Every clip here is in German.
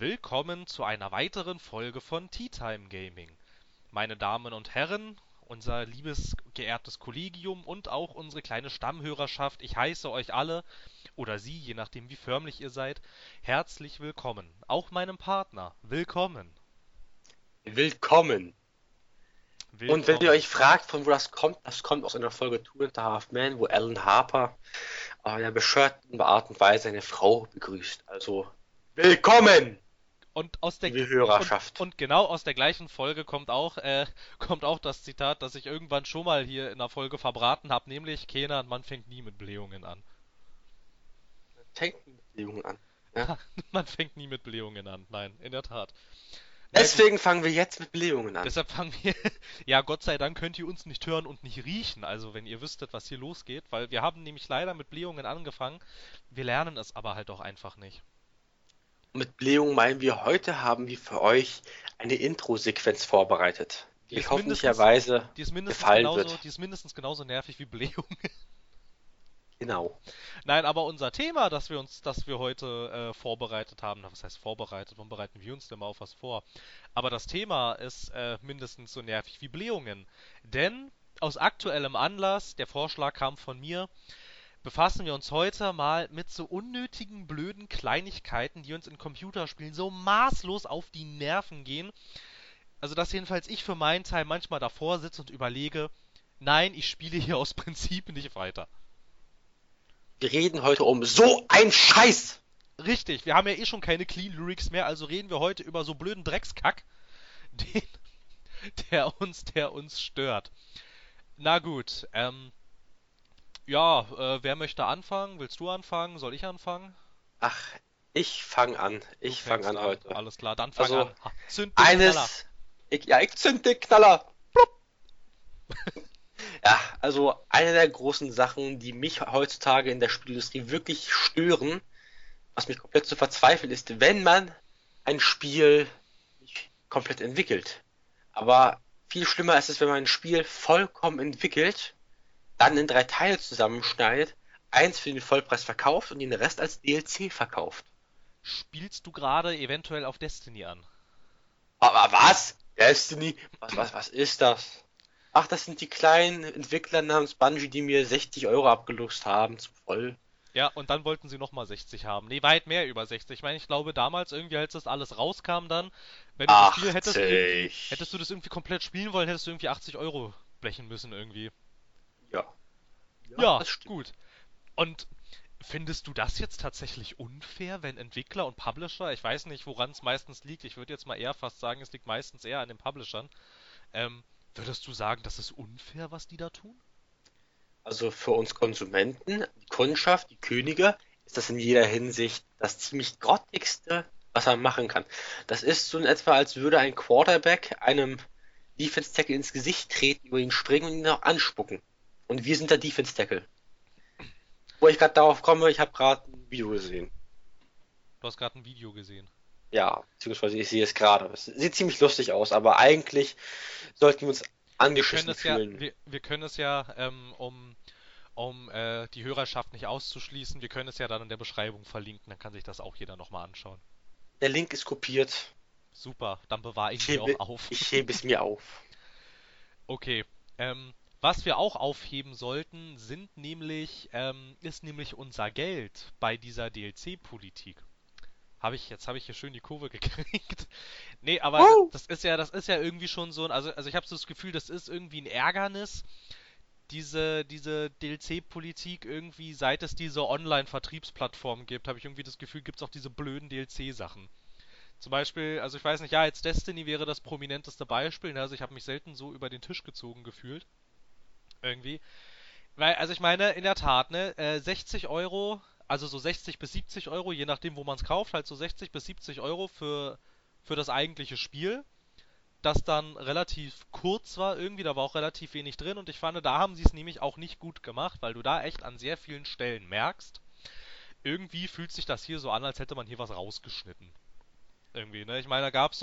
willkommen zu einer weiteren Folge von Tea Time Gaming. Meine Damen und Herren, unser liebes, geehrtes Kollegium und auch unsere kleine Stammhörerschaft, ich heiße euch alle, oder Sie, je nachdem wie förmlich ihr seid, herzlich willkommen. Auch meinem Partner, willkommen. Willkommen. Und wenn ihr Willkommen. euch fragt, von wo das kommt aus einer Folge Two and a Half Men, wo Alan Harper in einer bescheuerten Art und Weise eine Frau begrüßt. Also, willkommen, Und aus der liebe und, Hörerschaft. und genau aus der gleichen Folge kommt auch das Zitat, das ich irgendwann schon mal hier in der Folge verbraten habe, nämlich Kenan, man fängt nie mit Blähungen an. Fängt mit Beziehungen an. Ja? Man fängt nie mit Blähungen an. Nein, in der Tat. Na gut, Deswegen fangen wir jetzt mit Blähungen an. deshalb fangen wir. Ja, Gott sei Dank könnt ihr uns nicht hören und nicht riechen. Also, wenn ihr wüsstet, was hier losgeht, weil wir haben nämlich leider mit Blähungen angefangen. Wir lernen es aber halt auch einfach nicht. Und mit Blähungen meinen wir, heute haben wir für euch eine Intro-Sequenz vorbereitet, Die die euch ist mindestens, hoffentlicherweise gefallen wird. die ist mindestens genauso nervig wie Blähungen. Genau. Nein, aber unser Thema, das wir heute vorbereitet haben, na, was heißt vorbereitet? Wann bereiten wir uns denn mal auf was vor? Aber das Thema ist mindestens so nervig wie Blähungen. Denn aus aktuellem Anlass, der Vorschlag kam von mir, befassen wir uns heute mal mit so unnötigen, blöden Kleinigkeiten, die uns in Computerspielen so maßlos auf die Nerven gehen. Also, dass jedenfalls ich für meinen Teil manchmal davor sitze und überlege, nein, ich spiele hier aus Prinzip nicht weiter. Wir reden heute um so ein Scheiß. Richtig, wir haben ja eh schon keine Clean Lyrics mehr, also reden wir heute über so blöden Dreckskack, den, der uns stört. Na gut, ja, wer möchte anfangen? Willst du anfangen? Soll ich anfangen? Ach, ich fange an. Du Ich fange fängst an an. heute. Alles klar, dann fang Also, an. Ha, zünd den Knaller. ich zünd den Knaller. Ja, also eine der großen Sachen, die mich heutzutage in der Spielindustrie wirklich stören, was mich komplett zu verzweifeln ist, wenn man ein Spiel nicht komplett entwickelt. Aber viel schlimmer ist es, wenn man ein Spiel vollkommen entwickelt, dann in drei Teile zusammenschneidet, eins für den Vollpreis verkauft und den Rest als DLC verkauft. Spielst du gerade eventuell auf Destiny an? Aber was? Destiny? Was ist das? Ach, das sind die kleinen Entwickler namens Bungie, die mir 60 € abgeluchst haben, zu voll. Ja, und dann wollten sie nochmal 60 haben. Nee, weit mehr über 60. Ich meine, ich glaube damals irgendwie, als das alles rauskam dann, wenn du das Spiel hättest du 80. das irgendwie komplett spielen wollen, hättest du irgendwie 80 € blechen müssen irgendwie. Ja, ja, Ja, das stimmt. gut. Und findest du das jetzt tatsächlich unfair, wenn Entwickler und Publisher, ich weiß nicht, woran es meistens liegt, ich würde jetzt mal eher fast sagen, es liegt meistens eher an den Publishern, ähm, würdest du sagen, das ist unfair, was die da tun? Also für uns Konsumenten, die Kundschaft, die Könige, ist das in jeder Hinsicht das ziemlich grottigste, was man machen kann. Das ist so in etwa, als würde ein Quarterback einem Defense Tackle ins Gesicht treten, über ihn springen und ihn noch anspucken. Und wir sind der Defense Tackle. Wo ich gerade darauf komme, ich habe gerade ein Video gesehen. Du hast gerade ein Video gesehen. Ja, beziehungsweise ich sehe es gerade. Es sieht ziemlich lustig aus, aber eigentlich sollten wir uns angeschissen fühlen. Wir können es ja, um die Hörerschaft nicht auszuschließen, wir können es ja dann in der Beschreibung verlinken, dann kann sich das auch jeder nochmal anschauen. Der Link ist kopiert. Super, dann bewahre ich Ich ihn mir auch hebe, auf. ich hebe es mir auf. Okay, was wir auch aufheben sollten, ist nämlich unser Geld bei dieser DLC-Politik. Jetzt habe ich hier schön die Kurve gekriegt. Nee, aber Woo! das ist ja irgendwie schon so also ich habe so das Gefühl, das ist irgendwie ein Ärgernis, diese DLC-Politik irgendwie, seit es diese Online-Vertriebsplattformen gibt, habe ich irgendwie das Gefühl, gibt es auch diese blöden DLC-Sachen. Zum Beispiel, also ich weiß nicht, ja, jetzt Destiny wäre das prominenteste Beispiel, ne? Also ich habe mich selten so über den Tisch gezogen gefühlt. Irgendwie. Weil, also ich meine, in der Tat, ne, 60 €, also so 60 bis 70 €, je nachdem, wo man es kauft, halt so 60 bis 70 € für das eigentliche Spiel, das dann relativ kurz war irgendwie, da war auch relativ wenig drin und ich fand, da haben sie es nämlich auch nicht gut gemacht, weil du da echt an sehr vielen Stellen merkst, irgendwie fühlt sich das hier so an, als hätte man hier was rausgeschnitten. Irgendwie, ne? Ich meine,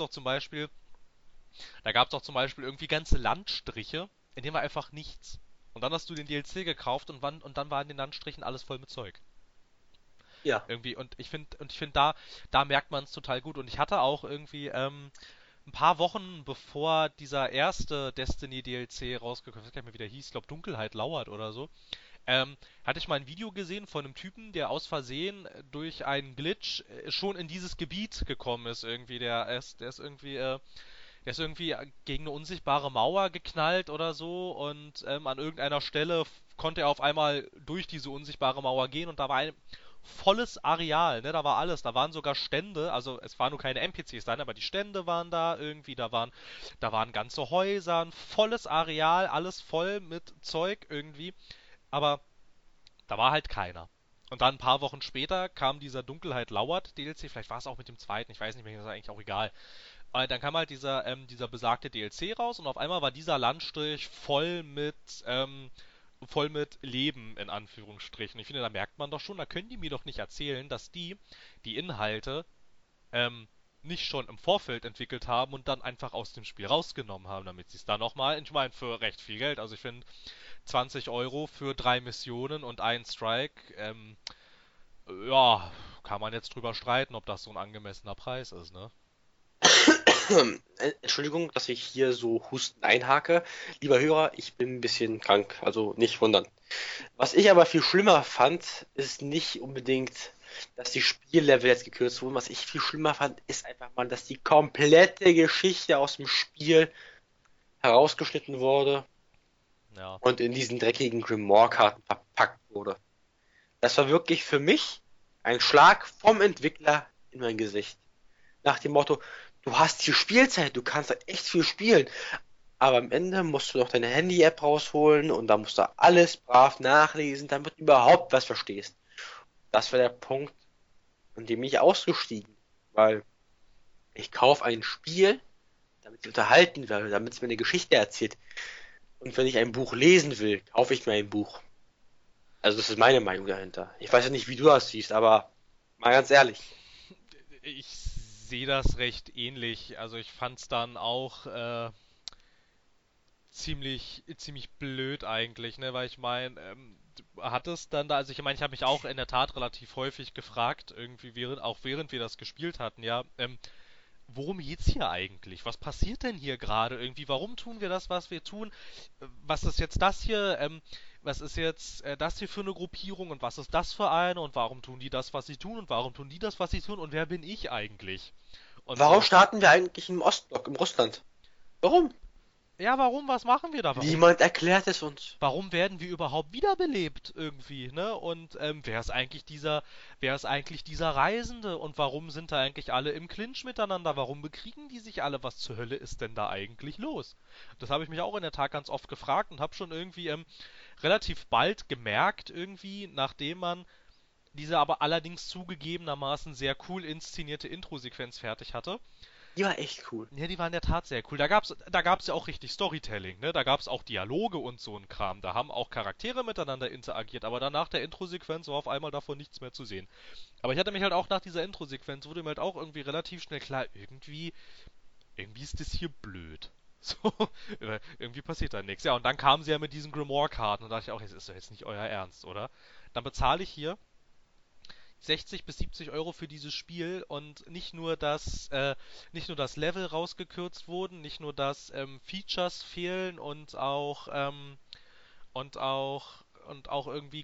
da gab es doch zum Beispiel irgendwie ganze Landstriche, in denen war einfach nichts. Und dann hast du den DLC gekauft und dann war in den Landstrichen alles voll mit Zeug. Ja. Irgendwie. Und ich finde, da merkt man es total gut. Und ich hatte auch irgendwie, ein paar Wochen bevor dieser erste Destiny DLC rausgekommen ist, ich weiß gar nicht mehr, wie der hieß, ich glaube Dunkelheit lauert oder so, hatte ich mal ein Video gesehen von einem Typen, der aus Versehen durch einen Glitch schon in dieses Gebiet gekommen ist irgendwie. Der ist irgendwie gegen eine unsichtbare Mauer geknallt oder so und an irgendeiner Stelle konnte er auf einmal durch diese unsichtbare Mauer gehen und da war ein volles Areal, ne, da war alles, da waren sogar Stände, also es waren nur keine NPCs da, aber die Stände waren da irgendwie, da waren ganze Häuser, ein volles Areal, alles voll mit Zeug irgendwie, aber da war halt keiner. Und dann ein paar Wochen später kam dieser Dunkelheit lauert DLC, vielleicht war es auch mit dem zweiten, ich weiß nicht mehr, ist eigentlich auch egal. Dann kam halt dieser besagte DLC raus und auf einmal war dieser Landstrich voll mit Leben, in Anführungsstrichen. Ich finde, da merkt man doch schon, da können die mir doch nicht erzählen, dass die Inhalte ähm, nicht schon im Vorfeld entwickelt haben und dann einfach aus dem Spiel rausgenommen haben, damit sie es dann nochmal, ich meine, für recht viel Geld, also ich finde 20 € für 3 Missionen und einen Strike, ja, kann man jetzt drüber streiten, ob das so ein angemessener Preis ist, ne? Entschuldigung, dass ich hier so husten einhake. Lieber Hörer, ich bin ein bisschen krank, also nicht wundern. Was ich aber viel schlimmer fand, ist nicht unbedingt, dass die Spiellevel jetzt gekürzt wurden. Was ich viel schlimmer fand, ist einfach mal, dass die komplette Geschichte aus dem Spiel herausgeschnitten wurde Ja. und in diesen dreckigen Grimoire-Karten verpackt wurde. Das war wirklich für mich ein Schlag vom Entwickler in mein Gesicht. Nach dem Motto, du hast hier Spielzeit, du kannst da echt viel spielen. Aber am Ende musst du noch deine Handy-App rausholen und da musst du alles brav nachlesen, damit du überhaupt was verstehst. Das war der Punkt, an dem ich ausgestiegen. Weil ich kaufe ein Spiel, damit ich unterhalten werde, damit es mir eine Geschichte erzählt. Und wenn ich ein Buch lesen will, kaufe ich mir ein Buch. Also das ist meine Meinung dahinter. Ich weiß ja nicht, wie du das siehst, aber mal ganz ehrlich. Ich sehe das recht ähnlich. Also ich fand's dann auch ziemlich blöd eigentlich, ne? Weil ich meine, du hattest dann da, also ich meine, ich habe mich auch in der Tat relativ häufig gefragt, irgendwie auch während wir das gespielt hatten, ja, worum geht's hier eigentlich? Was passiert denn hier gerade irgendwie? Warum tun wir das, was wir tun? Was ist jetzt das hier? Was ist jetzt das hier für eine Gruppierung und was ist das für eine und warum tun die das, was sie tun und warum tun die das, was sie tun und wer bin ich eigentlich? Und Warum so. starten wir eigentlich im Ostblock, im Russland? Warum? Ja, warum? Was machen wir da? Warum Niemand erklärt es uns. warum werden wir überhaupt wiederbelebt irgendwie, ne? Und wer ist eigentlich dieser Reisende und warum sind da eigentlich alle im Clinch miteinander? Warum bekriegen die sich alle? Was zur Hölle ist denn da eigentlich los? Das habe ich mich auch in der Tat ganz oft gefragt und habe schon irgendwie relativ bald gemerkt, irgendwie, nachdem man diese aber allerdings zugegebenermaßen sehr cool inszenierte Intro-Sequenz fertig hatte. Die war echt cool. Ja, die waren in der Tat sehr cool. Da gab's ja auch richtig Storytelling, ne? Da gab's auch Dialoge und so ein Kram. Da haben auch Charaktere miteinander interagiert, aber danach der Intro-Sequenz war auf einmal davon nichts mehr zu sehen. Aber ich hatte mich halt auch nach dieser Intro-Sequenz, wurde mir halt auch irgendwie relativ schnell klar, irgendwie ist das hier blöd. So, irgendwie passiert da nichts. Ja, und dann kamen sie ja mit diesen Grimoire-Karten und dachte ich auch, das ist doch jetzt nicht euer Ernst, oder? Dann bezahle ich hier 60 bis 70 € für dieses Spiel und nicht nur das Level rausgekürzt wurden, nicht nur, dass Features fehlen und auch irgendwie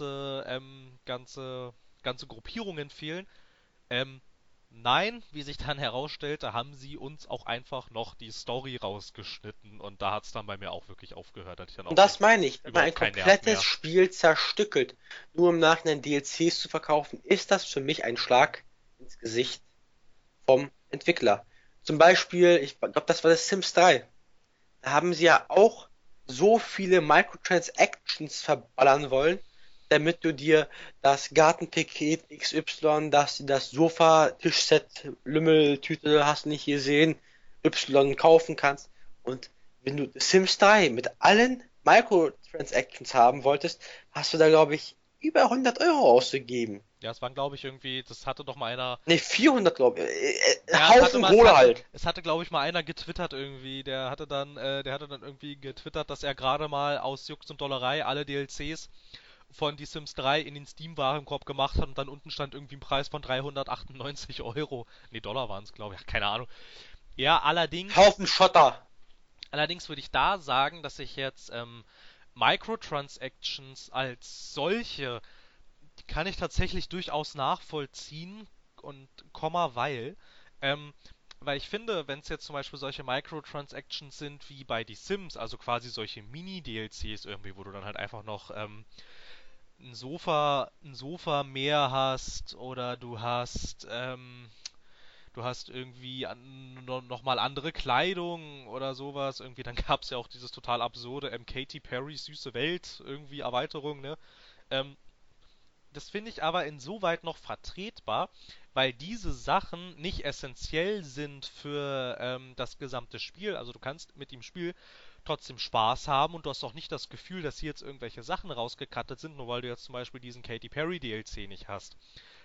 ganze Gruppierungen fehlen. Ähm, nein, wie sich dann herausstellte, haben sie uns auch einfach noch die Story rausgeschnitten und da hat es dann bei mir auch wirklich aufgehört, da hatte ich dann Und auch das meine ich, wenn man ein überhaupt keinen Nerv komplettes mehr. Spiel zerstückelt, nur im Nachhinein DLCs zu verkaufen, ist das für mich ein Schlag ins Gesicht vom Entwickler. Zum Beispiel, ich glaube, das war das Sims 3. Da haben sie ja auch so viele Microtransactions verballern wollen, damit du dir das Gartenpaket XY, das Sofa, Tischset, Lümmeltüte, hast du nicht gesehen, Y kaufen kannst. Und wenn du Sims 3 mit allen Microtransactions haben wolltest, hast du da, glaube ich, über 100 € ausgegeben. Ja, es waren, glaube ich, irgendwie, das hatte doch mal einer. Ne, 400, glaube ich. Ja, es hatte Haufen mal, es Kohle hatte, halt. es hatte, glaube ich, mal einer getwittert irgendwie. Der hatte dann irgendwie getwittert, dass er gerade mal aus Jux und Dollerei alle DLCs von Die Sims 3 in den Steam-Warenkorb gemacht hat und dann unten stand irgendwie ein Preis von 398 Euro. Nee, Dollar waren es, glaube ich. Ja, keine Ahnung. Ja, Haufen Schotter. allerdings würde ich da sagen, dass ich jetzt Microtransactions als solche, die kann ich tatsächlich durchaus nachvollziehen und ähm, weil ich finde, wenn es jetzt zum Beispiel solche Microtransactions sind wie bei Die Sims, also quasi solche Mini-DLCs irgendwie, wo du dann halt einfach noch ein Sofa mehr hast oder du hast irgendwie noch mal andere Kleidung oder sowas. Irgendwie, dann gab es ja auch dieses total absurde Katy Perry Süße Welt irgendwie Erweiterung, ne? Ähm, Das finde ich aber insoweit noch vertretbar, weil diese Sachen nicht essentiell sind für das gesamte Spiel. Also du kannst mit dem Spiel trotzdem Spaß haben und du hast auch nicht das Gefühl, dass hier jetzt irgendwelche Sachen rausgekattet sind, nur weil du jetzt zum Beispiel diesen Katy Perry DLC nicht hast.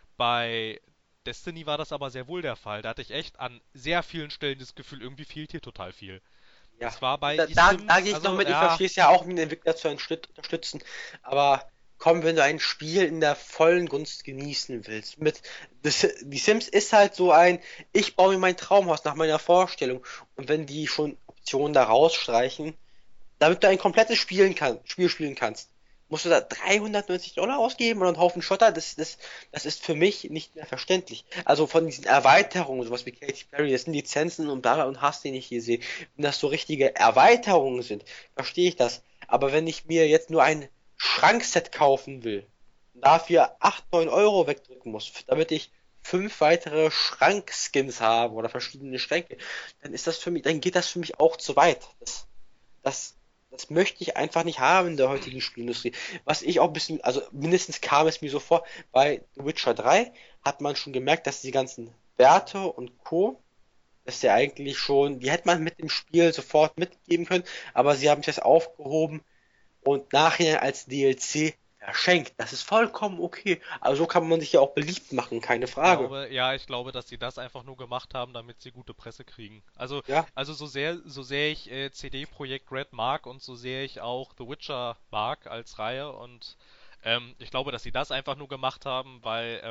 Bei Destiny war das aber sehr wohl der Fall. Da hatte ich echt an sehr vielen Stellen das Gefühl, irgendwie fehlt hier total viel. Ja, Das war bei da, Die da gehe Sims, ich noch also mit. Ich ja, verstehe es ja auch, um den Entwickler zu unterstützen. Aber komm, wenn du ein Spiel in der vollen Gunst genießen willst, die Sims ist halt so ich baue mir mein Traumhaus nach meiner Vorstellung. Und wenn die schon Optionen da rausstreichen, damit du ein komplettes Spiel spielen kannst, musst du da 390 $ ausgeben und einen Haufen Schotter. Das ist für mich nicht mehr verständlich. Also von diesen Erweiterungen, sowas wie Katy Perry, das sind Lizenzen und bla und hast den nicht gesehen. Wenn das so richtige Erweiterungen sind, verstehe ich das. Aber wenn ich mir jetzt nur ein Schrankset kaufen will, und dafür 8 9 € wegdrücken muss, damit ich 5 weitere Schrankskins habe oder verschiedene Schränke, dann geht das für mich auch zu weit. Das, das möchte ich einfach nicht haben in der heutigen Spielindustrie. Was ich auch ein bisschen, also mindestens kam es mir so vor, bei The Witcher 3 hat man schon gemerkt, dass die ganzen Werte und Co., dass der eigentlich schon, die hätte man mit dem Spiel sofort mitgeben können, aber sie haben es jetzt aufgehoben und nachher als DLC verschenkt. Das ist vollkommen okay. Also so kann man sich ja auch beliebt machen, keine Frage. ich glaube, dass sie das einfach nur gemacht haben, damit sie gute Presse kriegen. Also, Ja, also so sehr ich CD Projekt Red mag und so sehr ich auch The Witcher mag als Reihe und ich glaube, dass sie das einfach nur gemacht haben, weil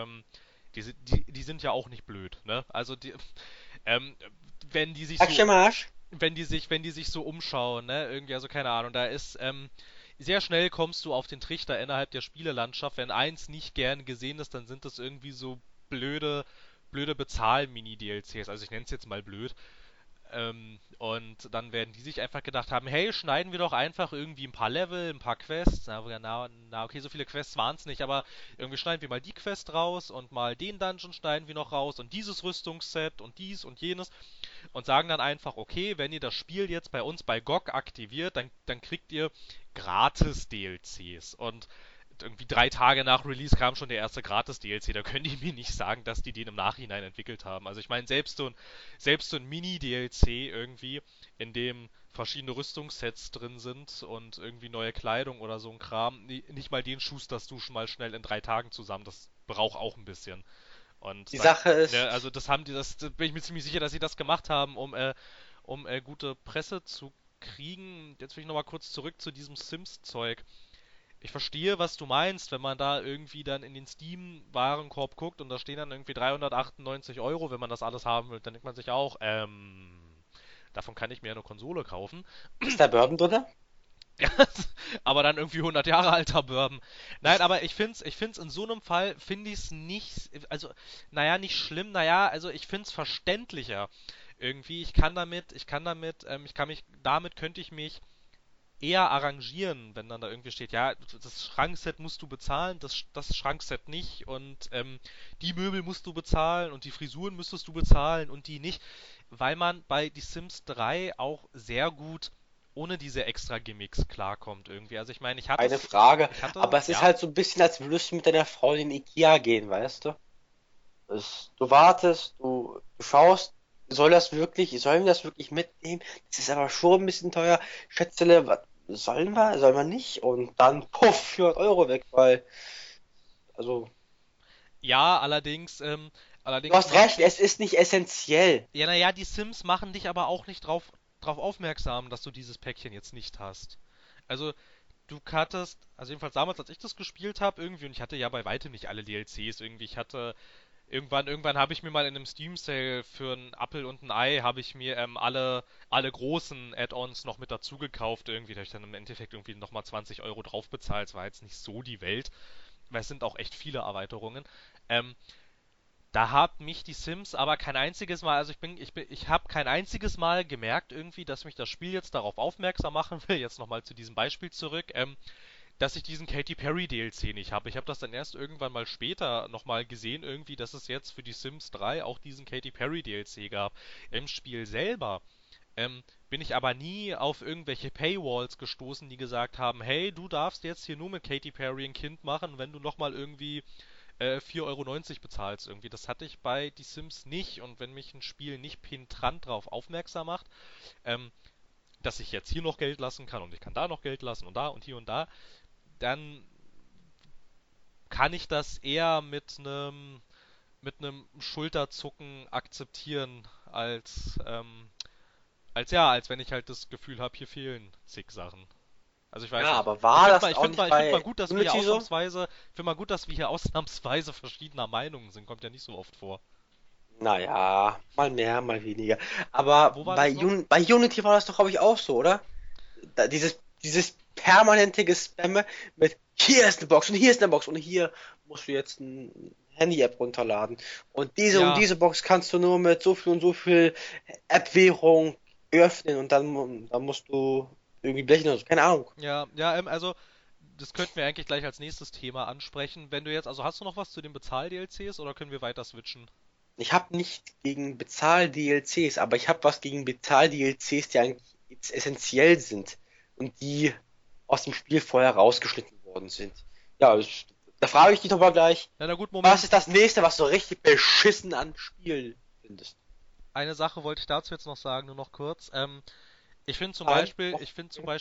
die sind ja auch nicht blöd, ne? Also ähm, wenn die sich Action so Marsch. wenn die sich so umschauen, ne, irgendwie, also keine Ahnung, da ist, sehr schnell kommst du auf den Trichter innerhalb der Spielelandschaft. Wenn eins nicht gern gesehen ist, dann sind das irgendwie so blöde Bezahl-Mini-DLCs. Also ich nenne es jetzt mal blöd. Und dann werden die sich einfach gedacht haben, hey, schneiden wir doch einfach irgendwie ein paar Level, ein paar Quests. Okay, so viele Quests waren es nicht, aber irgendwie schneiden wir mal die Quest raus und mal den Dungeon schneiden wir noch raus und dieses Rüstungsset und dies und jenes und sagen dann einfach, okay, wenn ihr das Spiel jetzt bei uns bei GOG aktiviert, dann kriegt ihr gratis DLCs. Und irgendwie 3 Tage nach Release kam schon der erste Gratis-DLC. Da können die mir nicht sagen, dass die den im Nachhinein entwickelt haben. Also ich meine, selbst so ein Mini-DLC irgendwie, in dem verschiedene Rüstungssets drin sind und irgendwie neue Kleidung oder so ein Kram, nicht mal den schusterst du schon mal schnell in 3 Tagen zusammen. Das braucht auch ein bisschen. Die Und da, Sache ne, ist, also da bin ich mir ziemlich sicher, dass sie das gemacht haben, um gute Presse zu kriegen. Jetzt will ich nochmal kurz zurück zu diesem Sims-Zeug. Ich verstehe, was du meinst, wenn man da irgendwie dann in den Steam-Warenkorb guckt und da stehen dann irgendwie 398 Euro, wenn man das alles haben will, dann denkt man sich auch, davon kann ich mir eine Konsole kaufen. ist da Bourbon drin? Ja, aber dann irgendwie 100 Jahre alter Bourbon. Nein, aber ich find's in so einem Fall, finde ich es nicht, also, naja, nicht schlimm, naja, also ich find's verständlicher. Irgendwie, damit könnte ich mich eher arrangieren, wenn dann da irgendwie steht, ja, das Schrankset musst du bezahlen, das Schrankset nicht und die Möbel musst du bezahlen und die Frisuren müsstest du bezahlen und die nicht, weil man bei Die Sims 3 auch sehr gut ohne diese extra Gimmicks klarkommt irgendwie. Also ich meine, Eine Frage. ich hatte, Aber es ist ja, halt so ein bisschen, als würdest du mit deiner Frau in den Ikea gehen, weißt du? Du wartest, du schaust, sollen wir das wirklich mitnehmen? Das ist aber schon ein bisschen teuer. Schätzele, sollen wir nicht? Und dann, puff, 400 € weg, also, du allerdings hast macht recht, es dich, ist nicht essentiell. ja, naja, die Sims machen dich aber auch nicht drauf aufmerksam, dass du dieses Päckchen jetzt nicht hast. Also du hattest, also jedenfalls damals, als ich das gespielt habe, irgendwie, und ich hatte ja bei weitem nicht alle DLCs, irgendwie, ich hatte, irgendwann habe ich mir mal in einem Steam-Sale für einen Appel und ein Ei, habe ich mir alle großen Add-ons noch mit dazu gekauft, irgendwie, da habe ich dann im Endeffekt irgendwie nochmal 20 € drauf bezahlt, es war jetzt nicht so die Welt, weil es sind auch echt viele Erweiterungen. Ähm, Da hat mich die Sims aber kein einziges Mal, also ich habe kein einziges Mal gemerkt irgendwie, dass mich das Spiel jetzt darauf aufmerksam machen will, jetzt nochmal zu diesem Beispiel zurück, dass ich diesen Katy Perry DLC nicht habe. Ich habe das dann erst irgendwann mal später nochmal gesehen, irgendwie, dass es jetzt für die Sims 3 auch diesen Katy Perry DLC gab. Im Spiel selber bin ich aber nie auf irgendwelche Paywalls gestoßen, die gesagt haben, hey, du darfst jetzt hier nur mit Katy Perry ein Kind machen, wenn du nochmal irgendwie 4,90 € bezahlst irgendwie. Das hatte ich bei Die Sims nicht und wenn mich ein Spiel nicht penetrant darauf aufmerksam macht, ähm, dass ich jetzt hier noch Geld lassen kann und ich kann da noch Geld lassen und da und hier und da, dann kann ich das eher mit einem Schulterzucken akzeptieren, als wenn ich halt das Gefühl habe, hier fehlen zig Sachen. Also ich weiß Ja, nicht. aber Ich war finde das mal, ich auch finde nicht mal, ich finde mal bei gut, dass wir hier Unity so? ausnahmsweise verschiedener Meinungen sind. Kommt ja nicht so oft vor. Naja, mal mehr, mal weniger. Aber Wo war das noch? Bei Unity war das doch, glaube ich, auch so, oder? Dieses permanente Gespamme mit hier ist eine Box und hier ist eine Box und hier musst du jetzt eine Handy-App runterladen. Und Ja, diese Box kannst du nur mit so viel und so viel App-Währung öffnen und dann musst du irgendwie blechen oder so. Keine Ahnung. ja, ja, also das könnten wir eigentlich gleich als nächstes Thema ansprechen. Wenn du jetzt, also hast du noch was zu den Bezahl-DLCs oder können wir weiter switchen? Ich habe nicht gegen Bezahl-DLCs, aber ich habe was gegen Bezahl-DLCs, die eigentlich jetzt essentiell sind und die aus dem Spiel vorher rausgeschnitten worden sind. Ja, da frage ich dich doch mal gleich, Na gut, was Moment. ist das nächste, was du richtig beschissen an Spiel findest? Eine Sache wollte ich dazu jetzt noch sagen, nur noch kurz. Ich finde zum Nein? Beispiel, Doch.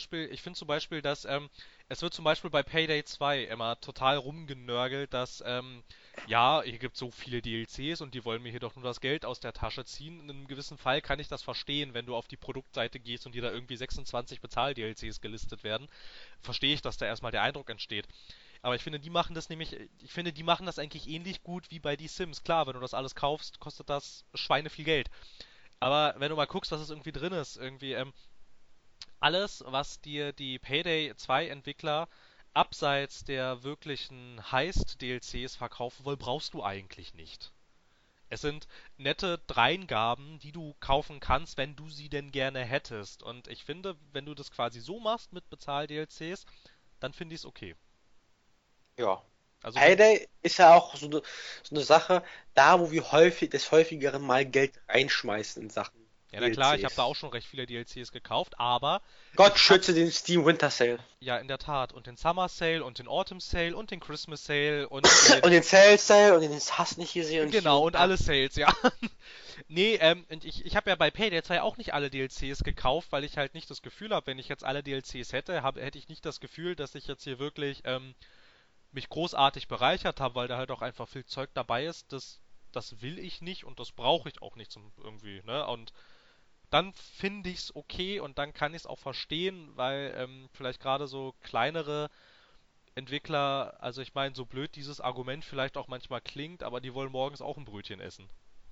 dass es wird zum Beispiel bei Payday 2 immer total rumgenörgelt, dass ja, hier gibt so viele DLCs und die wollen mir hier doch nur das Geld aus der Tasche ziehen. In einem gewissen Fall kann ich das verstehen, wenn du auf die Produktseite gehst und dir da irgendwie 26 Bezahl-DLCs gelistet werden. Verstehe ich, dass da erstmal der Eindruck entsteht. Aber ich finde, die machen das eigentlich ähnlich gut wie bei Die Sims. Klar, wenn du das alles kaufst, kostet das Schweine viel Geld. Aber wenn du mal guckst, was es irgendwie drin ist, irgendwie, alles, was dir die Payday 2 Entwickler abseits der wirklichen Heist-DLCs verkaufen wollen, brauchst du eigentlich nicht. Es sind nette Dreingaben, die du kaufen kannst, wenn du sie denn gerne hättest. Und ich finde, wenn du das quasi so machst mit Bezahl-DLCs, dann finde ich es okay. Ja. Also wenn, Payday ist ja auch so eine Sache, da wo wir des häufigeren mal Geld reinschmeißen in Sachen ja na klar, ich habe da auch DLCs. schon recht viele DLCs gekauft, aber Gott ich habe schütze den Steam Winter Sale. ja in der Tat und den Summer Sale und den Autumn Sale und den Christmas Sale und den Und den Sale Sale und den Hass nicht gesehen und hier genau, und und da. alle Sales, ja. Nee, und ich habe ja bei Payday 2 auch nicht alle DLCs gekauft, weil ich halt nicht das Gefühl habe, wenn ich jetzt alle DLCs hätte ich nicht das Gefühl, dass ich jetzt hier wirklich mich großartig bereichert habe, weil da halt auch einfach viel Zeug dabei ist. Das will ich nicht und das brauche ich auch nicht zum irgendwie, ne? Und dann finde ich's okay und dann kann ich's auch verstehen, weil vielleicht gerade so kleinere Entwickler, also ich meine, so blöd dieses Argument vielleicht auch manchmal klingt, aber die wollen morgens auch ein Brötchen essen.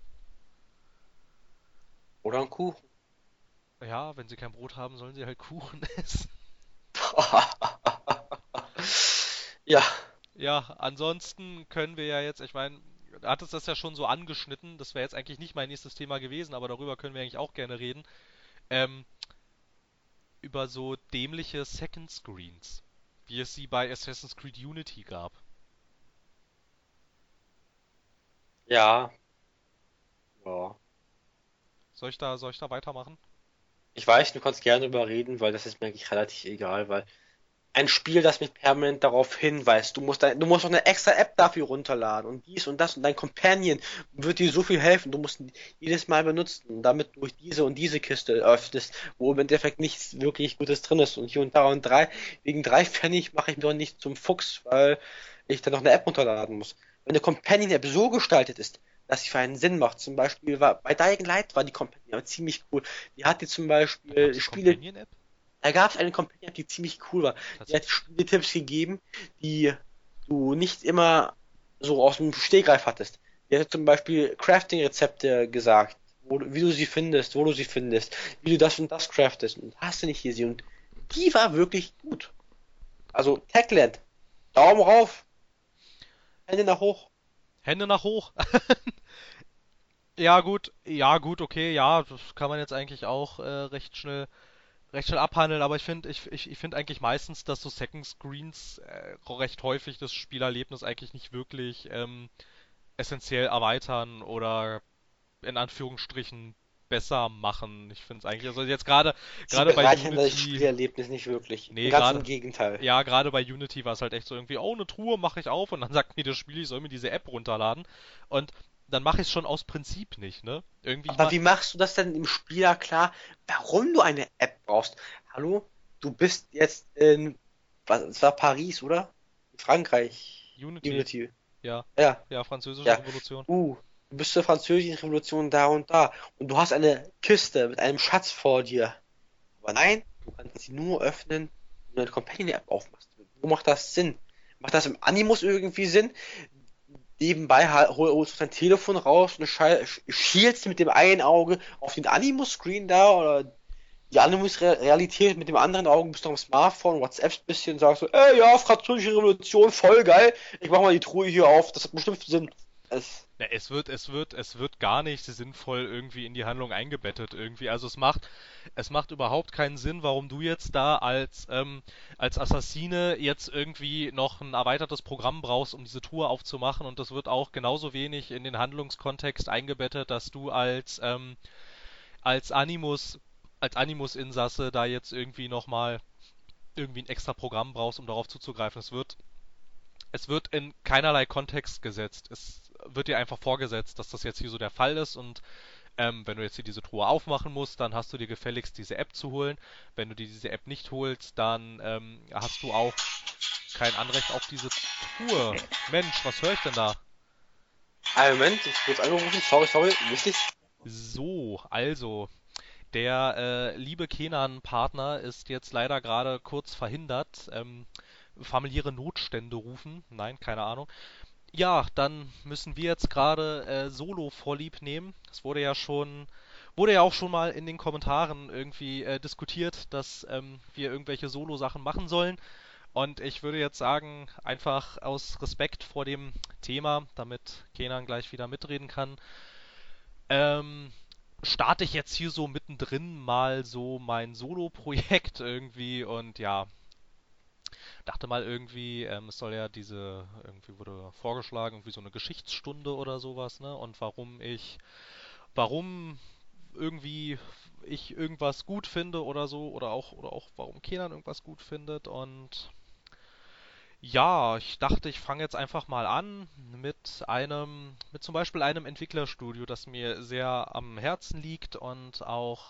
Oder ein Kuchen. Ja, wenn sie kein Brot haben, sollen sie halt Kuchen essen. Ja, Ja, ansonsten können wir ja jetzt, ich meine, du hattest das ja schon so angeschnitten, das wäre jetzt eigentlich nicht mein nächstes Thema gewesen, aber darüber können wir eigentlich auch gerne reden. Ähm, über so dämliche Second Screens, wie es sie bei Assassin's Creed Unity gab. ja, ja. Soll ich da weitermachen? Ich weiß, du kannst gerne darüber reden, weil das ist mir eigentlich relativ egal, weil ein Spiel, das mich permanent darauf hinweist, du musst doch eine extra App dafür runterladen und dies und das und dein Companion wird dir so viel helfen. Du musst ihn jedes Mal benutzen, damit du durch diese und diese Kiste öffnest, wo im Endeffekt nichts wirklich Gutes drin ist. Und hier und da und wegen 3 Pfennig mache ich mir doch nicht zum Fuchs, weil ich dann noch eine App runterladen muss. Wenn eine Companion-App so gestaltet ist, dass sie für einen Sinn macht, zum Beispiel bei Dying Light war die Companion ziemlich cool. Die hat dir zum Da gab's Beispiel eine Spiele. Companion-App? Da gab es eine Companion-App, die ziemlich cool war. Die hat Spieltipps gegeben, die du nicht immer so aus dem Stegreif hattest. Die hat zum Beispiel Crafting-Rezepte gesagt, wie du sie findest, wo du sie findest, wie du das und das craftest. Und hast du nicht gesehen. Und die war wirklich gut. Also Techland, Daumen rauf, Hände nach hoch. Hände nach hoch. Ja gut, okay, ja, das kann man jetzt eigentlich auch recht schnell abhandeln, aber ich finde eigentlich meistens, dass so Second Screens recht häufig das Spielerlebnis eigentlich nicht wirklich essentiell erweitern oder in Anführungsstrichen besser machen. Ich finde es eigentlich, also jetzt Sie gerade bei bereichern das Unity, Spielerlebnis nicht wirklich. nee, Ganz im Gegenteil. gerade bei Unity war es halt echt so irgendwie, oh, eine Truhe mache ich auf und dann sagt mir das Spiel, ich soll mir diese App runterladen und dann mache ich es schon aus Prinzip nicht, ne? Irgendwie, Aber wie machst du das denn im Spieler klar, warum du eine App brauchst? Hallo? Du bist jetzt in, was, es war Paris, oder? Frankreich. Unity, Unity. ja, Ja, ja, Französische ja. Revolution. Du bist zur französischen Revolution da und da. Und du hast eine Kiste mit einem Schatz vor dir. Aber nein, du kannst sie nur öffnen, wenn du eine Companion-App aufmachst. Wo macht das Sinn? Macht das im Animus irgendwie Sinn? Nebenbei holst du dein Telefon raus und schielst mit dem einen Auge auf den Animus-Screen da oder die Animus-Realität mit dem anderen Auge bist du am Smartphone, WhatsApps bisschen, sagst du, ja, französische Revolution, voll geil, ich mach mal die Truhe hier auf, das hat bestimmt Sinn. Ja, es wird gar nicht sinnvoll irgendwie in die Handlung eingebettet irgendwie. Also es macht überhaupt keinen Sinn, warum du jetzt da als Assassine jetzt irgendwie noch ein erweitertes Programm brauchst, um diese Truhe aufzumachen und das wird auch genauso wenig in den Handlungskontext eingebettet, dass du als Animus, als Animus-Insasse da jetzt irgendwie nochmal irgendwie ein extra Programm brauchst, um darauf zuzugreifen. Es wird in keinerlei Kontext gesetzt. Es wird dir einfach vorgesetzt, dass das jetzt hier so der Fall ist und wenn du jetzt hier diese Truhe aufmachen musst, dann hast du dir gefälligst diese App zu holen. Wenn du dir diese App nicht holst, dann hast du auch kein Anrecht auf diese Truhe. Mensch, was höre ich denn da? Einen Moment, ich kurz angerufen, sorry, wichtig. So, also, der liebe Kenan-Partner ist jetzt leider gerade kurz verhindert. Familiäre Notstände rufen. Nein, keine Ahnung. Ja, dann müssen wir jetzt gerade Solo Vorlieb nehmen. Es wurde ja auch schon mal in den Kommentaren irgendwie diskutiert, dass wir irgendwelche Solo-Sachen machen sollen. Und ich würde jetzt sagen, einfach aus Respekt vor dem Thema, damit Kenan gleich wieder mitreden kann, ähm, starte ich jetzt hier so mittendrin mal so mein Solo-Projekt irgendwie und ja, dachte mal irgendwie, es soll ja irgendwie wurde vorgeschlagen, irgendwie so eine Geschichtsstunde oder sowas, ne? Und warum irgendwie ich irgendwas gut finde oder so, oder auch warum Kenan irgendwas gut findet. Und ja, ich dachte, ich fange jetzt einfach mal an mit zum Beispiel einem Entwicklerstudio, das mir sehr am Herzen liegt und auch,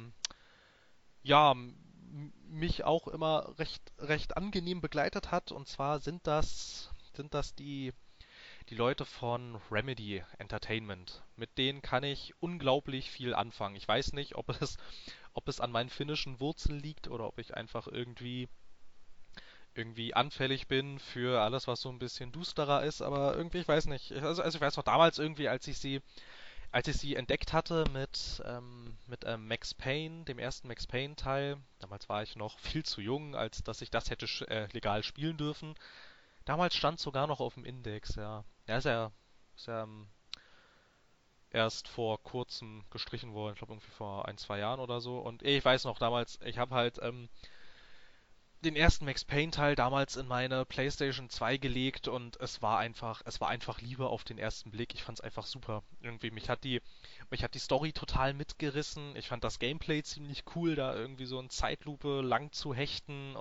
ja, mich auch immer recht angenehm begleitet hat. Und zwar sind das die Leute von Remedy Entertainment. Mit denen kann ich unglaublich viel anfangen. Ich weiß nicht, ob es an meinen finnischen Wurzeln liegt oder ob ich einfach irgendwie anfällig bin für alles, was so ein bisschen dusterer ist, aber irgendwie, ich weiß nicht. Also ich weiß noch damals irgendwie, als ich sie entdeckt hatte mit Max Payne, dem ersten Max Payne Teil. Damals war ich noch viel zu jung, als dass ich das hätte legal spielen dürfen. Damals stand sogar noch auf dem Index, ja. Ja, ist ja erst vor kurzem gestrichen worden, ich glaube irgendwie vor ein, zwei Jahren oder so. Und ich weiß noch damals, ich habe halt den ersten Max Payne Teil damals in meine PlayStation 2 gelegt und es war einfach Liebe auf den ersten Blick. Ich fand es einfach super. Irgendwie, mich hat die Story total mitgerissen. Ich fand das Gameplay ziemlich cool, da irgendwie so in Zeitlupe lang zu hechten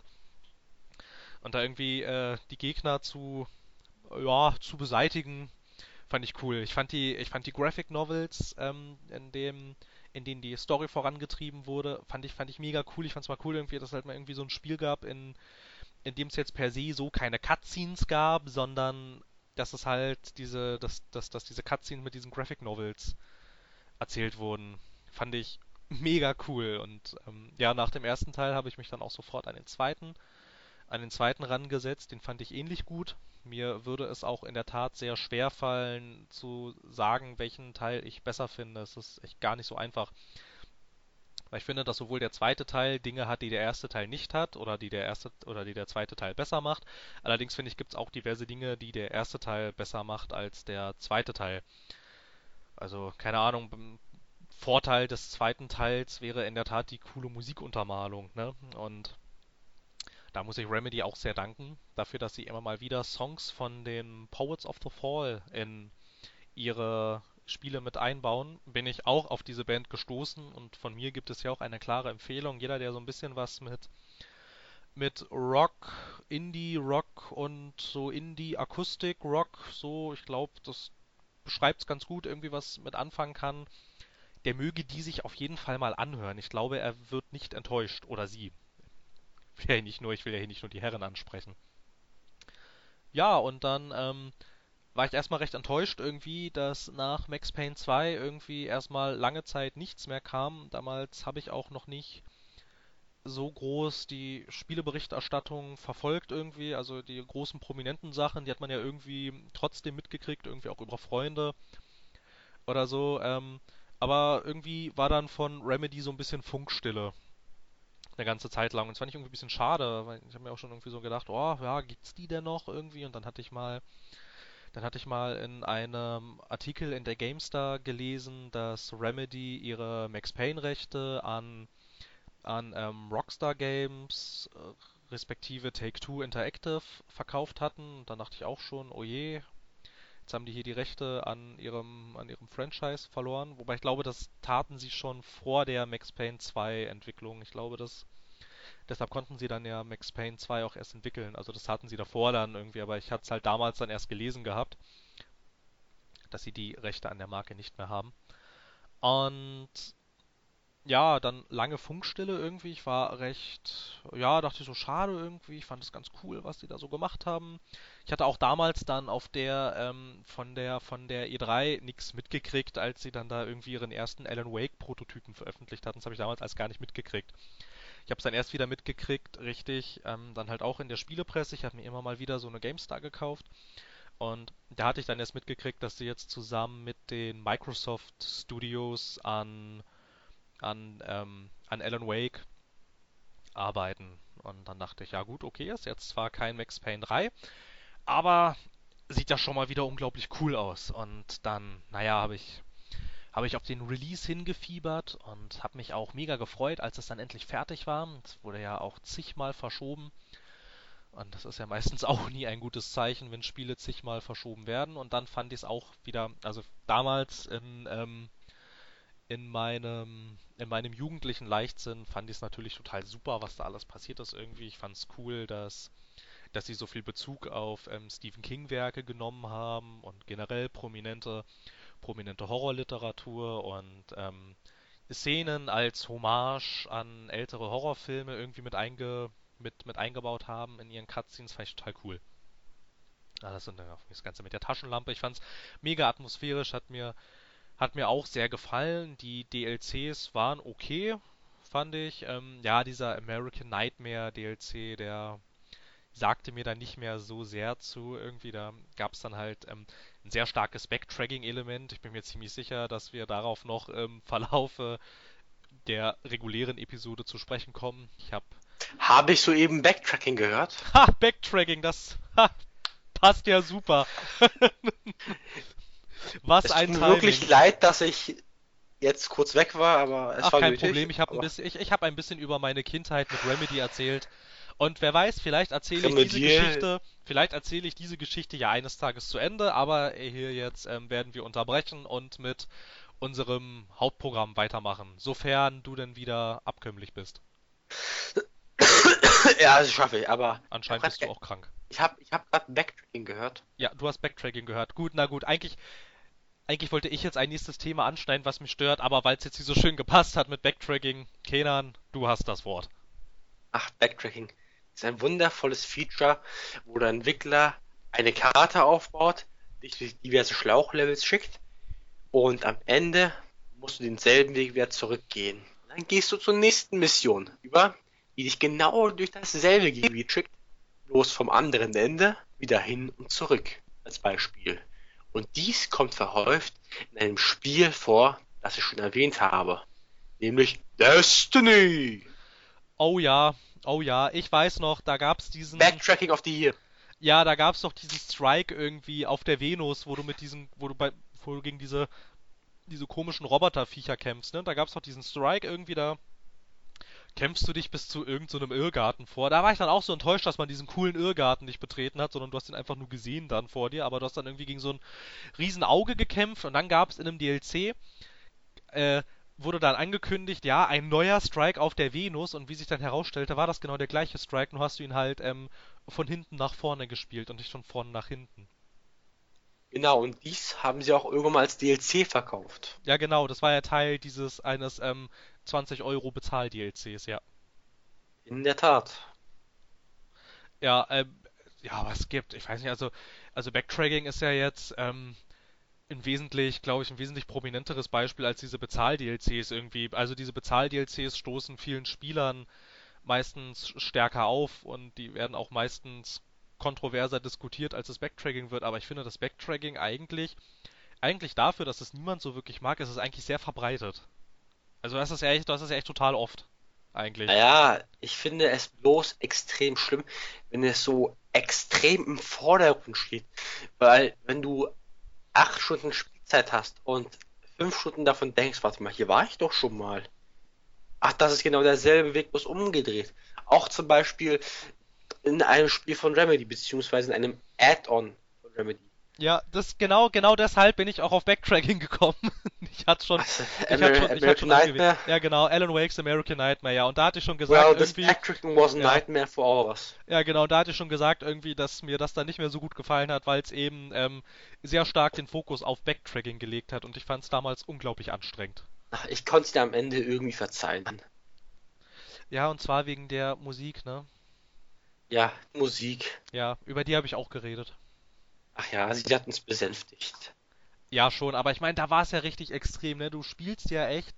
und da irgendwie die Gegner zu beseitigen. Fand ich cool. Ich fand die Graphic Novels, in denen die Story vorangetrieben wurde, fand ich mega cool. Ich fand es mal cool irgendwie, dass es halt mal irgendwie so ein Spiel gab, in dem es jetzt per se so keine Cutscenes gab, sondern dass es halt dass diese Cutscenes mit diesen Graphic Novels erzählt wurden. Fand ich, mega cool. Und ja, nach dem ersten Teil habe ich mich dann auch sofort an den zweiten rangesetzt. Den fand ich ähnlich gut. Mir würde es auch in der Tat sehr schwer fallen zu sagen, welchen Teil ich besser finde. Es ist echt gar nicht so einfach. Weil ich finde, dass sowohl der zweite Teil Dinge hat, die der erste Teil nicht hat, oder die der erste oder die der zweite Teil besser macht. Allerdings finde ich, gibt es auch diverse Dinge, die der erste Teil besser macht als der zweite Teil. Also, keine Ahnung, Vorteil des zweiten Teils wäre in der Tat die coole Musikuntermalung, ne? Und da muss ich Remedy auch sehr danken, dafür, dass sie immer mal wieder Songs von den Poets of the Fall in ihre Spiele mit einbauen. Bin ich auch auf diese Band gestoßen und von mir gibt es ja auch eine klare Empfehlung. Jeder, der so ein bisschen was mit Rock, Indie-Rock und so Indie-Akustik-Rock, so, ich glaube, das beschreibt es ganz gut, irgendwie was mit anfangen kann, der möge die sich auf jeden Fall mal anhören. Ich glaube, er wird nicht enttäuscht. Oder sie. Ich will ja hier nicht nur die Herren ansprechen. Ja, und dann war ich erstmal recht enttäuscht irgendwie, dass nach Max Payne 2 irgendwie erstmal lange Zeit nichts mehr kam. Damals habe ich auch noch nicht so groß die Spieleberichterstattung verfolgt irgendwie. Also die großen prominenten Sachen, die hat man ja irgendwie trotzdem mitgekriegt, irgendwie auch über Freunde oder so. Aber irgendwie war dann von Remedy so ein bisschen Funkstille eine ganze Zeit lang. Und das fand ich irgendwie ein bisschen schade, weil ich habe mir auch schon irgendwie so gedacht, oh ja, gibt's die denn noch irgendwie? Und dann hatte ich mal in einem Artikel in der GameStar gelesen, dass Remedy ihre Max Payne-Rechte an Rockstar Games respektive Take-Two Interactive verkauft hatten. Und dann dachte ich auch schon, oh je, jetzt haben die hier die Rechte an ihrem Franchise verloren. Wobei ich glaube, das taten sie schon vor der Max Payne 2 Entwicklung. Ich glaube, deshalb konnten sie dann ja Max Payne 2 auch erst entwickeln. Also das hatten sie davor dann irgendwie, aber ich hatte es halt damals dann erst gelesen gehabt, dass sie die Rechte an der Marke nicht mehr haben. Und ja, dann lange Funkstille irgendwie. Ich war recht, ja, dachte ich so, schade irgendwie. Ich fand es ganz cool, was die da so gemacht haben. Ich hatte auch damals dann auf von der E3 nichts mitgekriegt, als sie dann da irgendwie ihren ersten Alan Wake Prototypen veröffentlicht hatten. Das habe ich damals als gar nicht mitgekriegt. Ich habe es dann erst wieder mitgekriegt, richtig, dann halt auch in der Spielepresse. Ich habe mir immer mal wieder so eine GameStar gekauft. Und da hatte ich dann erst mitgekriegt, dass sie jetzt zusammen mit den Microsoft Studios an Alan Wake arbeiten. Und dann dachte ich, ja gut, okay, ist jetzt zwar kein Max Payne 3, aber sieht ja schon mal wieder unglaublich cool aus. Und dann, naja, habe ich auf den Release hingefiebert und habe mich auch mega gefreut, als es dann endlich fertig war. Es wurde ja auch zigmal verschoben. Und das ist ja meistens auch nie ein gutes Zeichen, wenn Spiele zigmal verschoben werden. Und dann fand ich es auch wieder, also damals in meinem jugendlichen Leichtsinn fand ich es natürlich total super, was da alles passiert ist irgendwie. Ich fand es cool, dass sie so viel Bezug auf Stephen King-Werke genommen haben und generell prominente Horrorliteratur und Szenen als Hommage an ältere Horrorfilme irgendwie mit eingebaut haben in ihren Cutscenes, fand ich total cool. Ja, das Ganze mit der Taschenlampe, ich fand's mega atmosphärisch, hat mir auch sehr gefallen. Die DLCs waren okay, fand ich. Ja, dieser American Nightmare DLC, der sagte mir dann nicht mehr so sehr zu. Irgendwie, da gab es dann halt ein sehr starkes Backtracking-Element. Ich bin mir ziemlich sicher, dass wir darauf noch im Verlaufe der regulären Episode zu sprechen kommen. Habe ich soeben Backtracking gehört? Backtracking, das passt ja super. Was Es ein tut mir wirklich Timing. leid, dass ich jetzt kurz weg war, aber es Ach, war kein nötig. Problem. Ich habe ein Aber bisschen, ich habe ein bisschen über meine Kindheit mit Remedy erzählt. Und wer weiß, Remedier, vielleicht erzähle ich diese Geschichte ja eines Tages zu Ende, aber hier jetzt werden wir unterbrechen und mit unserem Hauptprogramm weitermachen, sofern du denn wieder abkömmlich bist. ja, das schaffe ich, aber Anscheinend bist du auch krank. ich hab grad Backtracking gehört. Ja, du hast Backtracking gehört. Gut, na gut. Eigentlich wollte ich jetzt ein nächstes Thema anschneiden, was mich stört, aber weil es jetzt hier so schön gepasst hat mit Backtracking, Kenan, du hast das Wort. Ach, Backtracking ist ein wundervolles Feature, wo der Entwickler eine Karte aufbaut, dich durch diverse Schlauchlevels schickt und am Ende musst du denselben Weg wieder zurückgehen. Dann gehst du zur nächsten Mission über, die dich genau durch dasselbe Gebiet schickt, bloß vom anderen Ende wieder hin und zurück, als Beispiel. Und dies kommt verhäuft in einem Spiel vor, das ich schon erwähnt habe, nämlich Destiny. Oh ja, oh ja, ich weiß noch, da gab's diesen, Backtracking of the Year. ja, da gab's doch diesen Strike irgendwie auf der Venus, wo du gegen diese komischen Roboterviecher kämpfst, ne? Da gab's doch diesen Strike irgendwie, da kämpfst du dich bis zu irgendeinem so einem Irrgarten vor. Da war ich dann auch so enttäuscht, dass man diesen coolen Irrgarten nicht betreten hat, sondern du hast ihn einfach nur gesehen dann vor dir, aber du hast dann irgendwie gegen so ein Riesenauge gekämpft und dann gab's in einem DLC, äh, wurde dann angekündigt, ja, ein neuer Strike auf der Venus und wie sich dann herausstellte, war das genau der gleiche Strike, nur hast du ihn halt von hinten nach vorne gespielt und nicht von vorne nach hinten. Genau, und dies haben sie auch irgendwann mal als DLC verkauft. Ja, genau, das war ja Teil dieses eines 20 € Bezahl-DLCs, ja. In der Tat. Ja, ja, was gibt, ich weiß nicht, also Backtracking ist ja jetzt glaube ich, ein wesentlich prominenteres Beispiel als diese Bezahl-DLCs irgendwie. Also diese Bezahl-DLCs stoßen vielen Spielern meistens stärker auf und die werden auch meistens kontroverser diskutiert, als das Backtracking wird. Aber ich finde, das Backtracking eigentlich dafür, dass es niemand so wirklich mag, ist es eigentlich sehr verbreitet. Also das ist ja echt total oft. Eigentlich. Naja, ich finde es bloß extrem schlimm, wenn es so extrem im Vordergrund steht. Weil wenn du 8 Stunden Spielzeit hast und 5 Stunden davon denkst, warte mal, hier war ich doch schon mal. Ach, das ist genau derselbe Weg, bloß umgedreht. Auch zum Beispiel in einem Spiel von Remedy, beziehungsweise in einem Add-on von Remedy. Ja, genau deshalb bin ich auch auf Backtracking gekommen. Ich hatte schon, Also, ich hatte American schon angewählt. Nightmare. Ja, genau, Alan Wakes American Nightmare, ja. Und da hatte ich schon gesagt, Well, this irgendwie, backtracking was a ja, nightmare for all of us. ja, genau, da hatte ich schon gesagt, irgendwie, dass mir das dann nicht mehr so gut gefallen hat, weil es eben sehr stark den Fokus auf Backtracking gelegt hat und ich fand es damals unglaublich anstrengend. Ach, ich konnte es dir am Ende irgendwie verzeihen. Ja, und zwar wegen der Musik, ne? Ja, Musik. Ja, über die habe ich auch geredet. Ach ja, sie hat uns besänftigt. Ja, schon, aber ich meine, da war es ja richtig extrem, ne? Du spielst ja echt,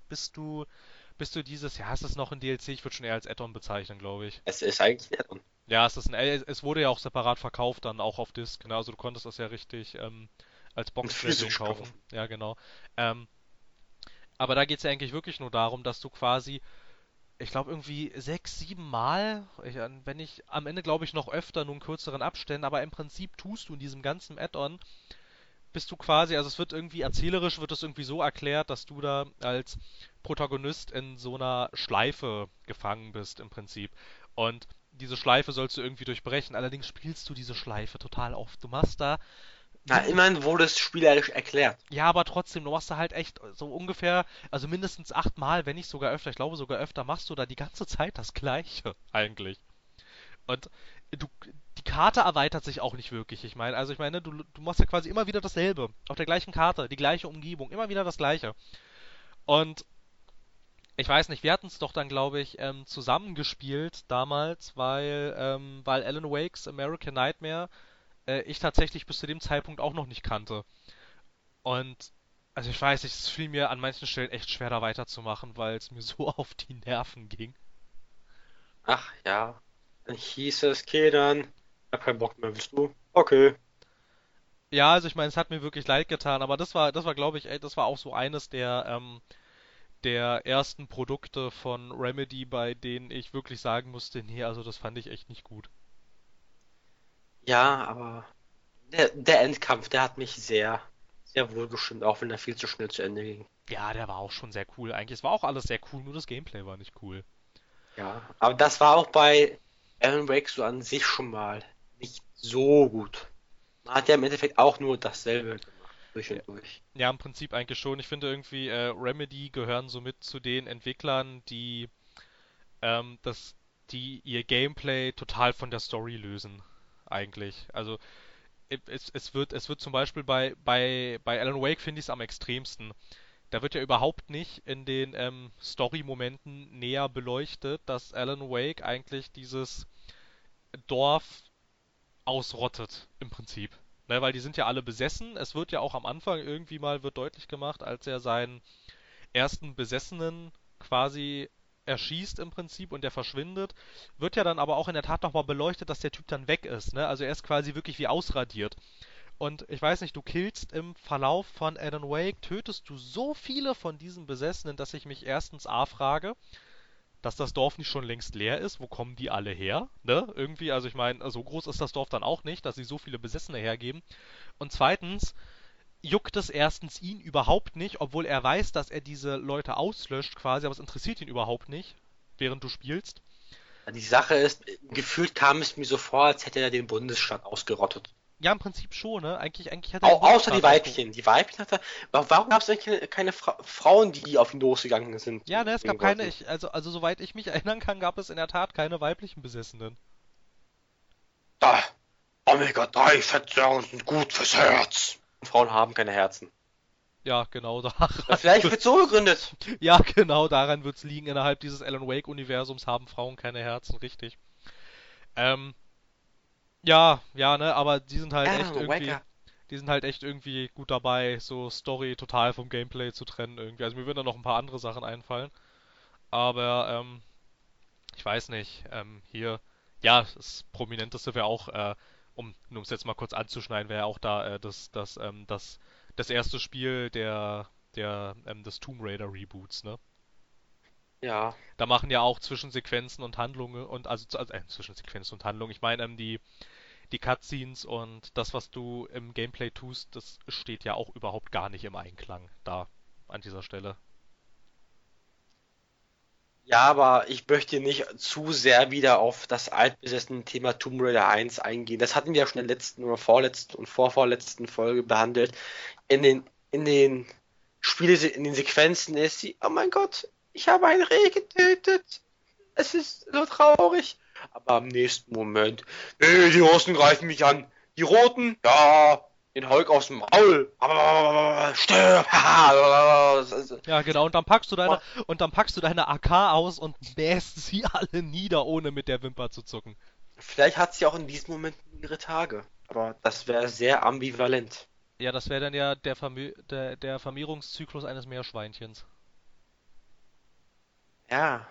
bis du ja, es ist noch ein DLC, ich würde schon eher als Add-on bezeichnen, glaube ich. Es ist eigentlich nett. Und Ja, es wurde ja auch separat verkauft, dann auch auf Disc, ne? Also du konntest das ja richtig als Box-Version physisch kaufen. kaufen. Ja, genau. Ähm, aber da geht es ja eigentlich wirklich nur darum, dass du quasi, ich glaube irgendwie 6, 7 Mal, wenn ich am Ende glaube ich noch öfter, nur in kürzeren Abständen, aber im Prinzip tust du in diesem ganzen Add-on bist du quasi, also es wird irgendwie erzählerisch, wird es irgendwie so erklärt, dass du da als Protagonist in so einer Schleife gefangen bist im Prinzip. Und diese Schleife sollst du irgendwie durchbrechen. Allerdings spielst du diese Schleife total oft. Du machst da Na, mindestens, immerhin wurde es spielerisch erklärt. ja, aber trotzdem, du machst da halt echt so ungefähr, also mindestens 8 Mal, wenn nicht sogar öfter, ich glaube sogar öfter, machst du da die ganze Zeit das Gleiche eigentlich. Und du, die Karte erweitert sich auch nicht wirklich. Ich meine, du machst ja quasi immer wieder dasselbe. Auf der gleichen Karte, die gleiche Umgebung, immer wieder das Gleiche. Und ich weiß nicht, wir hatten es doch dann, glaube ich, zusammengespielt damals, weil Alan Wakes American Nightmare ich tatsächlich bis zu dem Zeitpunkt auch noch nicht kannte. Und also ich weiß nicht, es fiel mir an manchen Stellen echt schwer, da weiterzumachen, weil es mir so auf die Nerven ging. Ach ja. Dann hieß es, okay, dann. Hab keinen Bock mehr, willst du? Okay. Ja, also ich meine, es hat mir wirklich leid getan, aber das war, glaube ich, ey, das war auch so eines der ersten Produkte von Remedy, bei denen ich wirklich sagen musste, nee, also das fand ich echt nicht gut. Ja, aber der Endkampf, der hat mich sehr, sehr wohl gestimmt, auch wenn er viel zu schnell zu Ende ging. Ja, der war auch schon sehr cool. Eigentlich, es war auch alles sehr cool, nur das Gameplay war nicht cool. Ja, aber das war auch bei Alan Wake so an sich schon mal nicht so gut. Man hat ja im Endeffekt auch nur dasselbe gemacht, durch Ja, und durch. ja, im Prinzip eigentlich schon. Ich finde irgendwie, Remedy gehören somit zu den Entwicklern, ähm, das, die ihr Gameplay total von der Story lösen. Eigentlich. Also es wird zum Beispiel bei Alan Wake finde ich es am extremsten. Da wird ja überhaupt nicht in den Story-Momenten näher beleuchtet, dass Alan Wake eigentlich dieses Dorf ausrottet, im Prinzip. Ne, weil die sind ja alle besessen. Es wird ja auch am Anfang irgendwie mal wird deutlich gemacht, als er seinen ersten Besessenen quasi erschießt im Prinzip und der verschwindet, wird ja dann aber auch in der Tat nochmal beleuchtet, dass der Typ dann weg ist, ne? Also er ist quasi wirklich wie ausradiert. Und ich weiß nicht, du killst im Verlauf von Alan Wake, tötest du so viele von diesen Besessenen, dass ich mich erstens A frage, dass das Dorf nicht schon längst leer ist. Wo kommen die alle her? Ne? Irgendwie, also ich meine, so groß ist das Dorf dann auch nicht, dass sie so viele Besessene hergeben. Und zweitens, juckt es erstens ihn überhaupt nicht, obwohl er weiß, dass er diese Leute auslöscht quasi, aber es interessiert ihn überhaupt nicht, während du spielst. Die Sache ist, gefühlt kam es mir so vor, als hätte er den Bundesstaat ausgerottet. Ja, im Prinzip schon, ne? Eigentlich hat er den Außer die Bundesstaat Weibchen. Die Weibchen hat er. Aber warum gab es eigentlich keine Frauen, die auf ihn losgegangen sind? Ja, ne, es gab keine, Wollten? also soweit ich mich erinnern kann, gab es in der Tat keine weiblichen Besessenen. Da, Omega-3-Fettsäuren sind gut fürs Herz. Frauen haben keine Herzen. Ja, genau Ja, daran. vielleicht wird so gegründet. Ja, genau daran wird's liegen. Innerhalb dieses Alan Wake-Universums haben Frauen keine Herzen, richtig. Ähm, ja, ne, aber Alan Waker. die sind halt echt irgendwie gut dabei, so Story total vom Gameplay zu trennen irgendwie. Also mir würden da noch ein paar andere Sachen einfallen. Aber, ich weiß nicht, hier, ja, das Prominenteste wäre auch, um es jetzt mal kurz anzuschneiden, wäre auch da das erste Spiel des Tomb Raider Reboots, ne? Ja. Da machen ja auch Zwischensequenzen und Handlungen Zwischensequenzen und Handlungen. Ich meine, die Cutscenes und das, was du im Gameplay tust, das steht ja auch überhaupt gar nicht im Einklang da an dieser Stelle. Ja, aber ich möchte nicht zu sehr wieder auf das altbesessene Thema Tomb Raider 1 eingehen. Das hatten wir ja schon in der letzten oder vorletzten und vorvorletzten Folge behandelt. In den in den Sequenzen ist sie, oh mein Gott, ich habe ein Reh getötet. Es ist so traurig. Aber am nächsten Moment, nee, die Russen greifen mich an. Die Roten, ja, den Hulk aus dem Maul. Aber stirb. Ja, genau, und dann packst du deine AK aus und mähst sie alle nieder, ohne mit der Wimper zu zucken. Vielleicht hat sie auch in diesem Moment ihre Tage. Aber das wäre sehr ambivalent. Ja, das wäre dann ja der Vermehrungszyklus eines Meerschweinchens. Ja,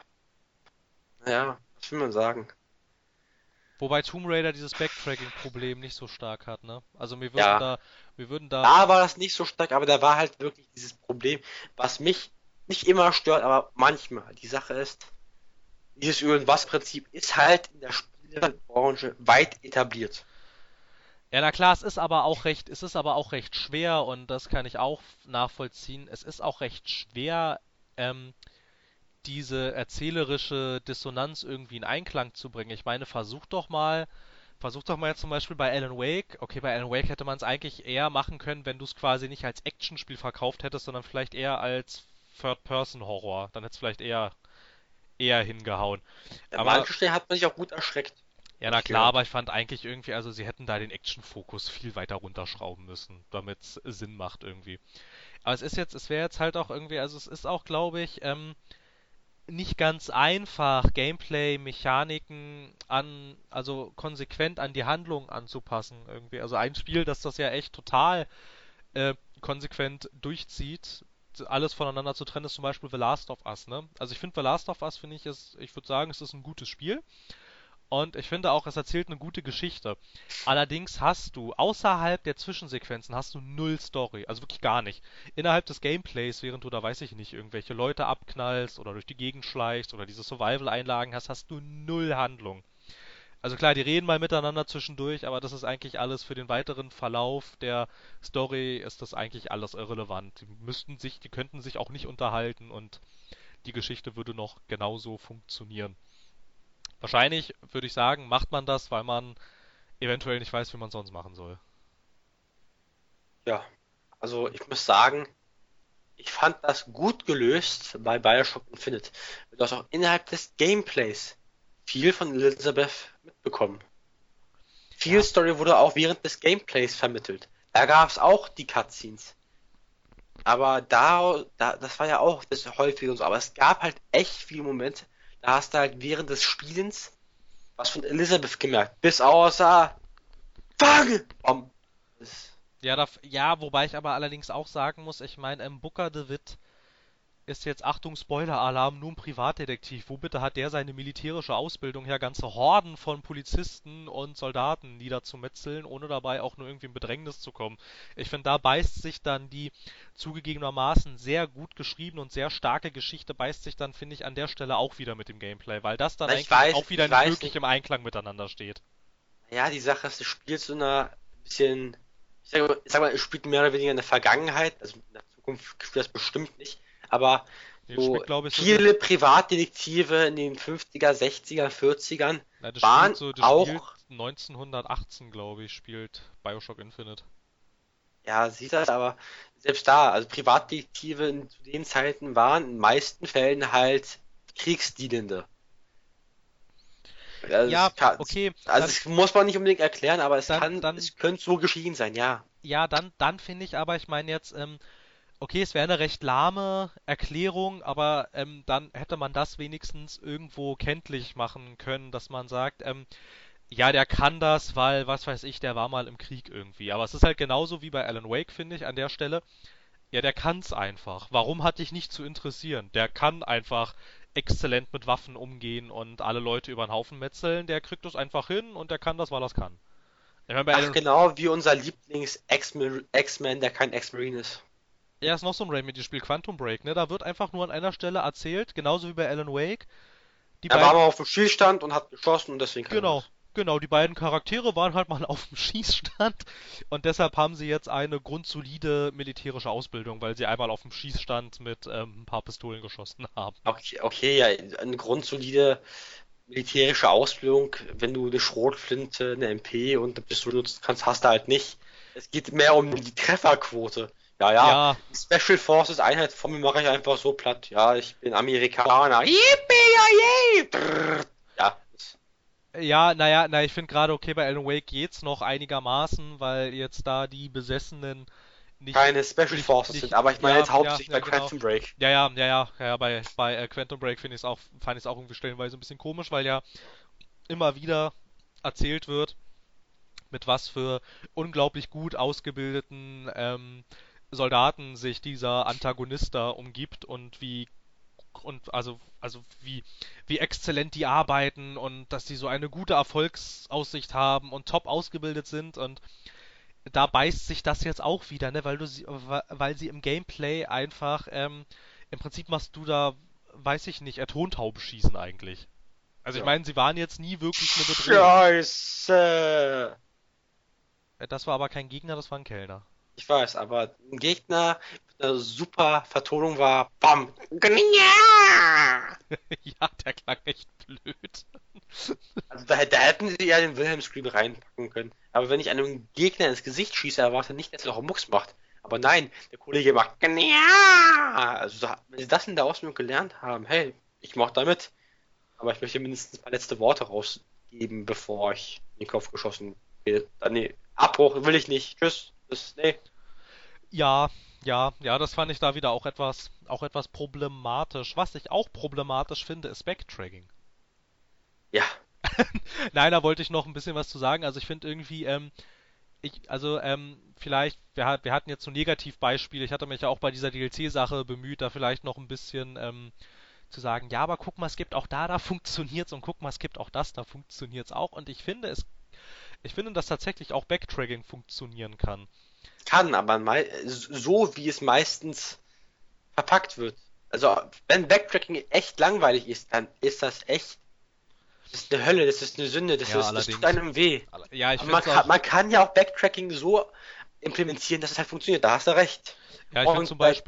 ja, was will man sagen? Wobei Tomb Raider dieses Backtracking-Problem nicht so stark hat, ne? Also Ja, wir würden da, da war das nicht so stark, aber da war halt wirklich dieses Problem, was mich nicht immer stört, aber manchmal. Die Sache ist, dieses Öl- und Was-Prinzip ist halt in der Spielebranche weit etabliert. ja, na klar, es ist aber auch recht schwer und das kann ich auch nachvollziehen. Es ist auch recht schwer, ähm, diese erzählerische Dissonanz irgendwie in Einklang zu bringen. Ich meine, versuch doch mal jetzt zum Beispiel bei Alan Wake. Okay, bei Alan Wake hätte man es eigentlich eher machen können, wenn du es quasi nicht als Actionspiel verkauft hättest, sondern vielleicht eher als Third-Person-Horror. Dann hätte es vielleicht eher hingehauen. An Aber manchen Stellen hat man sich auch gut erschreckt, ja, habe na ich klar, aber gehört. ich fand eigentlich irgendwie, also sie hätten da den Action-Fokus viel weiter runterschrauben müssen, damit es Sinn macht irgendwie. Aber es wäre jetzt halt auch irgendwie, also es ist auch, glaube ich, nicht ganz einfach, Gameplay-Mechaniken also konsequent an die Handlung anzupassen irgendwie. Also ein Spiel, das ja echt total konsequent durchzieht, alles voneinander zu trennen, ist zum Beispiel The Last of Us, ne? Also ich finde The Last of Us, ich würde sagen, es ist ein gutes Spiel. Und ich finde auch, es erzählt eine gute Geschichte. Allerdings hast du, außerhalb der Zwischensequenzen, hast du null Story. Also wirklich gar nicht. Innerhalb des Gameplays, während du da, weiß ich nicht, irgendwelche Leute abknallst oder durch die Gegend schleichst oder diese Survival-Einlagen hast, hast du null Handlung. Also klar, die reden mal miteinander zwischendurch, aber das ist eigentlich alles für den weiteren Verlauf der Story ist das eigentlich alles irrelevant. Die könnten sich auch nicht unterhalten und die Geschichte würde noch genauso funktionieren. Wahrscheinlich würde ich sagen, macht man das, weil man eventuell nicht weiß, wie man sonst machen soll. Ja, also ich muss sagen, ich fand das gut gelöst bei Bioshock Infinite. Du hast auch innerhalb des Gameplays viel von Elizabeth mitbekommen. Viel Ja, Story wurde auch während des Gameplays vermittelt. Da gab es auch die Cutscenes. Aber das war ja auch das häufig und so. Aber es gab halt echt viele Momente, da hast du halt während des Spielens was von Elizabeth gemerkt. Bis außer Fang! Das, ja, wobei ich aber allerdings auch sagen muss, ich meine, Booker DeWitt ist jetzt, Achtung, Spoiler-Alarm, nur ein Privatdetektiv. Wo bitte hat der seine militärische Ausbildung her, ganze Horden von Polizisten und Soldaten niederzumetzeln, ohne dabei auch nur irgendwie in Bedrängnis zu kommen? Ich finde, da beißt sich dann die zugegebenermaßen sehr gut geschriebene und sehr starke Geschichte, beißt sich dann, finde ich, an der Stelle auch wieder mit dem Gameplay, weil das dann Na, eigentlich auch wieder ich nicht weiß wirklich nicht. im Einklang miteinander steht. Ja, die Sache ist, das Spiel zu einer bisschen, ich sag mal, es spielt mehr oder weniger in der Vergangenheit, also in der Zukunft spielt das bestimmt nicht, aber Nee, das so spielt, glaube ich, so viele Privatdetektive in den 50er, 60er, 40ern na, waren das spielt auch, 1918, glaube ich, spielt BioShock Infinite. ja, sieht das, aber selbst da, also Privatdetektive zu den Zeiten waren in den meisten Fällen halt Kriegsdienende. Also Ja, es kann, okay, also dann, es muss man nicht unbedingt erklären, aber dann, es könnte so geschehen sein, ja. ja, dann finde ich aber, ich meine jetzt, okay, es wäre eine recht lahme Erklärung, aber dann hätte man das wenigstens irgendwo kenntlich machen können, dass man sagt, ja, der kann das, weil, was weiß ich, der war mal im Krieg irgendwie. Aber es ist halt genauso wie bei Alan Wake, finde ich, an der Stelle. Ja, der kann's einfach. Warum hat dich nicht zu interessieren? Der kann einfach exzellent mit Waffen umgehen und alle Leute über den Haufen metzeln. Der kriegt das einfach hin und der kann das, weil er's kann. Ich meine, bei Ach, Alan, genau wie unser Lieblings-X-Men, der kein Ex-Marine ist. ja, ist noch so ein Remedy-Spiel, Quantum Break, ne? Da wird einfach nur an einer Stelle erzählt, genauso wie bei Alan Wake. Die Er war beiden, mal auf dem Schießstand und hat geschossen und deswegen kann er genau, das. genau, die beiden Charaktere waren halt mal auf dem Schießstand und deshalb haben sie jetzt eine grundsolide militärische Ausbildung, weil sie einmal auf dem Schießstand mit ein paar Pistolen geschossen haben. Okay, okay, ja, eine grundsolide militärische Ausbildung, wenn du eine Schrotflinte, eine MP und eine Pistole nutzen kannst, hast du halt nicht. Es geht mehr um die Trefferquote. Ja, ja, Ja, die Special Forces Einheit von mir mache ich einfach so platt. Ja, ich bin Amerikaner. Yippie, yay! Ja, ja, naja, na, ich finde gerade okay, bei Alan Wake geht's noch einigermaßen, weil jetzt da die Besessenen nicht, keine Special Forces sind, aber ich meine ja, jetzt ja, hauptsächlich ja, bei genau. Quantum Break. Ja, bei Quantum Break fand ich es auch irgendwie stellenweise ein bisschen komisch, weil ja immer wieder erzählt wird, mit was für unglaublich gut ausgebildeten Soldaten sich dieser Antagonist da umgibt und wie exzellent die arbeiten und dass die so eine gute Erfolgsaussicht haben und top ausgebildet sind und da beißt sich das jetzt auch wieder, ne, weil sie im Gameplay einfach im Prinzip machst du da, weiß ich nicht, Tontauben schießen eigentlich. Also ich Ja. meine, sie waren jetzt nie wirklich eine Bedrohung. Scheiße! Das war aber kein Gegner, das war ein Kellner. Ich weiß, aber ein Gegner mit einer super Vertonung war BAM! Gnia! Ja, der klang echt blöd. Also da hätten sie ja den Wilhelm Scream reinpacken können. Aber wenn ich einem Gegner ins Gesicht schieße, erwarte nicht, dass er auch einen Mucks macht. Aber nein, der Kollege macht Gnia! Also wenn sie das in der Ausbildung gelernt haben, hey, ich mach damit. Aber ich möchte mindestens ein paar letzte Worte rausgeben, bevor ich in den Kopf geschossen werde. Dann, nee, Abbruch will ich nicht. Tschüss. Nee. Ja, ja, das fand ich da wieder auch etwas problematisch. Was ich auch problematisch finde, ist Backtracking. Ja, Nein, da wollte ich noch ein bisschen was zu sagen. Also ich finde irgendwie, vielleicht, wir hatten jetzt so Negativbeispiele. Ich hatte mich ja auch bei dieser DLC-Sache bemüht, da vielleicht noch ein bisschen zu sagen, ja, aber guck mal, es gibt auch da funktioniert's und guck mal, es gibt auch das, da funktioniert's auch. Und ich finde, dass tatsächlich auch Backtracking funktionieren kann. kann, aber so wie es meistens verpackt wird. Also, wenn Backtracking echt langweilig ist, dann ist das ist eine Hölle, das ist eine Sünde, Ja, das tut allerdings. einem weh. Ja, ich Aber finde es auch. man kann ja auch Backtracking so implementieren, dass es halt funktioniert. Da hast du recht. Ja, Und bei,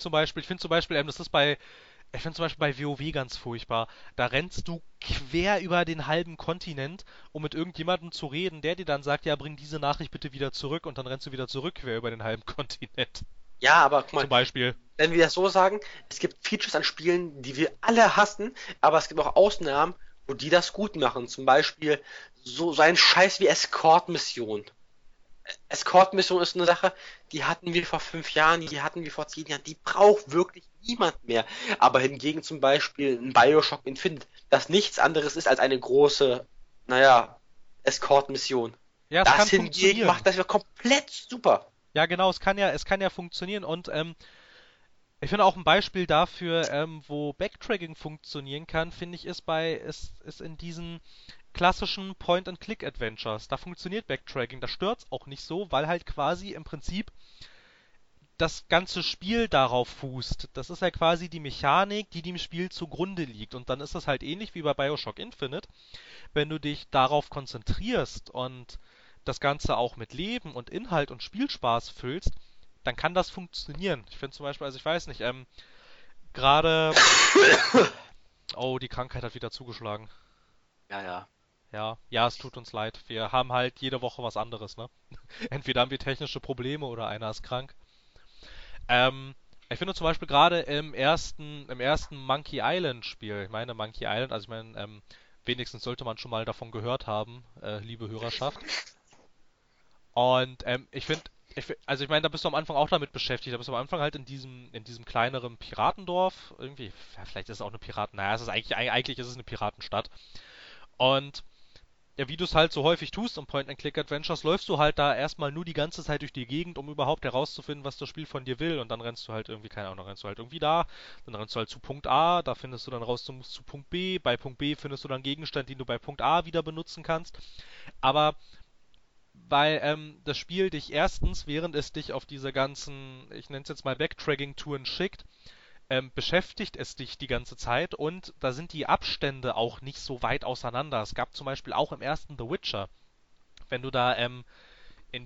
ich finde zum Beispiel bei WoW ganz furchtbar. Da rennst du quer über den halben Kontinent, um mit irgendjemandem zu reden, der dir dann sagt, ja, bring diese Nachricht bitte wieder zurück und dann rennst du wieder zurück quer über den halben Kontinent. ja, aber guck mal, Zum Beispiel. wenn wir das so sagen, es gibt Features an Spielen, die wir alle hassen, aber es gibt auch Ausnahmen, wo die das gut machen. Zum Beispiel so ein Scheiß wie Escort-Mission. Escort-Mission ist eine Sache, die hatten wir vor 5 Jahren, die hatten wir vor 10 Jahren, die braucht wirklich niemand mehr. Aber hingegen zum Beispiel ein Bioshock Infinite, das nichts anderes ist als eine große, naja, Escort-Mission. Ja, es Das kann hingegen funktionieren. macht das ja komplett super. Ja, genau, es kann ja funktionieren und Ich finde auch ein Beispiel dafür, wo Backtracking funktionieren kann, finde ich, ist in diesen klassischen Point-and-Click-Adventures. Da funktioniert Backtracking, das stört's auch nicht so, weil halt quasi im Prinzip das ganze Spiel darauf fußt. Das ist ja quasi die Mechanik, die dem Spiel zugrunde liegt. Und dann ist das halt ähnlich wie bei BioShock Infinite. Wenn du dich darauf konzentrierst und das Ganze auch mit Leben und Inhalt und Spielspaß füllst, dann kann das funktionieren. Ich finde zum Beispiel, also ich weiß nicht, gerade, oh, die Krankheit hat wieder zugeschlagen. Ja, ja. Ja, ja, es tut uns leid. Wir haben halt jede Woche was anderes, ne? Entweder haben wir technische Probleme oder einer ist krank. Ähm, ich finde zum Beispiel gerade im ersten Monkey Island Spiel, ich meine Monkey Island, also ich meine, wenigstens sollte man schon mal davon gehört haben, liebe Hörerschaft. Und also ich meine, da bist du am Anfang auch damit beschäftigt. Da bist du am Anfang halt in diesem kleineren Piratendorf. Irgendwie, ja, vielleicht ist es auch eine Piraten. Naja, eigentlich ist es eine Piratenstadt. Und ja, wie du es halt so häufig tust im Point-and-Click-Adventures, läufst du halt da erstmal nur die ganze Zeit durch die Gegend, um überhaupt herauszufinden, was das Spiel von dir will. Und dann rennst du halt irgendwie, keine Ahnung, dann rennst du halt irgendwie da, dann rennst du halt zu Punkt A, da findest du dann raus, du musst zu Punkt B, bei Punkt B findest du dann Gegenstand, den du bei Punkt A wieder benutzen kannst. Aber weil das Spiel dich erstens, während es dich auf diese ganzen, ich nenne es jetzt mal Backtracking-Touren schickt, beschäftigt es dich die ganze Zeit und da sind die Abstände auch nicht so weit auseinander. Es gab zum Beispiel auch im ersten The Witcher, wenn du da in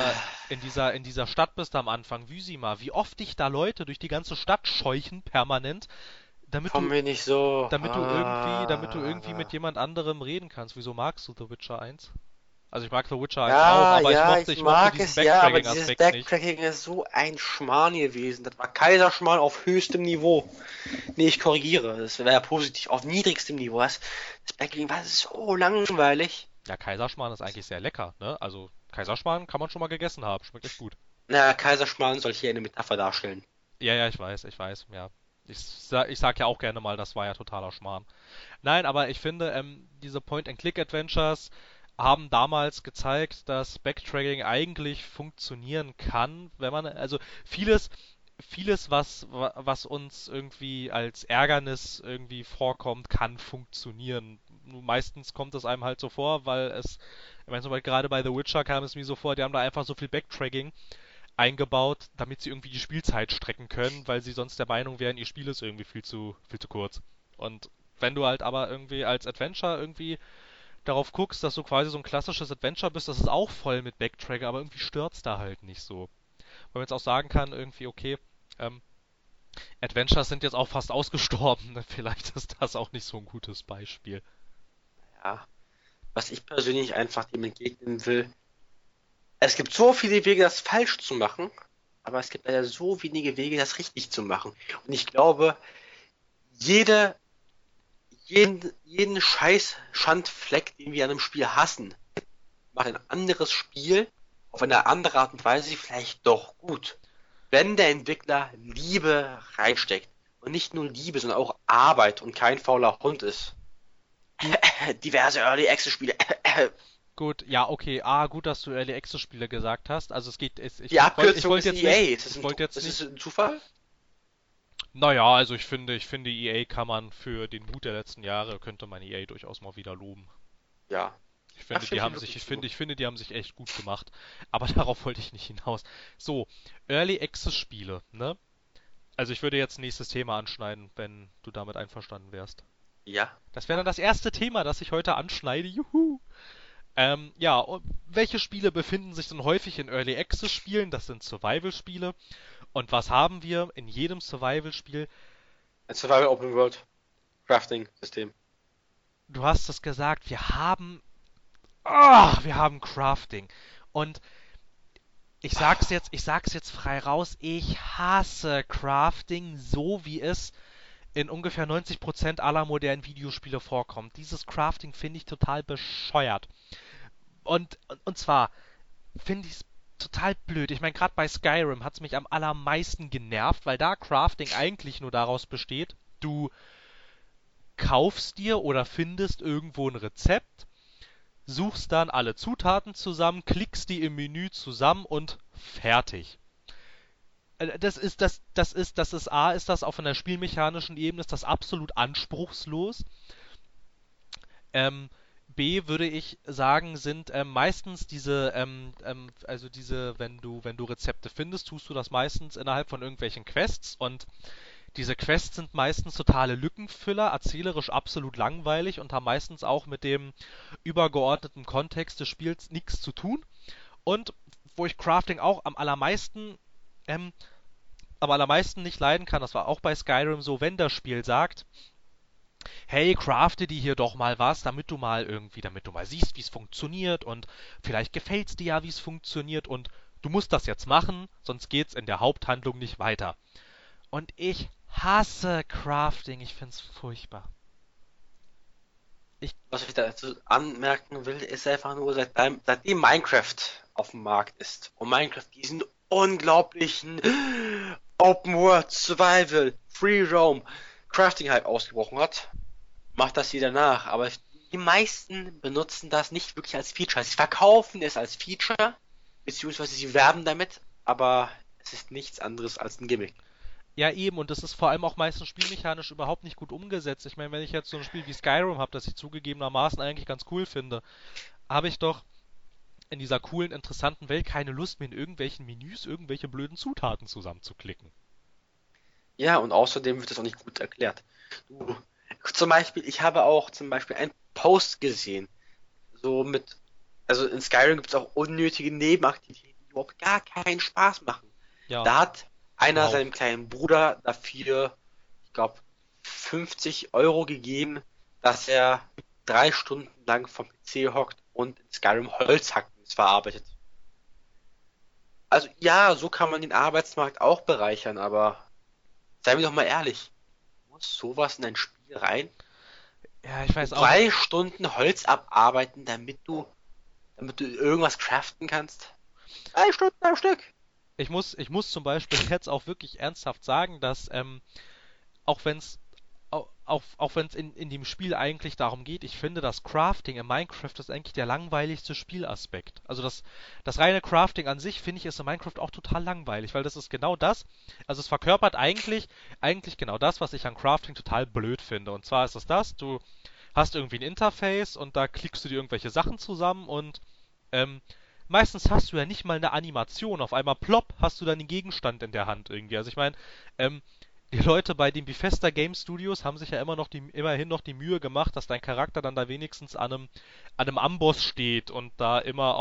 dieser Stadt bist am Anfang, Vysima, wie oft dich da Leute durch die ganze Stadt scheuchen, permanent, damit Komm du, mir nicht so. damit du irgendwie mit jemand anderem reden kannst. Wieso magst du The Witcher 1? Also ich mag The Witcher 1 auch, Ja, aber ich ja, mochte, ich ich mochte mag diesen es, ja, aber dieses Backtracking-Aspekt nicht. Backtracking ist so ein Schmarrn gewesen. Das war Kaiserschmarrn auf höchstem Niveau. Nee, ich korrigiere. Das wäre ja positiv. Auf niedrigstem Niveau. Das Backtracking war so langweilig. Ja, Kaiserschmarrn ist eigentlich sehr lecker, ne? Also Kaiserschmarrn kann man schon mal gegessen haben, schmeckt echt gut. Na, Kaiserschmarrn soll hier eine Metapher darstellen. Ja, ja, ich weiß, ja. Ich sag ja auch gerne mal, das war ja totaler Schmarrn. Nein, aber ich finde, diese Point-and-Click-Adventures haben damals gezeigt, dass Backtracking eigentlich funktionieren kann, wenn man, also vieles, was uns irgendwie als Ärgernis irgendwie vorkommt, kann funktionieren. Nur meistens kommt es einem halt so vor, ich meine, zum Beispiel gerade bei The Witcher kam es mir so vor, die haben da einfach so viel Backtracking eingebaut, damit sie irgendwie die Spielzeit strecken können, weil sie sonst der Meinung wären, ihr Spiel ist irgendwie viel zu kurz. Und wenn du halt aber irgendwie als Adventure irgendwie darauf guckst, dass du quasi so ein klassisches Adventure bist, das ist auch voll mit Backtrack, aber irgendwie stört's da halt nicht so. Weil man jetzt auch sagen kann, irgendwie, okay, ähm, Adventures sind jetzt auch fast ausgestorben, ne? Vielleicht ist das auch nicht so ein gutes Beispiel. Ja. Was ich persönlich einfach dem entgegnen will. Es gibt so viele Wege, das falsch zu machen, aber es gibt leider so wenige Wege, das richtig zu machen. Und ich glaube, jede, jeden scheiß Schandfleck, den wir an einem Spiel hassen, macht ein anderes Spiel auf eine andere Art und Weise vielleicht doch gut. Wenn der Entwickler Liebe reinsteckt. Und nicht nur Liebe, sondern auch Arbeit und kein fauler Hund ist. Gut, Diverse Early Access Spiele. gut, ja, okay. Ah, gut, dass du Early Access Spiele gesagt hast. Also Die ich Abkürzung wollte ist jetzt nicht, EA. Ist das ich wollte jetzt ist nicht. das ein Zufall? Naja, also ich finde EA kann man für den Mut der letzten Jahre, könnte man EA durchaus mal wieder loben. Ja. Ich Da finde, stimme die ich dir haben sich, wirklich zu. ich finde, die haben sich echt gut gemacht. Aber darauf wollte ich nicht hinaus. So, Early Access Spiele, ne? Also ich würde jetzt nächstes Thema anschneiden, wenn du damit einverstanden wärst. Ja. Das wäre dann das erste Thema, das ich heute anschneide. Juhu! Ja, und welche Spiele befinden sich denn häufig in Early Access Spielen? Das sind Survival-Spiele. Und was haben wir in jedem Survival-Spiel? Ein Survival Open World Crafting System. Du hast es gesagt, wir haben Crafting. Und ich sag's jetzt frei raus, ich hasse Crafting, so wie es in ungefähr 90% aller modernen Videospiele vorkommt. Dieses Crafting finde ich total bescheuert. Und zwar finde ich es total blöd. Ich meine, gerade bei Skyrim hat es mich am allermeisten genervt, weil da Crafting eigentlich nur daraus besteht, du kaufst dir oder findest irgendwo ein Rezept, suchst dann alle Zutaten zusammen, klickst die im Menü zusammen und fertig. ist das auf einer spielmechanischen Ebene ist das absolut anspruchslos. Ähm, B würde ich sagen, sind meistens wenn du Rezepte findest, tust du das meistens innerhalb von irgendwelchen Quests und diese Quests sind meistens totale Lückenfüller, erzählerisch absolut langweilig und haben meistens auch mit dem übergeordneten Kontext des Spiels nichts zu tun. Und wo ich Crafting auch ähm, am allermeisten nicht leiden kann, das war auch bei Skyrim so, wenn das Spiel sagt, hey, crafte dir hier doch mal was, damit du mal siehst, wie es funktioniert und vielleicht gefällt's dir ja, wie es funktioniert und du musst das jetzt machen, sonst geht's in der Haupthandlung nicht weiter. Und ich hasse Crafting, ich find's furchtbar. Ich, Was ich dazu anmerken will, ist einfach nur, seitdem Minecraft auf dem Markt ist und Minecraft diesen unglaublichen Open World Survival Free Roam Crafting Hype ausgebrochen hat, macht das jeder nach. Aber die meisten benutzen das nicht wirklich als Feature. Sie verkaufen es als Feature, beziehungsweise sie werben damit, aber es ist nichts anderes als ein Gimmick. ja eben, und das ist vor allem auch meistens spielmechanisch überhaupt nicht gut umgesetzt. Ich meine, wenn ich jetzt so ein Spiel wie Skyrim habe, das ich zugegebenermaßen eigentlich ganz cool finde, habe ich doch in dieser coolen, interessanten Welt keine Lust, mir in irgendwelchen Menüs irgendwelche blöden Zutaten zusammenzuklicken. Ja, und außerdem wird es auch nicht gut erklärt. Du, zum Beispiel, ich habe auch zum Beispiel einen Post gesehen, so mit, also in Skyrim gibt es auch unnötige Nebenaktivitäten, die überhaupt gar keinen Spaß machen. Ja, Da hat einer zuhauf. seinem kleinen Bruder dafür, ich glaube, 50 € gegeben, dass er 3 Stunden lang vom PC hockt und in Skyrim Holzhacken verarbeitet. Also ja, so kann man den Arbeitsmarkt auch bereichern, aber seien wir doch mal ehrlich, muss sowas in ein Spiel rein? Ja, ich So weiß auch nicht. 3 Stunden Holz abarbeiten, damit du irgendwas craften kannst? 3 Stunden am Stück. Ich muss zum Beispiel jetzt auch wirklich ernsthaft sagen, dass auch wenn es auch wenn es in dem Spiel eigentlich darum geht, ich finde, das Crafting in Minecraft ist eigentlich der langweiligste Spielaspekt. Also das reine Crafting an sich, finde ich, ist in Minecraft auch total langweilig, weil das ist genau das, also es verkörpert eigentlich genau das, was ich an Crafting total blöd finde. Und zwar ist es das, du hast irgendwie ein Interface und da klickst du dir irgendwelche Sachen zusammen und ähm, meistens hast du ja nicht mal eine Animation. Auf einmal plopp, hast du dann den Gegenstand in der Hand irgendwie. Also ich meine, ähm, die Leute bei den Bethesda Game Studios haben sich ja immerhin noch die Mühe gemacht, dass dein Charakter dann da wenigstens an einem Amboss steht und da immer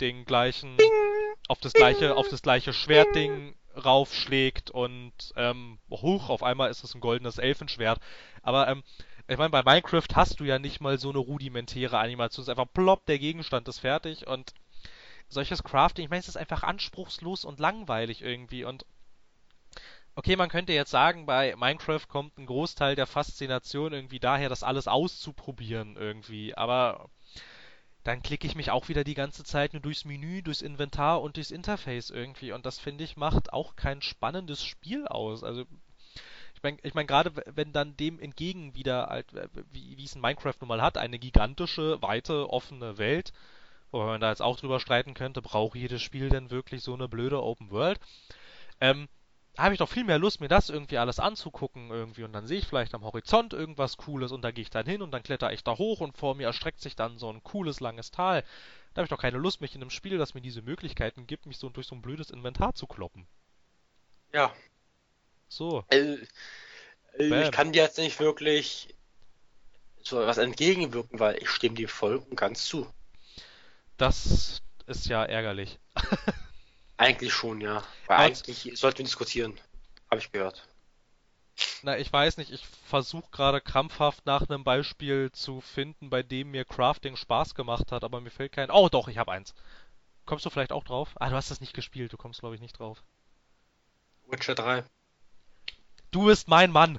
auf das gleiche Schwertding raufschlägt und hoch, auf einmal ist es ein goldenes Elfenschwert. Aber ich meine, bei Minecraft hast du ja nicht mal so eine rudimentäre Animation. Es ist einfach plopp, der Gegenstand ist fertig und solches Crafting, ich meine, es ist einfach anspruchslos und langweilig irgendwie und okay, man könnte jetzt sagen, bei Minecraft kommt ein Großteil der Faszination irgendwie daher, das alles auszuprobieren irgendwie, aber dann klicke ich mich auch wieder die ganze Zeit nur durchs Menü, durchs Inventar und durchs Interface irgendwie und das finde ich macht auch kein spannendes Spiel aus. Also ich mein gerade wenn dann dem entgegen wieder halt, wie es in Minecraft nun mal hat, eine gigantische, weite, offene Welt, wobei man da jetzt auch drüber streiten könnte, braucht jedes Spiel denn wirklich so eine blöde Open World? Ähm, habe ich doch viel mehr Lust, mir das irgendwie alles anzugucken irgendwie und dann sehe ich vielleicht am Horizont irgendwas Cooles und da gehe ich dann hin und dann kletter ich da hoch und vor mir erstreckt sich dann so ein cooles langes Tal. Da habe ich doch keine Lust, mich in einem Spiel, das mir diese Möglichkeiten gibt, mich so durch so ein blödes Inventar zu kloppen. Ja, So, äh, ich bam. kann dir jetzt nicht wirklich so was entgegenwirken, weil ich stimme dir voll und ganz zu. Das ist ja ärgerlich. Eigentlich schon, ja. Weil Aber eigentlich sollten wir diskutieren. Habe ich gehört. na, ich weiß nicht, ich versuche gerade krampfhaft nach einem Beispiel zu finden, bei dem mir Crafting Spaß gemacht hat, aber mir fällt kein. Oh, doch, ich habe eins. Kommst du vielleicht auch drauf? Ah, du hast das nicht gespielt, du kommst, glaube ich, nicht drauf. Witcher 3. Du bist mein Mann.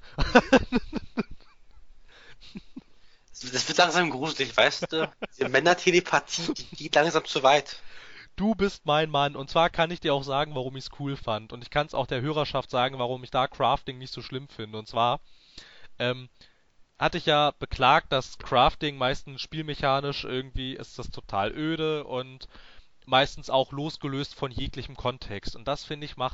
Das wird langsam gruselig, weißt du? Diese Männertelepathie, die geht langsam zu weit. Du bist mein Mann. Und zwar kann ich dir auch sagen, warum ich es cool fand. Und ich kann es auch der Hörerschaft sagen, warum ich da Crafting nicht so schlimm finde. Und zwar ähm, hatte ich ja beklagt, dass Crafting meistens spielmechanisch irgendwie ist das total öde und meistens auch losgelöst von jeglichem Kontext. Und das, finde ich,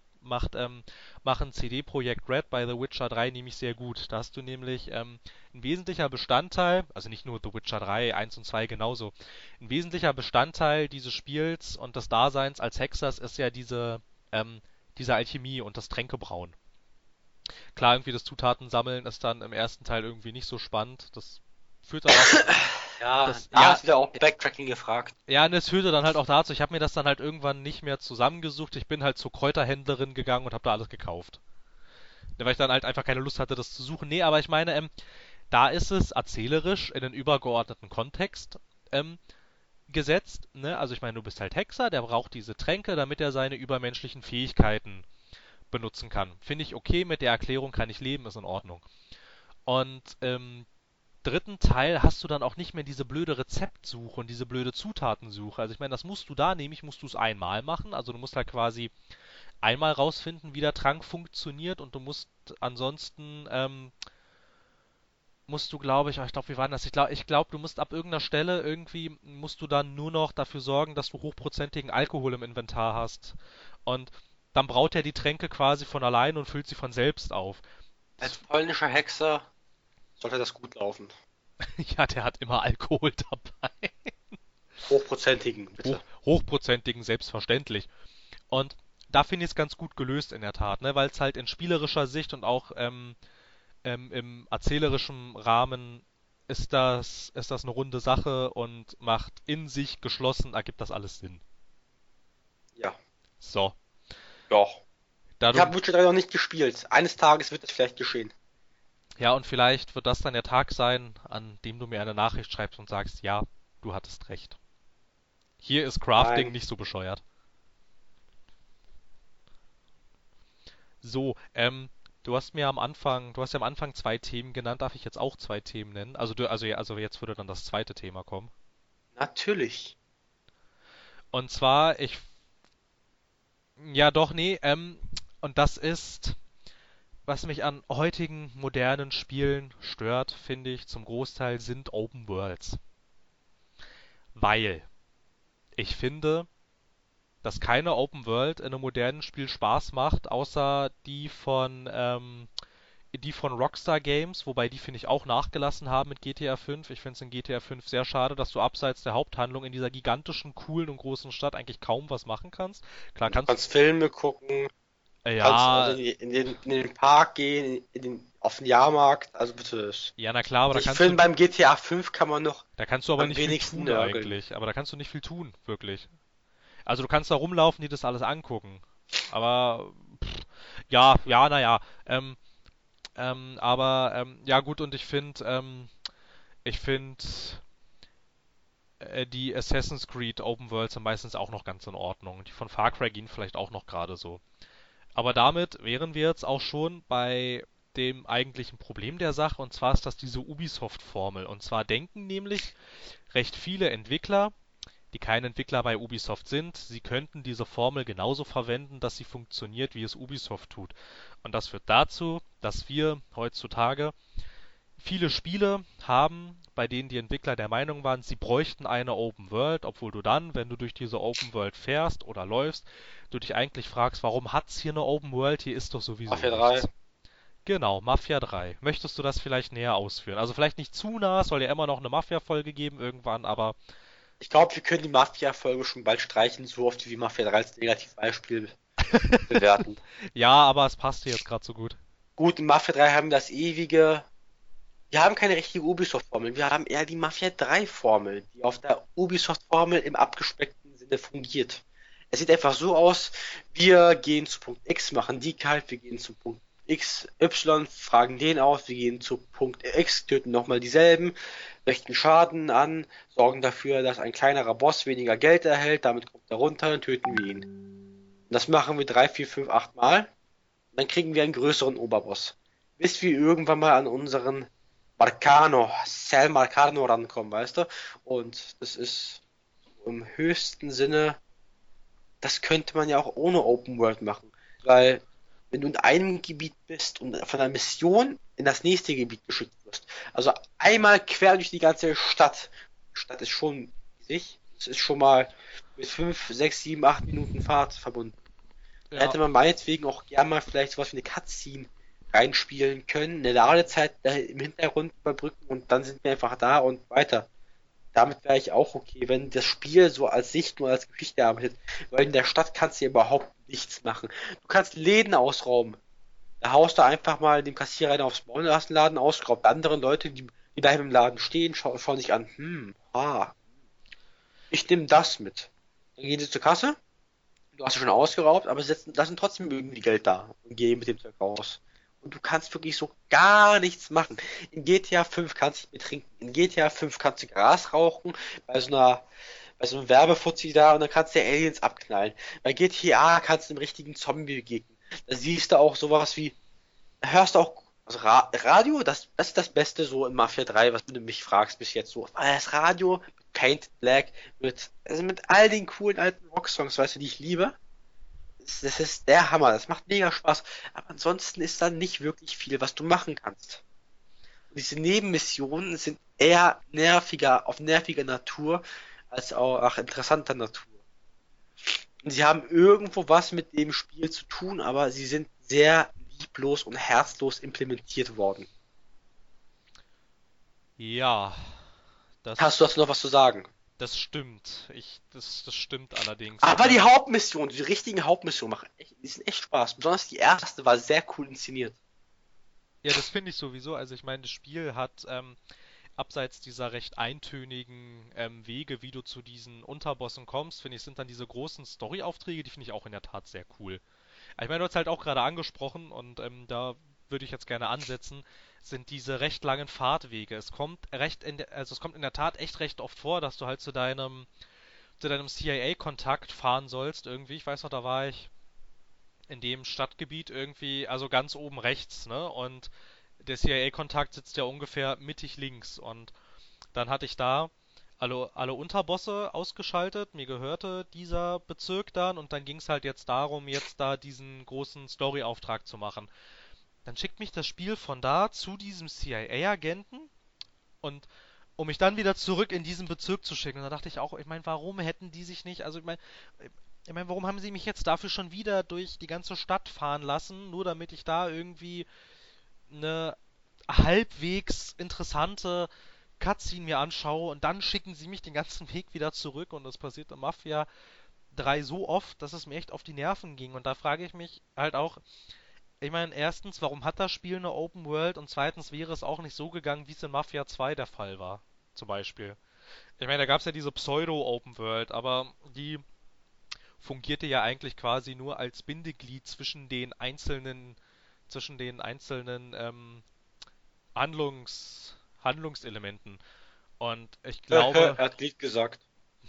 machen CD Projekt Red bei The Witcher 3 nämlich sehr gut. Da hast du nämlich ein wesentlicher Bestandteil, also nicht nur The Witcher 3, 1 und 2 genauso, ein wesentlicher Bestandteil dieses Spiels und des Daseins als Hexers ist ja diese Alchemie und das Tränkebrauen. Klar, irgendwie das Zutaten sammeln ist dann im ersten Teil irgendwie nicht so spannend. Das führt dann auch, Ja, das, da ja, ist wieder auch Backtracking gefragt. ja, und es führte dann halt auch dazu, ich habe mir das dann halt irgendwann nicht mehr zusammengesucht. Ich bin halt zur Kräuterhändlerin gegangen und habe da alles gekauft. Weil ich dann halt einfach keine Lust hatte, das zu suchen. Nee, aber ich meine, da ist es erzählerisch in einen übergeordneten Kontext ähm, gesetzt. Ne? Also ich meine, du bist halt Hexer, der braucht diese Tränke, damit er seine übermenschlichen Fähigkeiten benutzen kann. Finde ich okay, mit der Erklärung kann ich leben, ist in Ordnung. Und dritten Teil hast du dann auch nicht mehr diese blöde Rezeptsuche und diese blöde Zutatensuche. Also ich meine, das musst du da, nämlich musst du es einmal machen. Also du musst halt quasi einmal rausfinden, wie der Trank funktioniert und du musst ansonsten musst du, glaube ich, oh, ich glaube, wie war denn das? Ich glaube, du musst ab irgendeiner Stelle irgendwie musst du dann nur noch dafür sorgen, dass du hochprozentigen Alkohol im Inventar hast. Und dann braut er die Tränke quasi von allein und füllt sie von selbst auf. Als Das, polnischer Hexer sollte das gut laufen. ja, der hat immer Alkohol dabei. Hochprozentigen, bitte. Hochprozentigen, selbstverständlich. Und da finde ich es ganz gut gelöst in der Tat, ne? Weil es halt in spielerischer Sicht und auch im erzählerischen Rahmen ist das eine runde Sache und macht in sich geschlossen, ergibt das alles Sinn. Ja, So, doch. da Ich du, habe Witcher 3 noch nicht gespielt. Eines Tages wird es vielleicht geschehen. ja, und vielleicht wird das dann der Tag sein, an dem du mir eine Nachricht schreibst und sagst, ja, du hattest recht. Hier ist Crafting Nein, nicht so bescheuert. So, du hast ja am Anfang zwei Themen genannt, darf ich jetzt auch zwei Themen nennen? Also jetzt würde dann das zweite Thema kommen. natürlich. Und zwar, ja doch, nee, und das ist, was mich an heutigen modernen Spielen stört, finde ich, zum Großteil sind Open Worlds. Weil ich finde, dass keine Open World in einem modernen Spiel Spaß macht, außer die von Rockstar Games, wobei die, finde ich, auch nachgelassen haben mit GTA 5. Ich finde es in GTA 5 sehr schade, dass du abseits der Haupthandlung in dieser gigantischen, coolen und großen Stadt eigentlich kaum was machen kannst. Klar Du kannst, kannst Filme gucken, kannst also ja, in den Park gehen, auf den Jahrmarkt. Also bitte. ja, na klar, aber da Ich kannst du, finde, beim GTA 5 kann man noch da kannst du aber am nicht viel wenigsten tun nörgeln. eigentlich. Aber da kannst du nicht viel tun, wirklich. Also du kannst da rumlaufen, dir das alles angucken. Aber, ja, ja, naja. Aber, ja gut, und ich finde, die Assassin's Creed Open Worlds sind meistens auch noch ganz in Ordnung. Die von Far Cry gehen vielleicht auch noch gerade so. Aber damit wären wir jetzt auch schon bei dem eigentlichen Problem der Sache, und zwar ist das diese Ubisoft-Formel. Und zwar denken nämlich recht viele Entwickler, die keine Entwickler bei Ubisoft sind, sie könnten diese Formel genauso verwenden, dass sie funktioniert, wie es Ubisoft tut. Und das führt dazu, dass wir heutzutage viele Spiele haben, bei denen die Entwickler der Meinung waren, sie bräuchten eine Open World, obwohl du dann, wenn du durch diese Open World fährst oder läufst, du dich eigentlich fragst, warum hat's hier eine Open World? Hier ist doch sowieso Mafia 3. nichts. Genau, Mafia 3. Möchtest du das vielleicht näher ausführen? Also vielleicht nicht zu nah, es soll ja immer noch eine Mafia-Folge geben irgendwann, aber Ich glaube, wir können die Mafia-Folge schon bald streichen, so oft wie Mafia 3 als Negativbeispiel bewerten. ja, aber es passt dir jetzt gerade so gut. Gut, in Mafia 3 haben wir das ewige. Wir haben keine richtige Ubisoft-Formel, wir haben eher die Mafia 3-Formel, die auf der Ubisoft-Formel im abgespeckten Sinne fungiert. Es sieht einfach so aus, wir gehen zu Punkt X, machen die kalt, wir gehen zu Punkt X, Y, fragen den aus, wir gehen zu Punkt X, töten nochmal dieselben, richten Schaden an, sorgen dafür, dass ein kleinerer Boss weniger Geld erhält, damit kommt er runter und töten wir ihn. Und das machen wir 3, 4, 5, 8 Mal, und dann kriegen wir einen größeren Oberboss. Bis wir irgendwann mal an unseren Marcano, Sal Marcano rankommen, weißt du? Und das ist im höchsten Sinne, das könnte man ja auch ohne Open World machen. Weil, wenn du in einem Gebiet bist und von einer Mission in das nächste Gebiet geschickt wirst, also einmal quer durch die ganze Stadt, die Stadt ist schon riesig, es ist schon mal mit 5, 6, 7, 8 Minuten Fahrt verbunden. Da Ja, hätte man meinetwegen auch gern mal vielleicht sowas wie eine Cutscene reinspielen können, eine Ladezeit da im Hintergrund überbrücken und dann sind wir einfach da und weiter. Damit wäre ich auch okay, wenn das Spiel so als Sicht nur als Geschichte arbeitet, weil in der Stadt kannst du ja überhaupt nichts machen. Du kannst Läden ausrauben. Da haust du einfach mal dem Kassierer einen aufs Maul und hast den Laden ausgeraubt. Andere Leute, die bleiben im Laden stehen, schauen sich an, ich nehme das mit. Dann gehen sie zur Kasse, du hast ja schon ausgeraubt, aber lassen trotzdem irgendwie Geld da und gehen mit dem Zeug raus. Und du kannst wirklich so gar nichts machen. In GTA 5 kannst du nicht mehr trinken. In GTA 5 kannst du Gras rauchen, bei so einem Werbefuzzi da und dann kannst du Aliens abknallen. Bei GTA kannst du einem richtigen Zombie begegnen. Da siehst du auch sowas wie, hörst du auch, also Radio, das ist das Beste so in Mafia 3, was du mich fragst bis jetzt so. Aber das Radio mit Painted Black, also mit all den coolen alten Rocksongs, weißt du, die ich liebe. Das ist der Hammer, das macht mega Spaß. Aber ansonsten ist da nicht wirklich viel, was du machen kannst. Und diese Nebenmissionen sind eher nerviger Natur, als auch interessanter Natur. Und sie haben irgendwo was mit dem Spiel zu tun, aber sie sind sehr lieblos und herzlos implementiert worden. ja, Hast du das, dazu noch was zu sagen? das stimmt. Das stimmt allerdings. Ich Aber die meine, Hauptmission, die richtigen Hauptmissionen die sind echt Spaß. Besonders die erste war sehr cool inszeniert. ja, das finde ich sowieso. Also ich meine, das Spiel hat abseits dieser recht eintönigen Wege, wie du zu diesen Unterbossen kommst, finde ich, sind dann diese großen Story-Aufträge, die finde ich auch in der Tat sehr cool. Aber ich meine, du hast halt auch gerade angesprochen und da würde ich jetzt gerne ansetzen, sind diese recht langen Fahrtwege. Es kommt also es kommt in der Tat echt recht oft vor, dass du halt zu deinem CIA-Kontakt fahren sollst irgendwie. Ich weiß noch, da war ich in dem Stadtgebiet irgendwie, also ganz oben rechts, ne? Und der CIA-Kontakt sitzt ja ungefähr mittig links. Und dann hatte ich da alle Unterbosse ausgeschaltet. Mir gehörte dieser Bezirk dann und dann ging es halt jetzt darum, jetzt da diesen großen Story-Auftrag zu machen. Dann schickt mich das Spiel von da zu diesem CIA-Agenten und um mich dann wieder zurück in diesen Bezirk zu schicken. Und da dachte ich auch, ich meine, warum hätten die sich nicht, also ich meine, warum haben sie mich jetzt dafür schon wieder durch die ganze Stadt fahren lassen, nur damit ich da irgendwie eine halbwegs interessante Cutscene mir anschaue und dann schicken sie mich den ganzen Weg wieder zurück und das passiert in Mafia 3 so oft, dass es mir echt auf die Nerven ging und da frage ich mich halt auch, ich meine, erstens, warum hat das Spiel eine Open World und zweitens wäre es auch nicht so gegangen, wie es in Mafia 2 der Fall war, zum Beispiel. Ich meine, da gab es ja diese Pseudo-Open World, aber die fungierte ja eigentlich quasi nur als Bindeglied zwischen den einzelnen Handlungselementen. Und ich glaube, Er hat Lied gesagt.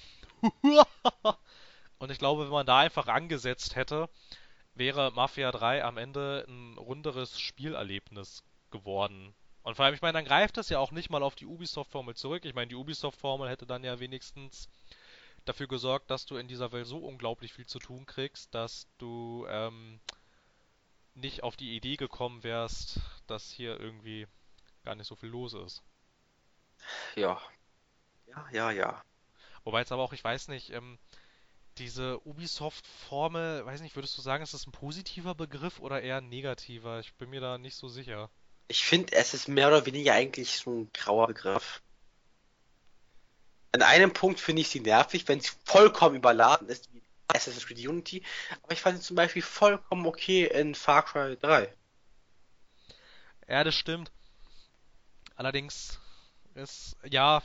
und ich glaube, wenn man da einfach angesetzt hätte, wäre Mafia 3 am Ende ein runderes Spielerlebnis geworden. Und vor allem, ich meine, dann greift das ja auch nicht mal auf die Ubisoft-Formel zurück. Ich meine, die Ubisoft-Formel hätte dann ja wenigstens dafür gesorgt, dass du in dieser Welt so unglaublich viel zu tun kriegst, dass du nicht auf die Idee gekommen wärst, dass hier irgendwie gar nicht so viel los ist. Ja, ja. Wobei jetzt aber auch, ich weiß nicht, diese Ubisoft-Formel, weiß nicht, würdest du sagen, ist das ein positiver Begriff oder eher ein negativer? Ich bin mir da nicht so sicher. Ich finde, es ist mehr oder weniger eigentlich so ein grauer Begriff. An einem Punkt finde ich sie nervig, wenn sie vollkommen überladen ist, wie Assassin's Creed Unity, aber ich fand sie zum Beispiel vollkommen okay in Far Cry 3. Ja, das stimmt. Allerdings ist, ja,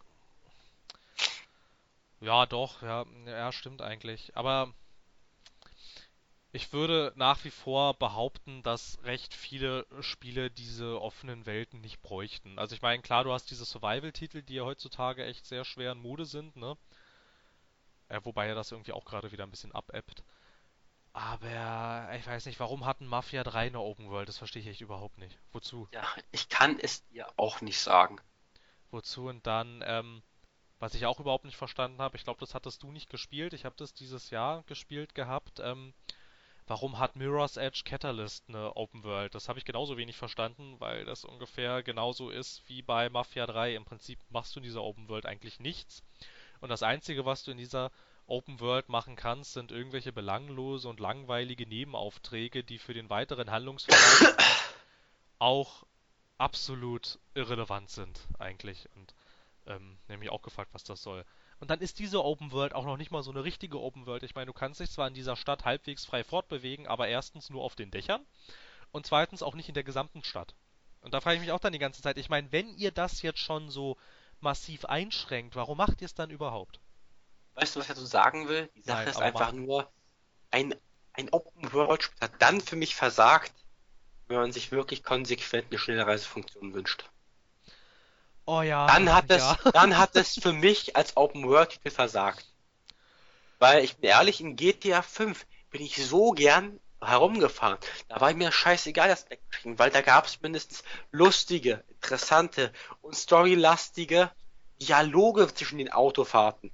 ja, doch, ja, ja, stimmt eigentlich. Aber ich würde nach wie vor behaupten, dass recht viele Spiele diese offenen Welten nicht bräuchten. Also ich meine, klar, du hast diese Survival-Titel, die ja heutzutage echt sehr schwer in Mode sind, ne? Wobei ja das irgendwie auch gerade wieder ein bisschen abebbt. Aber ich weiß nicht, warum hat ein Mafia 3 eine Open World? Das verstehe ich echt überhaupt nicht. Wozu? Ja, ich kann es dir auch nicht sagen. Wozu? Und dann, was ich auch überhaupt nicht verstanden habe, ich glaube, das hattest du nicht gespielt. Ich habe das dieses Jahr gespielt gehabt. Warum hat Mirror's Edge Catalyst eine Open World? Das habe ich genauso wenig verstanden, weil das ungefähr genauso ist wie bei Mafia 3. Im Prinzip machst du in dieser Open World eigentlich nichts. Und das Einzige, was du in dieser Open World machen kannst, sind irgendwelche belanglose und langweilige Nebenaufträge, die für den weiteren Handlungsverlauf auch absolut irrelevant sind eigentlich. Und nämlich auch gefragt, was das soll. Und dann ist diese Open World auch noch nicht mal so eine richtige Open World. Ich meine, du kannst dich zwar in dieser Stadt halbwegs frei fortbewegen, aber erstens nur auf den Dächern und zweitens auch nicht in der gesamten Stadt. Und da frage ich mich auch dann die ganze Zeit, ich meine, wenn ihr das jetzt schon so massiv einschränkt, warum macht ihr es dann überhaupt? Weißt du, was ich dazu sagen will? Die Sache Nein, ist aber einfach mach. nur, ein, ein Open-World-Spiel hat dann für mich versagt, wenn man sich wirklich konsequent eine Schnellreisefunktion wünscht. Oh ja, Dann hat ja. es für mich als Open-World-Titel versagt. Weil ich bin ehrlich, in GTA 5 bin ich so gern herumgefahren. Da war mir scheißegal, das Backtracking, weil da gab es mindestens lustige, interessante und storylastige Dialoge zwischen den Autofahrten.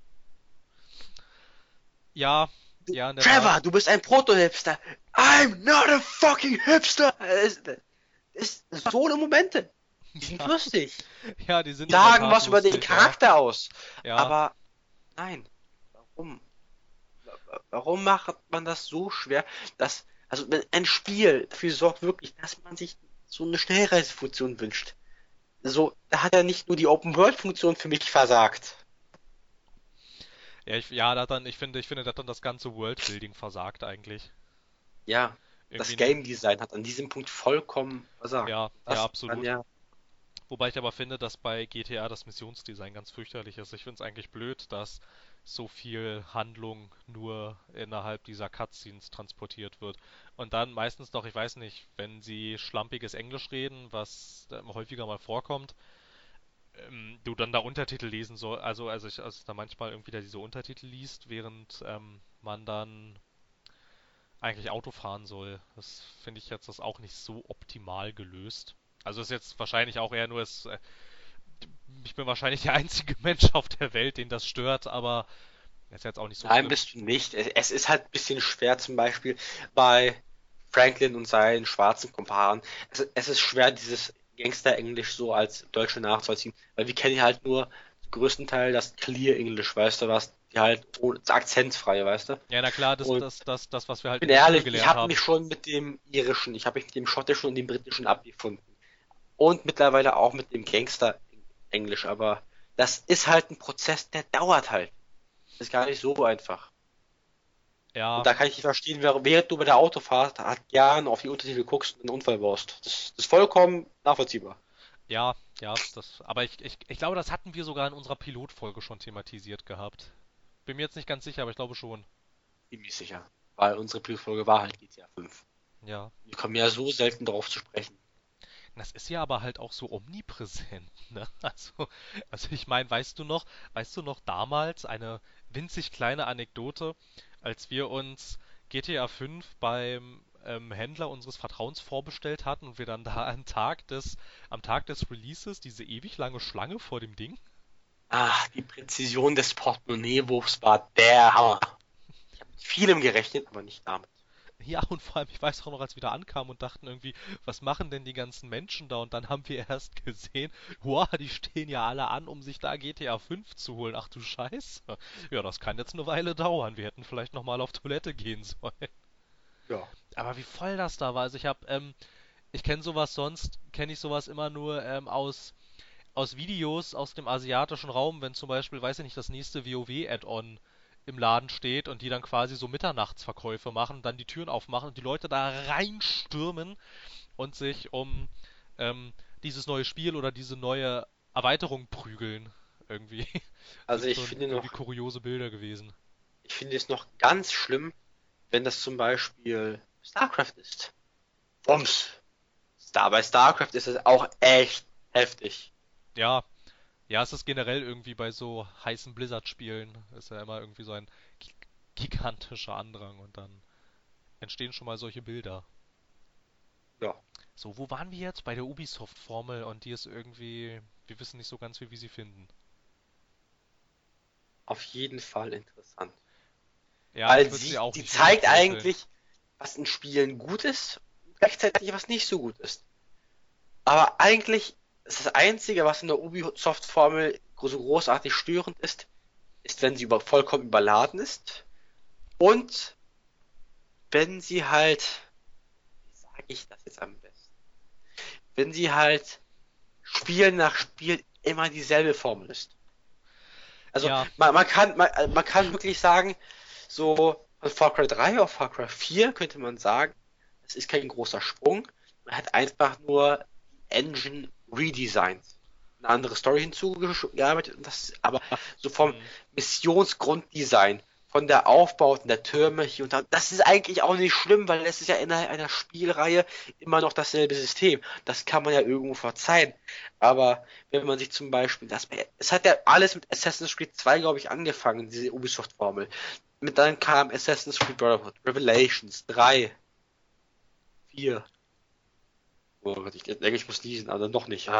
Ja, ja, in der Trevor, Tat. du bist ein Proto-Hipster. I'm not a fucking hipster. Es ist so eine Momente. Die sind Ja, lustig. ja, die sind Die in der sagen Tat was über den lustig, ja. Charakter aus. Ja, Aber nein, warum? Warum macht man das so schwer, dass, also wenn ein Spiel dafür sorgt wirklich, dass man sich so eine Schnellreisefunktion wünscht. So, da hat er nicht nur die Open-World-Funktion für mich versagt. ja, ja, ich finde, da hat dann das ganze Worldbuilding versagt eigentlich. Ja, das Irgendwie, Game Design hat an diesem Punkt vollkommen versagt. ja, ja, Das dann absolut. ja. Wobei ich aber finde, dass bei GTA das Missionsdesign ganz fürchterlich ist. Ich finde es eigentlich blöd, dass so viel Handlung nur innerhalb dieser Cutscenes transportiert wird. Und dann meistens doch, ich weiß nicht, wenn sie schlampiges Englisch reden, was häufiger mal vorkommt, du dann da Untertitel lesen soll, also da manchmal irgendwie da diese Untertitel liest, während man dann eigentlich Auto fahren soll. Das finde ich jetzt das auch nicht so optimal gelöst. Also ist jetzt wahrscheinlich auch eher nur ich bin wahrscheinlich der einzige Mensch auf der Welt, den das stört, aber ist jetzt auch nicht so Nein, schlimm. bist du nicht. Es ist halt ein bisschen schwer, zum Beispiel bei Franklin und seinen schwarzen Kumpanen. Es ist schwer, dieses Gangster-Englisch so als Deutsche nachzuvollziehen, weil wir kennen ja halt nur zum größten Teil das Clear English, weißt du, was die halt ohne das akzentfreie, weißt du? Ja, na klar, Und das, was wir halt bin in der Schule ehrlich, ich gelernt habe mich haben. schon mit dem irischen, ich habe mich mit dem schottischen und dem britischen abgefunden. Und mittlerweile auch mit dem Gangster-Englisch, aber das ist halt ein Prozess, der dauert halt. Das ist gar nicht so einfach. Und Ja, da kann ich nicht verstehen, während du bei der Autofahrt halt gern auf die Untertitel guckst und einen Unfall baust. Das ist vollkommen nachvollziehbar. ja, ja, aber ich glaube, das hatten wir sogar in unserer Pilotfolge schon thematisiert gehabt. Bin mir jetzt nicht ganz sicher, aber ich glaube schon. Ziemlich sicher. Weil unsere Prüffolge war halt GTA 5. Ja. Wir kommen ja so selten darauf zu sprechen. Das ist ja aber halt auch so omnipräsent, ne? Also ich meine, weißt du noch damals eine winzig kleine Anekdote, als wir uns GTA 5 beim Händler unseres Vertrauens vorbestellt hatten und wir dann da am Tag des Releases diese ewig lange Schlange vor dem Ding. Die Präzision des Portemonnaie-Wurfs war der Hammer. Ich habe mit vielem gerechnet, aber nicht damit. Ja, und vor allem, ich weiß auch noch, als wir da ankamen und dachten irgendwie, was machen denn die ganzen Menschen da? Und dann haben wir erst gesehen, wow, die stehen ja alle an, um sich da GTA 5 zu holen. Ach du Scheiße. Ja, das kann jetzt eine Weile dauern. Wir hätten vielleicht nochmal auf Toilette gehen sollen. Ja. Aber wie voll das da war. Also ich kenne sowas sonst, kenne ich sowas immer nur aus Videos aus dem asiatischen Raum, wenn zum Beispiel, weiß ich nicht, das nächste WoW-Add-on im Laden steht und die dann quasi so Mitternachtsverkäufe machen, dann die Türen aufmachen und die Leute da reinstürmen und sich um dieses neue Spiel oder diese neue Erweiterung prügeln. Irgendwie. Also Sind schon irgendwie kuriose Bilder gewesen. ich finde es noch ganz schlimm, wenn das zum Beispiel StarCraft ist. Bums. Bei StarCraft ist es auch echt heftig. Ja, ja, es ist generell irgendwie bei so heißen Blizzard-Spielen, ist ja immer irgendwie so ein gigantischer Andrang und dann entstehen schon mal solche Bilder. Ja, So, wo waren wir jetzt? Bei der Ubisoft-Formel und die ist irgendwie, wir wissen nicht so ganz, wie wir sie finden. auf jeden Fall interessant. Ja, Weil ich würde sie auch sie nicht nur zeigt verteufeln. eigentlich, was in Spielen gut ist und gleichzeitig was nicht so gut ist. Aber eigentlich ist das Einzige, was in der Ubisoft-Formel so großartig störend ist ist, wenn sie vollkommen überladen ist und wenn sie halt, wie sage ich das jetzt am besten, wenn sie halt Spiel nach Spiel immer dieselbe Formel ist. Also Ja, man kann wirklich sagen, so von Far Cry 3 auf Far Cry 4 könnte man sagen, es ist kein großer Sprung. Man hat einfach nur die Engine redesigned. Eine andere Story hinzugearbeitet und das, aber so vom hm. Missionsgrunddesign, von der Aufbauten der Türme hier und da, das ist eigentlich auch nicht schlimm, weil es ist ja innerhalb einer Spielreihe immer noch dasselbe System. Das kann man ja irgendwo verzeihen. Aber wenn man sich zum Beispiel es hat ja alles mit Assassin's Creed 2, glaube ich, angefangen, diese Ubisoft-Formel. Mit dann kam Assassin's Creed Brotherhood, Revelations 3, 4. Oh Gott, ich denke, ich muss niesen, aber noch nicht.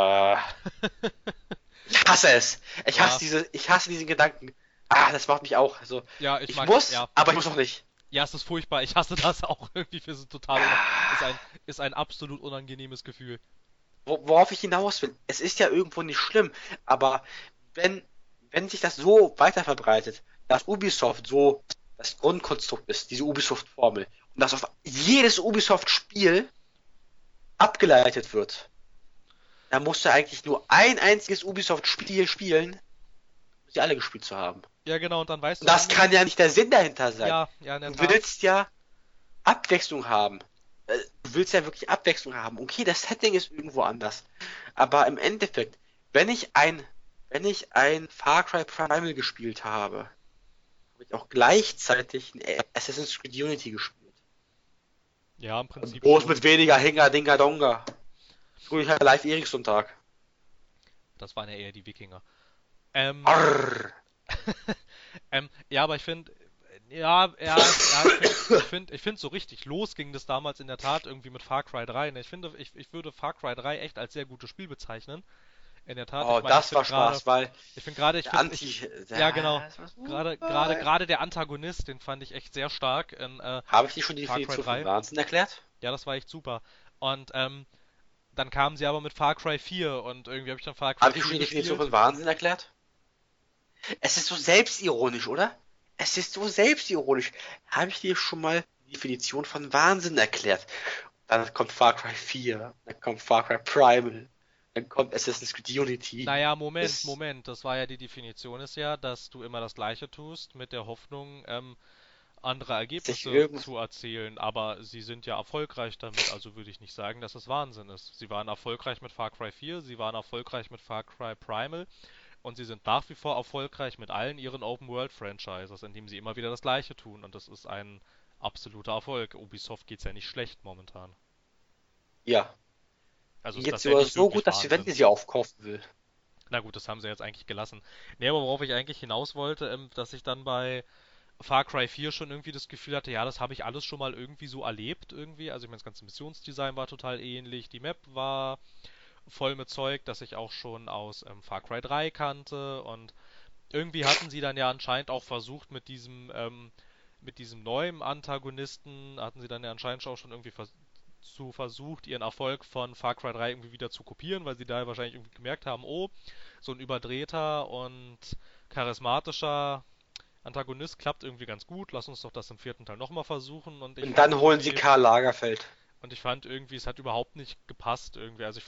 Ich hasse es. Ja, Ich hasse diesen Gedanken. Das macht mich auch. Also, ja, ich muss, ja. aber ich muss noch nicht. Ja, es ist furchtbar. Ich hasse das auch irgendwie für so total, ist ein absolut unangenehmes Gefühl. Worauf ich hinaus will, es ist ja irgendwo nicht schlimm, aber wenn, wenn sich das so weiter verbreitet, dass Ubisoft so das Grundkonstrukt ist, diese Ubisoft-Formel, und das auf jedes Ubisoft-Spiel abgeleitet wird, dann musst du eigentlich nur ein einziges Ubisoft-Spiel spielen, um sie alle gespielt zu haben. Ja, genau, und dann weißt Und du das nämlich, kann ja nicht der Sinn dahinter sein. ja, ja, in der Du Tat. willst ja Abwechslung haben. Du willst ja wirklich Abwechslung haben. Okay, das Setting ist irgendwo anders. Aber im Endeffekt, wenn ich ein, wenn ich ein Far Cry Primal gespielt habe, habe ich auch gleichzeitig ein Assassin's Creed Unity gespielt. Ja, im Prinzip Bloß schon. mit weniger Hinger, Dinger, Donga. Früher Live Eriksson-Tag. Das waren ja eher die Wikinger. Ähm, Arrrr. ja, aber ich finde, ich finde so richtig los ging das damals in der Tat irgendwie mit Far Cry 3. Ne? Ich würde Far Cry 3 echt als sehr gutes Spiel bezeichnen. In der Tat, Oh, das war Spaß, weil ich der finde, ja genau, Das war super. gerade der Antagonist, den fand ich echt sehr stark in Habe ich dir schon die Far Cry Definition von 3. Wahnsinn erklärt? Ja, das war echt super. Und dann kamen sie aber mit Far Cry 4 und irgendwie habe ich dann Far Cry Habe ich schon 4 die Definition gespielt. von Wahnsinn erklärt? Es ist so selbstironisch, oder? Es ist so selbstironisch. Habe ich dir schon mal die Definition von Wahnsinn erklärt? Dann kommt Far Cry 4, dann kommt Far Cry Primal, dann kommt Assassin's Creed Unity. Naja, Es Moment. Das war ja die Definition ist ja, dass du immer das Gleiche tust mit der Hoffnung, andere sich Ergebnisse irgend zu erzielen. Aber sie sind ja erfolgreich damit, also würde ich nicht sagen, dass es Wahnsinn ist. Sie waren erfolgreich mit Far Cry 4, sie waren erfolgreich mit Far Cry Primal und sie sind nach wie vor erfolgreich mit allen ihren Open-World-Franchises, indem sie immer wieder das Gleiche tun. Und das ist ein absoluter Erfolg. Ubisoft geht's ja nicht schlecht momentan. ja, Also die ist geht das ja sogar nicht so wirklich gut, dass Wahnsinn. Vivendi sie aufkaufen will. Na gut, das haben sie jetzt eigentlich gelassen. Nee, aber worauf ich eigentlich hinaus wollte, dass ich dann bei Far Cry 4 schon irgendwie das Gefühl hatte, ja, das habe ich alles schon mal irgendwie so erlebt irgendwie. Also ich meine, das ganze Missionsdesign war total ähnlich, die Map war voll mit Zeug, das ich auch schon aus Far Cry 3 kannte und irgendwie hatten sie dann ja anscheinend auch versucht mit diesem neuen Antagonisten, hatten sie dann ja anscheinend auch schon irgendwie versucht, ihren Erfolg von Far Cry 3 irgendwie wieder zu kopieren, weil sie da wahrscheinlich irgendwie gemerkt haben, oh, so ein überdrehter und charismatischer Antagonist klappt irgendwie ganz gut, lass uns doch das im vierten Teil nochmal versuchen Und dann holen sie Karl Lagerfeld. und ich fand irgendwie, es hat überhaupt nicht gepasst irgendwie. Also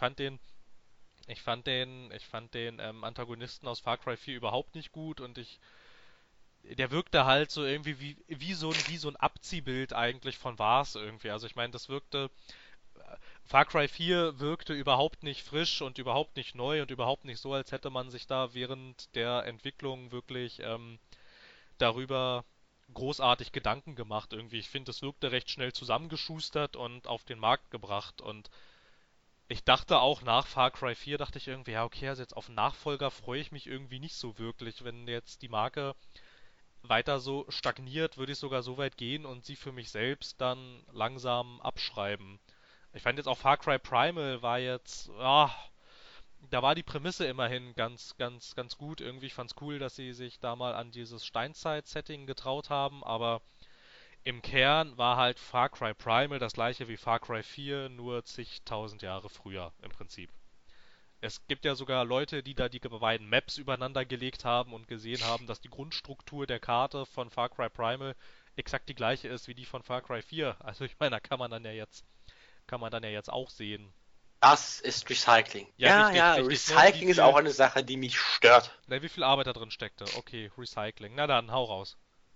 ich fand den Antagonisten aus Far Cry 4 überhaupt nicht gut und der wirkte halt so irgendwie wie so ein Abziehbild eigentlich von Vars irgendwie. Also ich meine, Far Cry 4 wirkte überhaupt nicht frisch und überhaupt nicht neu und überhaupt nicht so, als hätte man sich da während der Entwicklung wirklich darüber großartig Gedanken gemacht irgendwie. Ich finde, es wirkte recht schnell zusammengeschustert und auf den Markt gebracht und ich dachte auch nach Far Cry 4, dachte ich irgendwie, ja okay, also jetzt auf einen Nachfolger freue ich mich irgendwie nicht so wirklich. Wenn jetzt die Marke weiter so stagniert, würde ich sogar so weit gehen und sie für mich selbst dann langsam abschreiben. Ich fand jetzt auch Far Cry Primal war jetzt, da war die Prämisse immerhin ganz gut. Irgendwie, ich fand's cool, dass sie sich da mal an dieses Steinzeit-Setting getraut haben, aber im Kern war halt Far Cry Primal das gleiche wie Far Cry 4, nur zigtausend Jahre früher im Prinzip. Es gibt ja sogar Leute, die da die beiden Maps übereinander gelegt haben und gesehen haben, dass die Grundstruktur der Karte von Far Cry Primal exakt die gleiche ist wie die von Far Cry 4. Also ich meine, da kann man dann ja jetzt auch sehen. Das ist Recycling. Ja, Ja, richtig, ja, richtig, ne? Recycling ist auch eine Sache, die mich stört. Wie viel Arbeit da drin steckte. Okay, Recycling. Na dann, hau raus.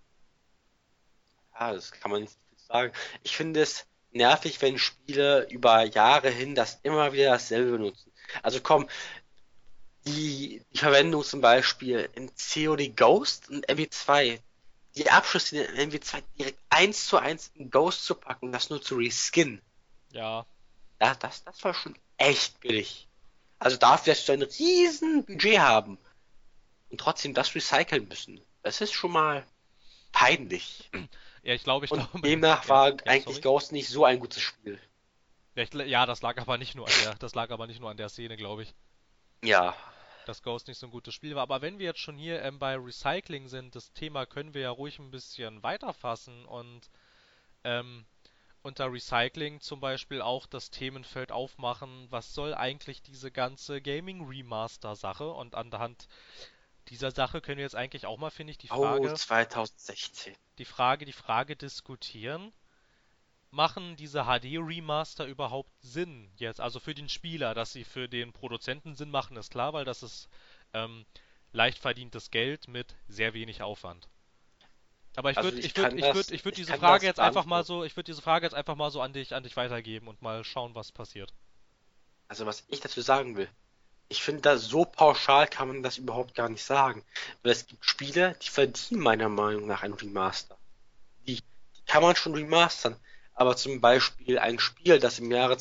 Ja, das kann man nicht so viel sagen. Ich finde es nervig, wenn Spiele über Jahre hin das immer wieder dasselbe benutzen. Also komm, die Verwendung zum Beispiel in COD Ghost und MW2, die Abschlüsse in MW2 direkt eins zu eins in Ghost zu packen, das nur zu reskin, Ja, das war schon echt billig. Also dafür, dass wir ein riesen Budget haben und trotzdem das recyceln müssen, das ist schon mal peinlich. ja, ich Und glaube, demnach ja, war ja, eigentlich sorry. Ghost nicht so ein gutes Spiel. Ja, ja, das lag aber nicht nur an der Szene, glaube ich, Ja, dass Ghost nicht so ein gutes Spiel war. Aber wenn wir jetzt schon hier bei Recycling sind, das Thema können wir ja ruhig ein bisschen weiterfassen und ähm, unter Recycling zum Beispiel auch das Themenfeld aufmachen, was soll eigentlich diese ganze Gaming Remaster Sache? Und anhand dieser Sache können wir jetzt eigentlich auch mal, finde ich, oh, 2016. Die Frage diskutieren. Machen diese HD-Remaster überhaupt Sinn jetzt? Also für den Spieler, dass sie für den Produzenten Sinn machen, ist klar, weil das ist ähm, leicht verdientes Geld mit sehr wenig Aufwand. Aber Also ich diese kann Frage das jetzt einfach mal beantworten. so, ich würde diese Frage jetzt einfach mal so an dich weitergeben und mal schauen, was passiert. Also was ich dazu sagen will, ich finde, da so pauschal kann man das überhaupt gar nicht sagen. Weil es gibt Spiele, die verdienen meiner Meinung nach ein Remaster. Die kann man schon remastern. Aber zum Beispiel ein Spiel, das im Jahre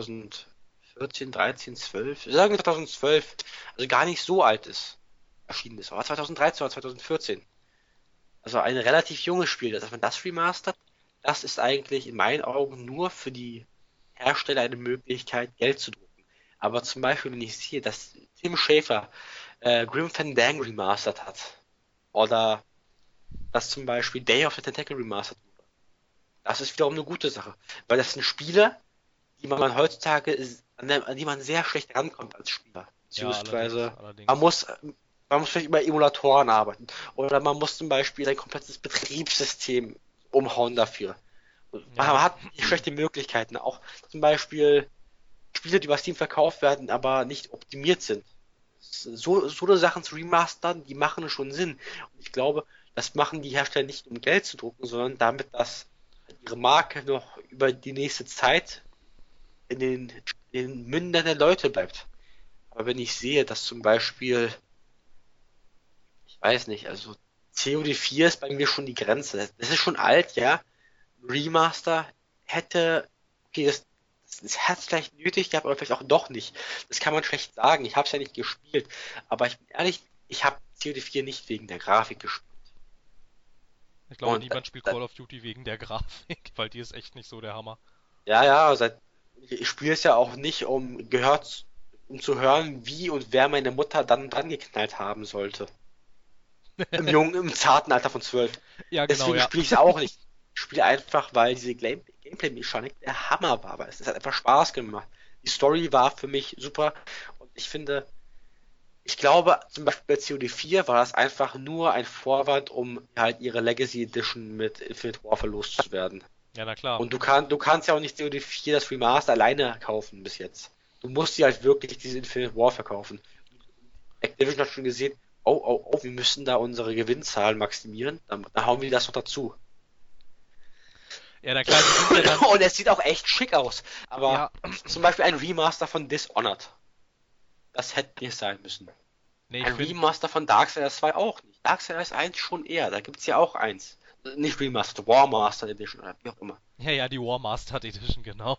2014, 13, 12, sagen wir 2012, also gar nicht so alt ist, erschienen ist, aber 2013 oder 2014. Also ein relativ junges Spiel, dass man das remastert, das ist eigentlich in meinen Augen nur für die Hersteller eine Möglichkeit, Geld zu drucken. Aber zum Beispiel, wenn ich sehe, dass Tim Schafer Grim Fandango remastert hat oder dass zum Beispiel Day of the Tentacle remastert wurde, das ist wiederum eine gute Sache. Weil das sind Spiele, die man heutzutage, an die man sehr schlecht rankommt als Spieler. Ja, allerdings, Beziehungsweise man allerdings. muss, man muss vielleicht über Emulatoren arbeiten. Oder man muss zum Beispiel ein komplettes Betriebssystem umhauen dafür. Man Ja, hat schlechte Möglichkeiten. Auch zum Beispiel Spiele, die über Steam verkauft werden, aber nicht optimiert sind. So eine Sachen zu remastern, die machen schon Sinn. Und ich glaube, das machen die Hersteller nicht, um Geld zu drucken, sondern damit, dass ihre Marke noch über die nächste Zeit in den Mündern der Leute bleibt. Aber wenn ich sehe, dass zum Beispiel, ich weiß nicht, also COD 4 ist bei mir schon die Grenze. Das ist schon alt, ja. Remaster hätte, okay, das hat es vielleicht nötig gehabt, aber vielleicht auch doch nicht. Das kann man schlecht sagen. Ich habe es ja nicht gespielt. Aber ich bin ehrlich, ich habe COD 4 nicht wegen der Grafik gespielt. ich glaube, Und niemand spielt Call of Duty wegen der Grafik, weil die ist echt nicht so der Hammer. ja, ja, ich spiele es ja auch nicht, um zu hören, wie und wer meine Mutter dann dran geknallt haben sollte. Im zarten Alter von 12. Ja, genau, Deswegen ja. spiele ich es auch nicht. Ich spiele einfach, weil diese Gameplay-Mechanik der Hammer war. Weil es hat einfach Spaß gemacht. Die Story war für mich super. Und ich finde, ich glaube, zum Beispiel bei COD 4 war das einfach nur ein Vorwand, um halt ihre Legacy Edition mit Infinite Warfare loszuwerden. Ja, na klar. Und du kannst ja auch nicht COD 4 das Remaster alleine kaufen bis jetzt. Du musst dir halt wirklich diese Infinite Warfare kaufen. Activision hat schon gesehen, wir müssen da unsere Gewinnzahlen maximieren. Dann hauen wir das noch dazu. Ja, na klar, die sind ja dann. Und es sieht auch echt schick aus. Aber Ja, zum Beispiel ein Remaster von Dishonored. Das hätte nicht sein müssen. nee, ich Ein finde. Remaster von Darksiders 2 auch nicht. Darksiders 1 schon eher. Da gibt's ja auch eins. Nicht Remastered, Warmaster Edition oder wie auch immer. Ja, ja, die War Mastered Edition, genau.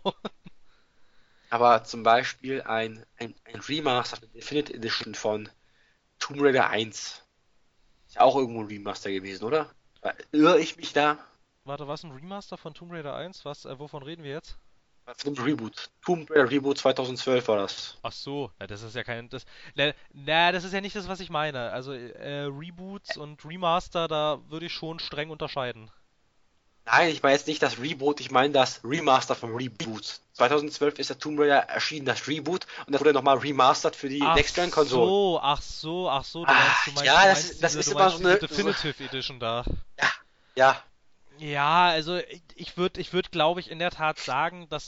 Aber zum Beispiel ein Remaster, eine Definitive Edition von Tomb Raider 1. Ist ja auch irgendwo ein Remaster gewesen, oder? Irre ich mich da? Warte, was? Ein Remaster von Tomb Raider 1? Was? Wovon reden wir jetzt? Von einem Reboot. Tomb Raider Reboot 2012 war das. Ach so, na, das ist ja kein. Na, das ist ja nicht das, was ich meine. Also, Reboots und Remaster, da würde ich schon streng unterscheiden. Nein, ich meine jetzt nicht das Reboot, ich meine das Remaster vom Reboot. 2012 ist der Tomb Raider erschienen, das Reboot, und das wurde nochmal remastered für die Next-Gen-Konsolen. Ach so, Ah, ja, das Du ist immer meinst so diese eine. Definitive Edition da. Ja, ja. Ja, also ich würde, glaube ich, in der Tat sagen, dass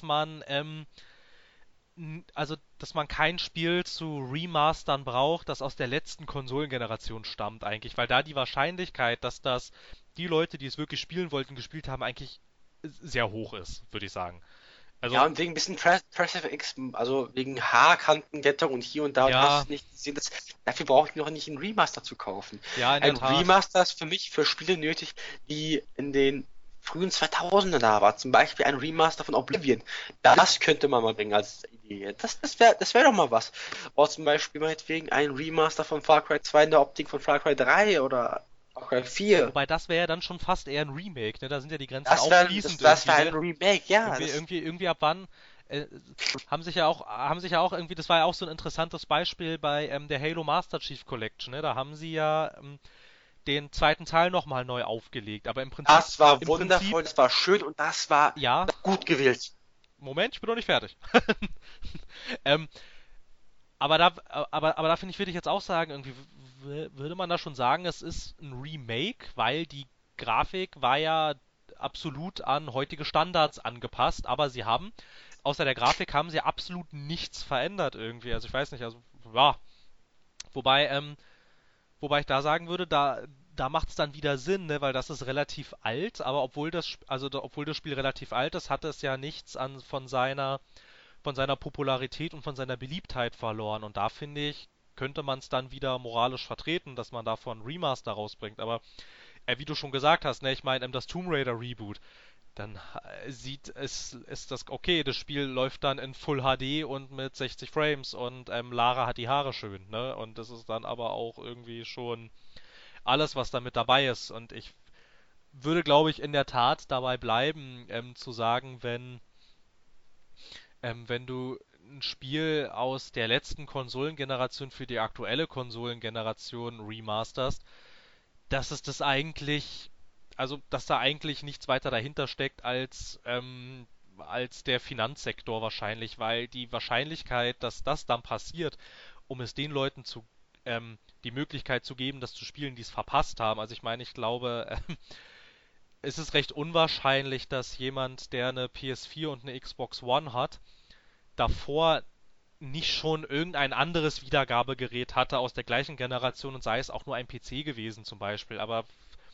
dass man kein Spiel zu remastern braucht, das aus der letzten Konsolengeneration stammt eigentlich, weil da die Wahrscheinlichkeit, dass das die Leute, die es wirklich spielen wollten, gespielt haben, eigentlich sehr hoch ist, würde ich sagen. Ja, Also, und wegen ein bisschen Press FX, also wegen Haarkantenglätterung und hier und da und hast ja, du nicht gesehen, dafür brauche ich mir noch nicht einen Remaster zu kaufen. ja, in der Ein Tat. Remaster ist für mich für Spiele nötig, die in den frühen 2000er da war. Zum Beispiel ein Remaster von Oblivion. Das könnte man mal bringen als Idee. Das wär doch mal was. Oder zum Beispiel meinetwegen ein Remaster von Far Cry 2 in der Optik von Far Cry 3 oder Far Cry 4. Wobei das wäre ja dann schon fast eher ein Remake, ne? Da sind ja die Grenzen Das auch wäre das, fließend das wär irgendwie, ein ne? Remake, ja. Irgendwie ab wann äh, haben sich ja auch irgendwie, das war ja auch so ein interessantes Beispiel bei der Halo Master Chief Collection, ne? Da haben sie ja den zweiten Teil nochmal neu aufgelegt, aber Das war im Prinzip, wundervoll, das war schön und das war ja, gut gewählt. Moment, ich bin noch nicht fertig. ähm, aber da finde ich, würde ich jetzt auch sagen, irgendwie würde man da schon sagen, es ist ein Remake, weil die Grafik war ja absolut an heutige Standards angepasst, aber sie haben, außer der Grafik haben sie absolut nichts verändert irgendwie. Also ich weiß nicht, also ja, wobei, wobei ich da sagen würde, da macht es dann wieder Sinn, ne, weil das ist relativ alt, aber obwohl das Spiel relativ alt ist, hat es ja nichts von seiner Popularität und von seiner Beliebtheit verloren. Und da finde ich, könnte man es dann wieder moralisch vertreten, dass man davon Remaster rausbringt. Aber wie du schon gesagt hast, ne, ich meine, das Tomb Raider Reboot, dann ist das okay, das Spiel läuft dann in Full HD und mit 60 Frames und Lara hat die Haare schön, ne? Und das ist dann aber auch irgendwie schon alles, was da mit dabei ist. Und ich würde, glaube ich, in der Tat dabei bleiben, zu sagen, wenn du ein Spiel aus der letzten Konsolengeneration für die aktuelle Konsolengeneration remasterst, dass es das eigentlich, also dass da eigentlich nichts weiter dahinter steckt als der Finanzsektor wahrscheinlich, weil die Wahrscheinlichkeit, dass das dann passiert, um es den Leuten die Möglichkeit zu geben, das zu spielen, die es verpasst haben. Also ich meine, ich glaube, es ist recht unwahrscheinlich, dass jemand, der eine PS4 und eine Xbox One hat, davor nicht schon irgendein anderes Wiedergabegerät hatte aus der gleichen Generation und sei es auch nur ein PC gewesen zum Beispiel. Aber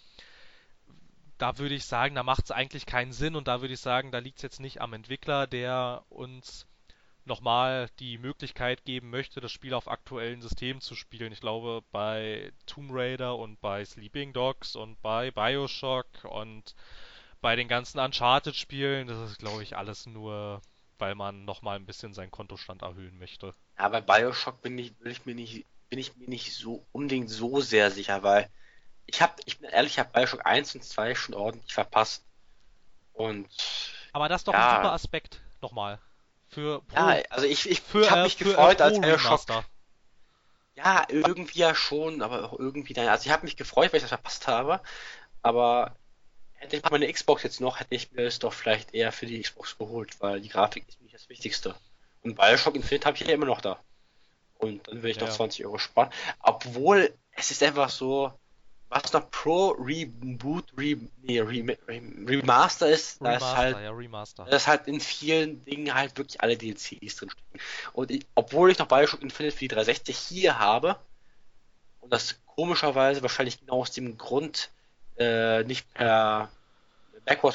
da würde ich sagen, da macht es eigentlich keinen Sinn und da würde ich sagen, da liegt es jetzt nicht am Entwickler, der uns nochmal die Möglichkeit geben möchte, das Spiel auf aktuellen Systemen zu spielen. Ich glaube, bei Tomb Raider und bei Sleeping Dogs und bei Bioshock und bei den ganzen Uncharted-Spielen, das ist, glaube ich, alles nur, weil man nochmal ein bisschen seinen Kontostand erhöhen möchte. Ja, bei Bioshock bin ich mir nicht so unbedingt so sehr sicher, weil ich bin ehrlich, ich habe Bioshock 1 und 2 schon ordentlich verpasst. Und Aber das ist doch ein super ja, Aspekt, nochmal. Für ja, Pro, also ich habe mich für gefreut, Pro als Bioshock, Remaster. ja, irgendwie ja schon, aber auch irgendwie dann, also ich habe mich gefreut, weil ich das verpasst habe, aber hätte ich meine Xbox jetzt noch, hätte ich mir es doch vielleicht eher für die Xbox geholt, weil die Grafik ist mir nicht das Wichtigste. Und Bioshock Infinite habe ich ja immer noch da. Und dann will ich noch Ja, 20 € sparen. Obwohl, es ist einfach so, was noch Pro Reboot, Remaster ist, Remaster. da ist halt in vielen Dingen halt wirklich alle DLCs drinstecken. Und obwohl ich noch Bioshock Infinite für die 360 hier habe, und das komischerweise wahrscheinlich genau aus dem Grund nicht per Backwards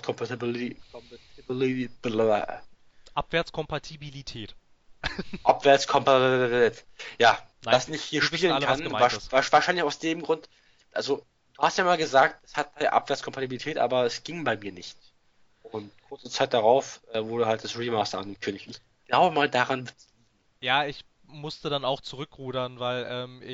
Abwärtskompatibilität. Abwärtskompatibilität. Ja, Nein, das nicht hier wir wissen spielen alle, was kann, gemeint ist. wahrscheinlich aus dem Grund, also du hast ja mal gesagt, es hat eine Abwärtskompatibilität, aber es ging bei mir nicht. Und kurze Zeit darauf wurde halt das Remaster angekündigt. Ich glaube mal daran wird's. Ja, ich musste dann auch zurückrudern, weil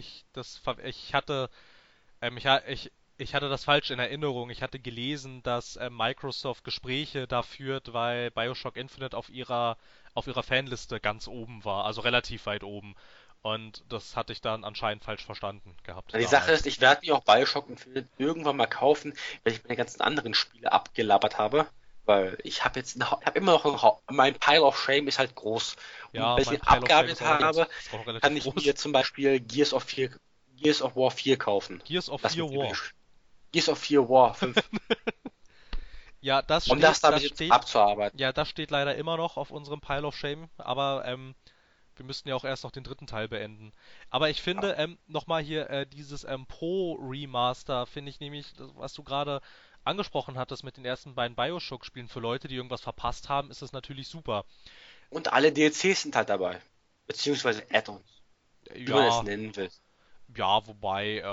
ich hatte das falsch in Erinnerung. Ich hatte gelesen, dass Microsoft Gespräche da führt, weil BioShock Infinite auf ihrer Fanliste ganz oben war, also relativ weit oben. Und das hatte ich dann anscheinend falsch verstanden gehabt Die Sache ist, damals. ich werde mir auch Bioshock Infinite irgendwann mal kaufen, wenn ich meine ganzen anderen Spiele abgelabert habe. Weil ich habe jetzt ich hab immer noch mein Pile of Shame ist halt groß. Und Ja, wenn ich mein ihn Pile of Shame ist abgearbeitet auch habe, ist auch relativ kann ich mir groß. zum Beispiel Gears of War 4 kaufen. Gears of Das War mit dem War. Gears of 4 War 5. Ja, Um das da bis das jetzt steht, abzuarbeiten. ja, das steht leider immer noch auf unserem Pile of Shame, aber wir müssten ja auch erst noch den dritten Teil beenden. Aber ich Ja. finde, nochmal hier, dieses Pro-Remaster, finde ich nämlich, was du gerade angesprochen hattest mit den ersten beiden Bioshock-Spielen, für Leute, die irgendwas verpasst haben, ist das natürlich super. Und alle DLCs sind halt dabei. Beziehungsweise Add-ons, wie man es Ja, nennen will. ja, wobei,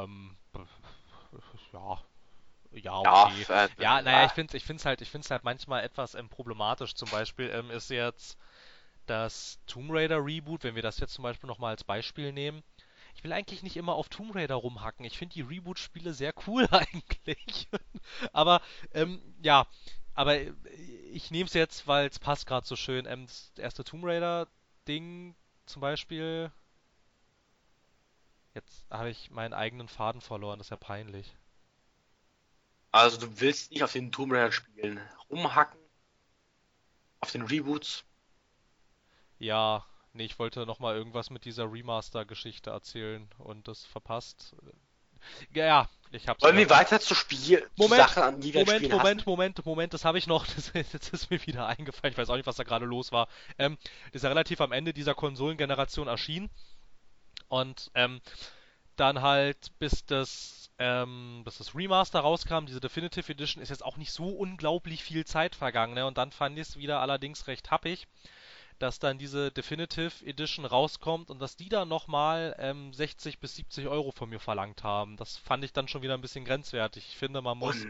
ja, ja, Ja, okay. Ja, naja, ich find's halt manchmal etwas problematisch. Zum Beispiel ist jetzt das Tomb Raider Reboot, wenn wir das jetzt zum Beispiel nochmal als Beispiel nehmen. Ich will eigentlich nicht immer auf Tomb Raider rumhacken. Ich finde die Reboot-Spiele sehr cool eigentlich. Aber, ja, aber ich nehme es jetzt, weil es passt gerade so schön. Das erste Tomb Raider-Ding zum Beispiel. Jetzt habe ich meinen eigenen Faden verloren, das ist ja peinlich. also du willst nicht auf den Tomb Raider Spielen rumhacken, auf den Reboots. Ja, nee, ich wollte nochmal irgendwas mit dieser Remaster-Geschichte erzählen und das verpasst. Ja, ja, ich hab's Wollen wieder. wir weiter zu Moment, Sachen, an die wir an Moment, Spielen hassen? Moment, Moment, Moment, das habe ich noch. Das ist mir wieder eingefallen. Ich weiß auch nicht, was da gerade los war. Das ist ja relativ am Ende dieser Konsolengeneration erschienen und dann halt bis das Remaster rauskam, diese Definitive Edition, ist jetzt auch nicht so unglaublich viel Zeit vergangen, ne? Und dann fand ich es wieder allerdings recht happig, dass dann diese Definitive Edition rauskommt und dass die dann nochmal 60 bis 70 Euro von mir verlangt haben. Das fand ich dann schon wieder ein bisschen grenzwertig. Ich finde,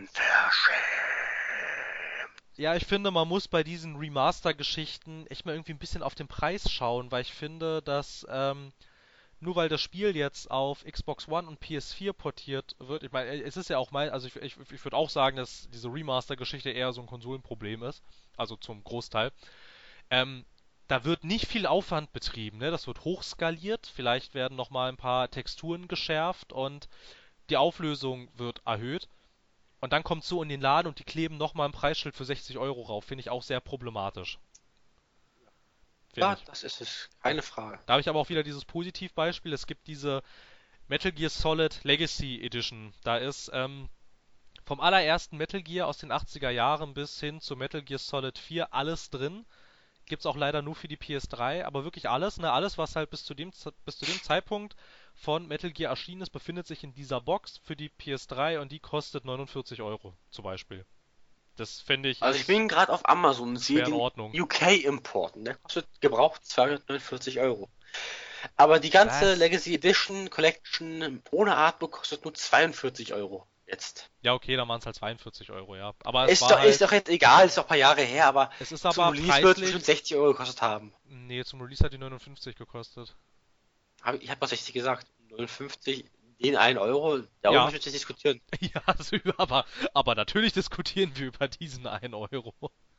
Unverschämt. ich finde, man muss bei diesen Remaster-Geschichten echt mal irgendwie ein bisschen auf den Preis schauen, weil ich finde, dass nur weil das Spiel jetzt auf Xbox One und PS4 portiert wird, ich meine, es ist ja auch also ich würde auch sagen, dass diese Remaster-Geschichte eher so ein Konsolenproblem ist, also zum Großteil. Ähm, Da wird nicht viel Aufwand betrieben, ne? Das wird hochskaliert, vielleicht werden nochmal ein paar Texturen geschärft und die Auflösung wird erhöht. Und dann kommt so in den Laden und die kleben nochmal ein Preisschild für 60 Euro rauf. Finde ich auch sehr problematisch. Finde Ja, ich. das ist es. Da, Keine Frage. da habe ich aber auch wieder dieses Positivbeispiel. Es gibt diese Metal Gear Solid Legacy Edition. Da ist vom allerersten Metal Gear aus den 80er Jahren bis hin zu Metal Gear Solid 4 alles drin. Gibt's auch leider nur für die PS3, aber wirklich alles, ne? Alles, was halt bis zu dem Zeitpunkt von Metal Gear erschienen ist, befindet sich in dieser Box für die PS3 und die kostet 49 Euro zum Beispiel. Das finde ich Also ich ist bin gerade auf Amazon und sehe schwer in den Ordnung. UK-Import. Der kostet gebraucht 249 Euro. Aber die ganze Was? Legacy Edition Collection ohne Artbook kostet nur 42 Euro. Jetzt. Ja, okay, dann waren es halt 42 Euro, ja. Aber es Ist war doch, ist halt, doch jetzt egal, ist doch ein paar Jahre her, aber es ist zum aber Release wird es bestimmt preislich, 60 Euro gekostet haben. nee, zum Release hat die 59 gekostet. Ich habe was 60 gesagt. 59, den 1 Euro, darüber Ja, möchte ich nicht diskutieren. ja, aber natürlich diskutieren wir über diesen 1 Euro.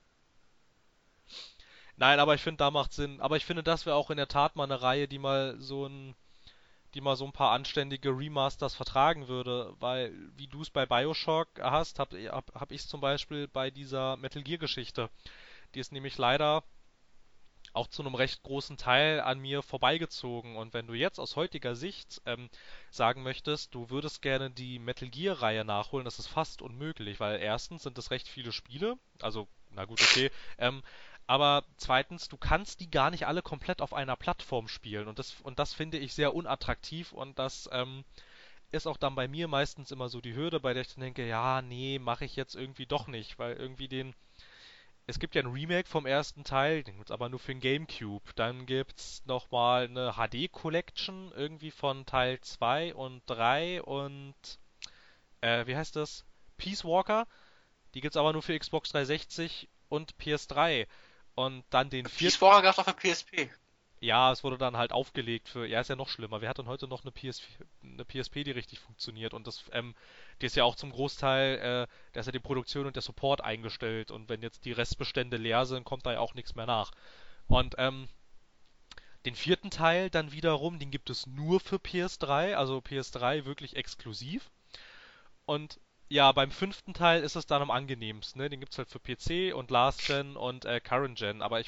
Nein, aber ich finde, da macht Sinn. Aber ich finde, das wäre auch in der Tat mal eine Reihe, die mal so ein paar anständige Remasters vertragen würde, weil wie du es bei BioShock hast, hab ich es zum Beispiel bei dieser Metal Gear Geschichte. Die ist nämlich leider auch zu einem recht großen Teil an mir vorbeigezogen. Und wenn du jetzt aus heutiger Sicht sagen möchtest, du würdest gerne die Metal Gear Reihe nachholen, das ist fast unmöglich, weil erstens sind es recht viele Spiele, also na gut, okay, aber zweitens, du kannst die gar nicht alle komplett auf einer Plattform spielen und das finde ich sehr unattraktiv und das ist auch dann bei mir meistens immer so die Hürde, bei der ich dann denke, ja, nee, mache ich jetzt irgendwie doch nicht, weil irgendwie es gibt ja ein Remake vom ersten Teil, den gibt's aber nur für den GameCube. Dann gibt's nochmal eine HD-Collection irgendwie von Teil 2 und 3 und wie heißt das? Peace Walker. Die gibt's aber nur für Xbox 360 und PS3. Und dann den Peace vierten. Walker gab es auch für PSP. Ja, es wurde dann halt aufgelegt für. Ja, ist ja noch schlimmer. Wer hat denn heute noch eine PSP, die richtig funktioniert? Und die ist ja auch zum Großteil, da ist ja die Produktion und der Support eingestellt. Und wenn jetzt die Restbestände leer sind, kommt da ja auch nichts mehr nach. Und Den vierten Teil dann wiederum, den gibt es nur für PS3, also PS3 wirklich exklusiv. Und ja, beim fünften Teil ist es dann am angenehmsten, ne? Den gibt's halt für PC und Last Gen und Current Gen. Aber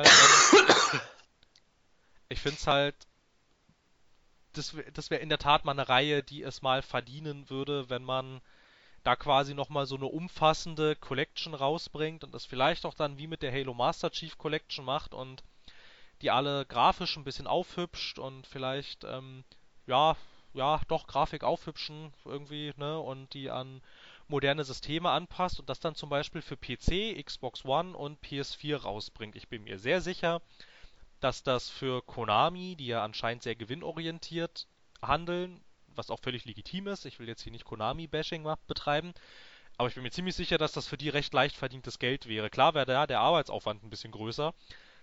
ich find's halt, das wär in der Tat mal eine Reihe, die es mal verdienen würde, wenn man da quasi nochmal so eine umfassende Collection rausbringt und das vielleicht auch dann wie mit der Halo Master Chief Collection macht und die alle grafisch ein bisschen aufhübscht und vielleicht, ja, ja, doch Grafik aufhübschen irgendwie, ne, und die an moderne Systeme anpasst und das dann zum Beispiel für PC, Xbox One und PS4 rausbringt. Ich bin mir sehr sicher, dass das für Konami, die ja anscheinend sehr gewinnorientiert handeln, was auch völlig legitim ist, ich will jetzt hier nicht Konami-Bashing betreiben, aber ich bin mir ziemlich sicher, dass das für die recht leicht verdientes Geld wäre. Klar wäre da der Arbeitsaufwand ein bisschen größer,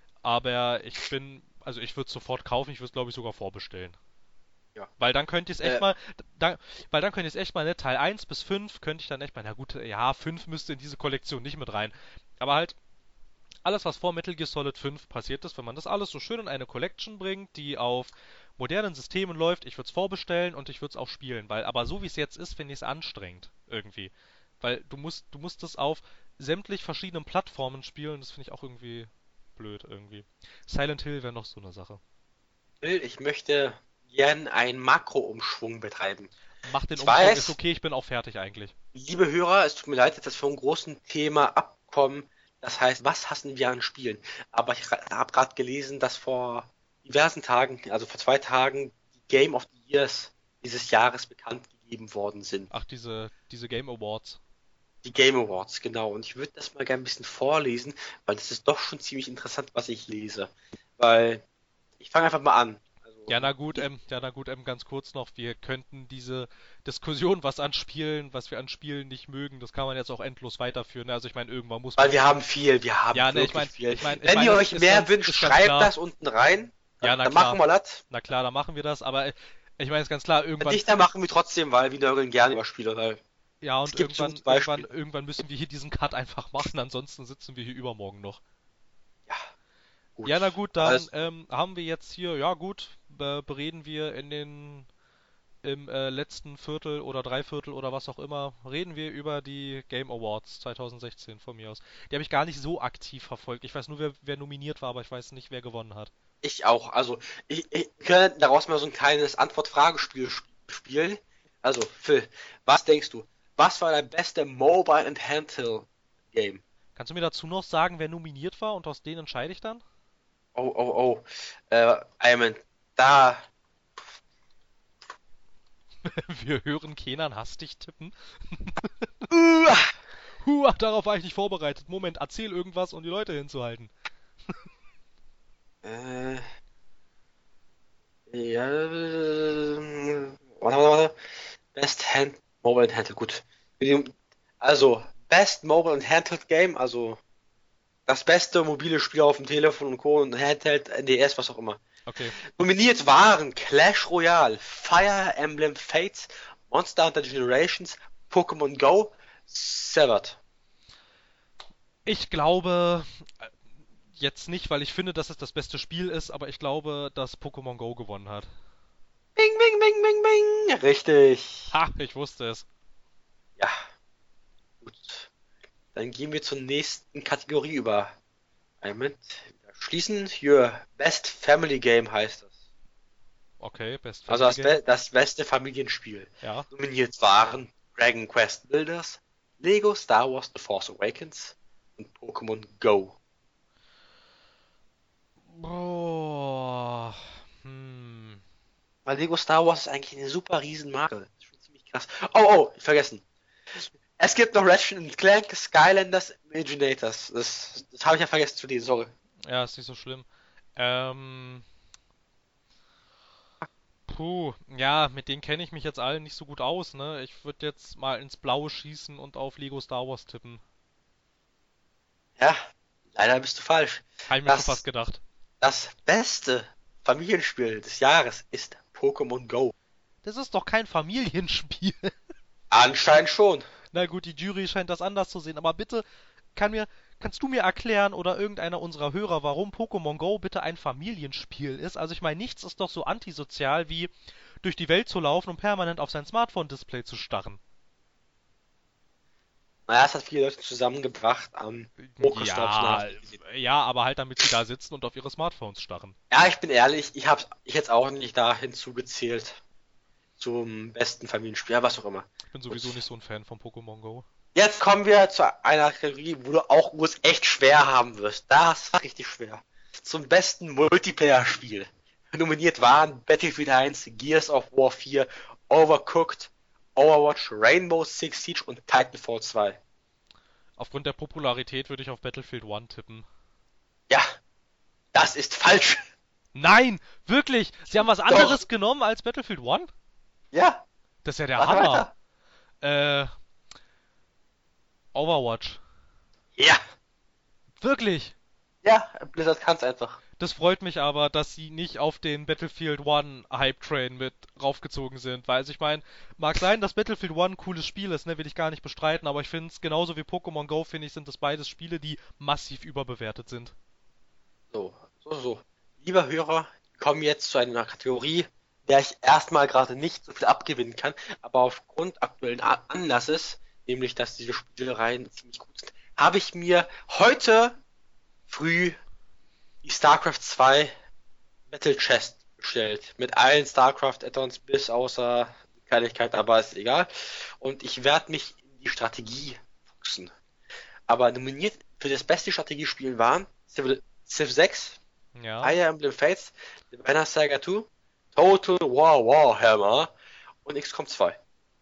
aber also ich würde es sofort kaufen, ich würde es glaube ich sogar vorbestellen. Ja. Weil dann könnt ihr es echt Äh, mal, weil dann könnt ihr es echt mal, ne, Teil 1 bis 5 könnte ich dann echt mal, na gut, ja, 5 müsste in diese Kollektion nicht mit rein. Aber halt, alles was vor Metal Gear Solid 5 passiert ist, wenn man das alles so schön in eine Collection bringt, die auf modernen Systemen läuft, ich würde es vorbestellen und ich würde es auch spielen. Aber so wie es jetzt ist, finde ich es anstrengend, irgendwie. Weil du musst es auf sämtlich verschiedenen Plattformen spielen, das finde ich auch irgendwie blöd, irgendwie. Silent Hill wäre noch so eine Sache. ich möchte gern einen Makro-Umschwung betreiben. Mach den Ich Umschwung, ist weiß, okay, ich bin auch fertig eigentlich. liebe Hörer, es tut mir leid, dass wir vom großen Thema abkommen. Das heißt, was hassen wir an Spielen? Aber ich habe gerade gelesen, dass vor diversen Tagen, also vor 2 Tagen, die Game of the Years dieses Jahres bekannt gegeben worden sind. Ach, diese Game Awards. Die Game Awards, genau. Und ich würde das mal gerne ein bisschen vorlesen, weil das ist doch schon ziemlich interessant, was ich lese. Weil ich fange einfach mal an. Also, Ja, na gut, ganz kurz noch, wir könnten diese Diskussion, was wir an Spielen nicht mögen, das kann man jetzt auch endlos weiterführen. Ne? Also ich meine, irgendwann muss weil man. wir haben Ja, ne, wirklich viel. ich Wenn meine, ihr es euch mehr wünscht, ist ganz schreibt klar. das unten rein. Ja, na Dann machen klar. wir das. Na klar, dann machen wir das, aber ich meine, es ist ganz klar, Wenn irgendwann. nicht, dann machen wir trotzdem, weil wir nörgeln gerne über Spiele, weil Ja, es und gibt so gute Beispiele. irgendwann müssen wir hier diesen Cut einfach machen, ansonsten sitzen wir hier übermorgen noch. Ja, gut. Ja, na gut, dann Alles, haben wir jetzt hier, ja gut, bereden wir im letzten Viertel oder Dreiviertel oder was auch immer, reden wir über die Game Awards 2016 von mir aus. Die habe ich gar nicht so aktiv verfolgt. Ich weiß nur, wer nominiert war, aber ich weiß nicht, wer gewonnen hat. ich auch. Also, ich könnte daraus mal so ein kleines Antwort-Fragespiel spielen. Also, Phil, was denkst du? Was war dein beste Mobile and Handheld Game? Kannst du mir dazu noch sagen, wer nominiert war und aus denen entscheide ich dann? Oh, oh, oh. Ayman, da. Wir hören Kenan hastig tippen. Uh, Darauf war ich nicht vorbereitet. Moment, erzähl irgendwas, um die Leute hinzuhalten. äh, ja. Warte. Mobile and Handheld, gut. Also, Best Mobile and Handheld Game, also das beste mobile Spiel auf dem Telefon und Co. und Handheld, NDS, was auch immer. Okay. Nominiert waren Clash Royale, Fire Emblem Fates, Monster Hunter Generations, Pokémon Go, Severed. Ich glaube, jetzt nicht, weil ich finde, dass es das beste Spiel ist, aber ich glaube, dass Pokémon Go gewonnen hat. Bing, bing, bing, bing, bing. Richtig. Ha, ich wusste es. Ja, gut. Dann gehen wir zur nächsten Kategorie über. Einen Moment. Schließen. Your Best Family Game heißt das. Okay, Best Also Family Game. das beste Familienspiel. Ja. Nominiert waren Dragon Quest Builders, Lego Star Wars The Force Awakens und Pokémon Go. Boah. Hm. Weil Lego Star Wars ist eigentlich eine super Riesenmarke. Das ist schon ziemlich krass. Oh, vergessen. Es gibt noch Ratchet Clank, Skylanders, Imaginators. Das habe ich ja vergessen zu lesen, sorry. Ja, ist nicht so schlimm. Ähm. Puh, ja, mit denen kenne ich mich jetzt allen nicht so gut aus, ne? Ich würde jetzt mal ins Blaue schießen und auf Lego Star Wars tippen. Ja, leider bist du falsch. Habe ich mir schon fast Das, gedacht. das beste Familienspiel des Jahres ist Pokémon Go. Das ist doch kein Familienspiel. Anscheinend schon. Na gut, die Jury scheint das anders zu sehen, aber bitte kann mir, kannst du mir erklären oder irgendeiner unserer Hörer, warum Pokémon Go bitte ein Familienspiel ist? Also ich meine, nichts ist doch so antisozial wie durch die Welt zu laufen und permanent auf sein Smartphone-Display zu starren. Naja, es hat viele Leute zusammengebracht am Pokestop. Ja, ja, aber halt damit sie da sitzen und auf ihre Smartphones starren. Ja, ich bin ehrlich, ich hätte es auch nicht da hinzugezählt zum besten Familienspiel, ja, was auch immer. Ich bin Gut. sowieso nicht so ein Fan von Pokémon Go. Jetzt kommen wir zu einer Kategorie, wo es echt schwer haben wirst. Das ist richtig schwer. Zum besten Multiplayer-Spiel. Nominiert waren Battlefield 1, Gears of War 4, Overcooked, Overwatch, Rainbow Six Siege und Titanfall 2. Aufgrund der Popularität würde ich auf Battlefield 1 tippen. Ja, das ist falsch. Nein, wirklich? Sie haben was anderes genommen als Battlefield 1? Ja, Das ist ja der warte Hammer. weiter. Overwatch. Ja, Wirklich? ja, Blizzard kann's einfach. Das freut mich aber, dass sie nicht auf den Battlefield 1 Hype-Train mit raufgezogen sind, weil also ich meine, mag sein, dass Battlefield 1 ein cooles Spiel ist, ne, will ich gar nicht bestreiten, aber ich finde es genauso wie Pokémon Go, finde ich, sind das beides Spiele, die massiv überbewertet sind. So. Lieber Hörer, wir kommen jetzt zu einer Kategorie, der ich erstmal gerade nicht so viel abgewinnen kann, aber aufgrund aktuellen Anlasses, nämlich dass diese Spielereien ziemlich gut sind, habe ich mir heute früh die StarCraft 2 Battle Chest bestellt. Mit allen StarCraft Add-ons bis außer die Kleinigkeit, aber ist egal. Und ich werde mich in die Strategie fuchsen. Aber nominiert für das beste Strategiespiel waren Civ 6, Ja. Fire Emblem Fates, The Banner Saga 2, Total War Warhammer und XCOM 2.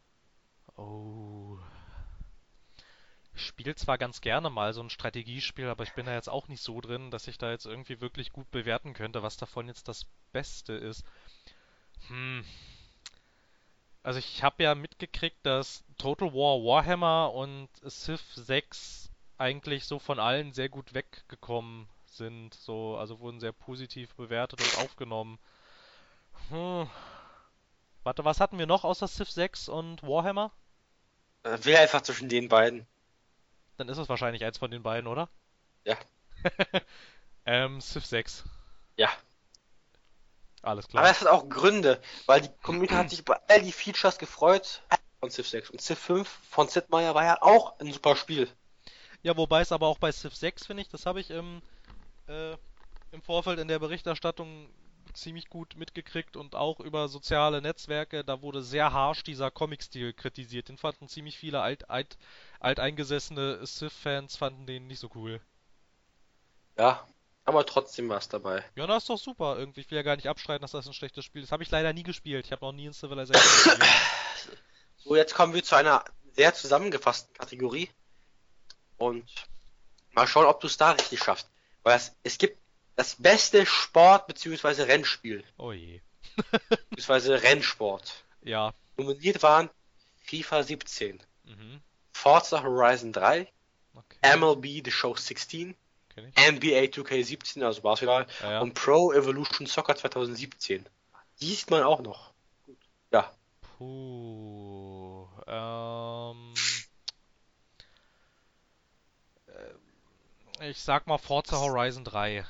Oh. Ich spiele zwar ganz gerne mal so ein Strategiespiel, aber ich bin da jetzt auch nicht so drin, dass ich da jetzt irgendwie wirklich gut bewerten könnte, was davon jetzt das Beste ist. Hm. Also ich habe ja mitgekriegt, dass Total War Warhammer und Civ 6 eigentlich so von allen sehr gut weggekommen sind. So, also wurden sehr positiv bewertet und aufgenommen. Hm. Warte, was hatten wir noch außer Civ 6 und Warhammer? Wähl einfach zwischen den beiden. Dann ist es wahrscheinlich eins von den beiden, oder? Ja, Civ 6. ja. Alles Aber klar. es hat auch Gründe, weil die Community hat sich über all die Features gefreut von Civ 6. Und Civ 5 von Sid Meier war ja auch ein super Spiel. Ja, wobei es aber auch bei Civ 6, finde ich, das habe ich im Vorfeld in der Berichterstattung ziemlich gut mitgekriegt und auch über soziale Netzwerke, da wurde sehr harsch dieser Comic-Stil kritisiert. Den fanden ziemlich viele alteingesessene Civ-Fans fanden den nicht so cool. Ja, aber trotzdem war es dabei. Ja, das ist doch super. Irgendwie, ich will ja gar nicht abstreiten, dass das ein schlechtes Spiel ist. Habe ich leider nie gespielt. Ich habe noch nie in Civilization gespielt. So, jetzt kommen wir zu einer sehr zusammengefassten Kategorie und mal schauen, ob du es da richtig schaffst. Weil es gibt das beste Sport- bzw. Rennspiel, Oh je. bzw. Rennsport. Ja. Nominiert waren FIFA 17, Mhm. Forza Horizon 3, Okay. MLB The Show 16, Kenn ich. NBA 2K17, also Basketball, Ja, ja. und Pro Evolution Soccer 2017. Die sieht man auch noch. Gut. Ja. Puh. Ich sag mal Forza Horizon 3.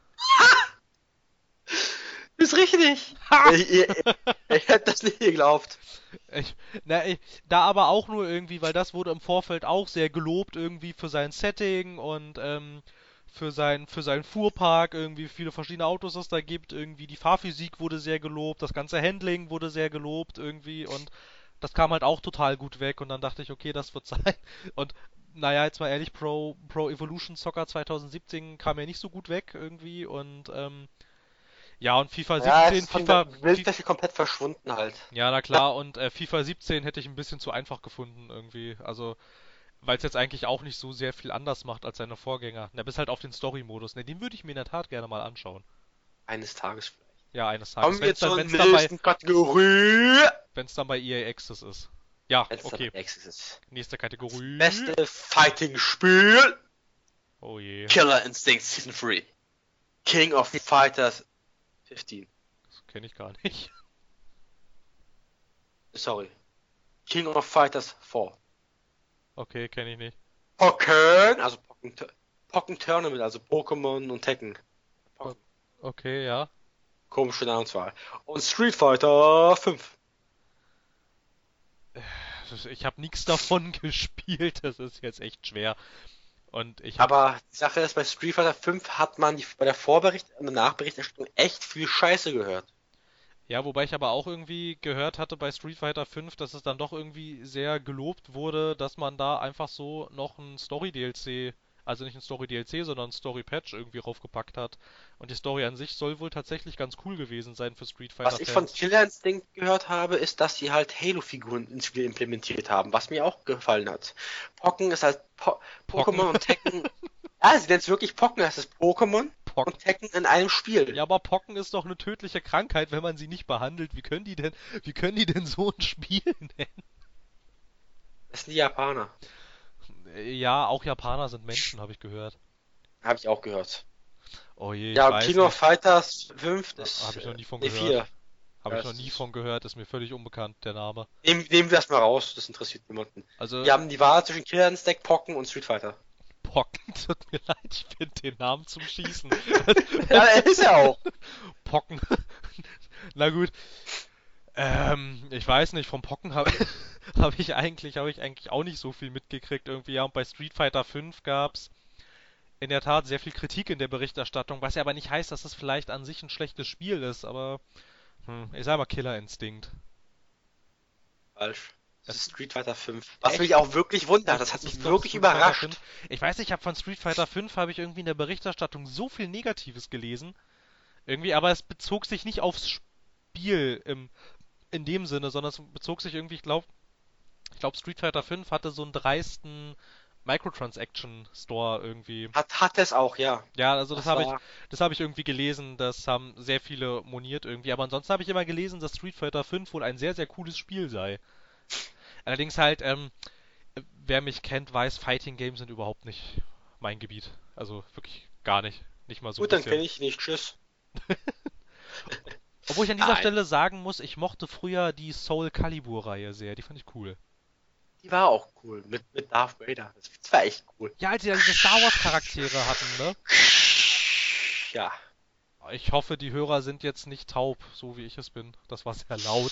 Ist richtig. Ha! Ich hätte das nicht geglaubt. Ich, da aber auch nur irgendwie, weil das wurde im Vorfeld auch sehr gelobt irgendwie für sein Setting und für seinen Fuhrpark, irgendwie viele verschiedene Autos es da gibt, irgendwie die Fahrphysik wurde sehr gelobt, das ganze Handling wurde sehr gelobt irgendwie und das kam halt auch total gut weg und dann dachte ich, okay, das wird sein. Und naja, jetzt mal ehrlich, Pro Evolution Soccer 2017 kam ja nicht so gut weg irgendwie und ja, und FIFA Ja, es 17, ist von der FIFA, Bildfläche komplett verschwunden halt. ja, na klar, und FIFA 17 hätte ich ein bisschen zu einfach gefunden irgendwie. Also, weil es jetzt eigentlich auch nicht so sehr viel anders macht als seine Vorgänger. Na, bis halt auf den Story-Modus. Ne, den würde ich mir in der Tat gerne mal anschauen. Eines Tages vielleicht. Ja, eines Tages. Kommen wir zur Wenn's dann nächsten Kategorie. bei EA Access ist. Ja, Letzter okay. Access. Nächste Kategorie. Beste Fighting-Spiel. Oh je. Killer Instinct Season 3. King of Fighters 15. Das kenne ich gar nicht. Sorry. King of Fighters 4. Okay, kenne ich nicht. Pokken, also Pokken Pokken Tournament, also Pokémon und Tekken. O- Pokken. Okay, ja. Komische Namenswahl. Und Street Fighter 5. Ich habe nichts davon gespielt, das ist jetzt echt schwer. Und ich habe, Aber die Sache ist, bei Street Fighter 5 hat man bei der und der Nachberichterstattung echt viel Scheiße gehört. ja, wobei ich aber auch irgendwie gehört hatte bei Street Fighter 5, dass es dann doch irgendwie sehr gelobt wurde, dass man da einfach so noch ein Story-DLC, also nicht ein Story-DLC, sondern ein Story-Patch irgendwie raufgepackt hat. Und die Story an sich soll wohl tatsächlich ganz cool gewesen sein für Street Was ich von Fighter-Fans. Killer Instinct gehört habe, ist, dass sie halt Halo-Figuren ins Spiel implementiert haben, was mir auch gefallen hat. Pokken ist halt Pocken. Pokémon und Tekken. Ja, sie nennen es wirklich Pokken, das ist Pokémon Pocken. und Tekken in einem Spiel. Ja, aber Pocken ist doch eine tödliche Krankheit, wenn man sie nicht behandelt. Wie können die denn so ein Spiel nennen? Das sind die Japaner. Ja, auch Japaner sind Menschen, habe ich gehört. Habe ich auch gehört. Oh je, ich Ja, und weiß King of nicht. Fighters 5 ist, Habe ich noch nie von ne, gehört. 4. Habe Ja, ich noch nie von gehört, ist mir völlig unbekannt, der Name. nehmen wir das mal raus, das interessiert niemanden. Also, Wir haben die Wahl zwischen Killer Instinct, Pokken und Street Fighter. Pocken, tut mir leid, ich finde den Namen zum Schießen. Ja, ist er auch. Pocken. Na gut. Ich weiß nicht, vom Pocken habe hab ich eigentlich auch nicht so viel mitgekriegt irgendwie. Ja, und bei Street Fighter 5 gab's in der Tat sehr viel Kritik in der Berichterstattung, was ja aber nicht heißt, dass es vielleicht an sich ein schlechtes Spiel ist, aber ich sag mal Killer Instinct. Falsch. Das Es, ist Street Fighter 5. Was mich echt? auch wirklich wundert, das hat Es mich ist doch wirklich Street Fighter überrascht. 5. Ich weiß nicht, ich habe von Street Fighter 5 habe ich irgendwie in der Berichterstattung so viel Negatives gelesen. Irgendwie, aber es bezog sich nicht aufs Spiel in dem Sinne, sondern es bezog sich irgendwie, ich glaube Street Fighter 5 hatte so einen dreisten Microtransaction Store irgendwie. Hat es auch, ja. Ja, also Das war. das habe ich irgendwie gelesen, das haben sehr viele moniert irgendwie, aber ansonsten habe ich immer gelesen, dass Street Fighter 5 wohl ein sehr, sehr cooles Spiel sei. Allerdings halt, wer mich kennt, weiß, Fighting Games sind überhaupt nicht mein Gebiet. Also wirklich gar nicht. Nicht mal so ein Gut, dann bisschen. kenne ich nicht. Tschüss. Obwohl ich an dieser Nein. Stelle sagen muss, ich mochte früher die Soul Calibur-Reihe sehr. Die fand ich cool. Die war auch cool. Mit Darth Vader. Das war echt cool. Ja, als sie da diese Star Wars Charaktere hatten, ne? Ja. Ich hoffe, die Hörer sind jetzt nicht taub, so wie ich es bin. Das war sehr laut.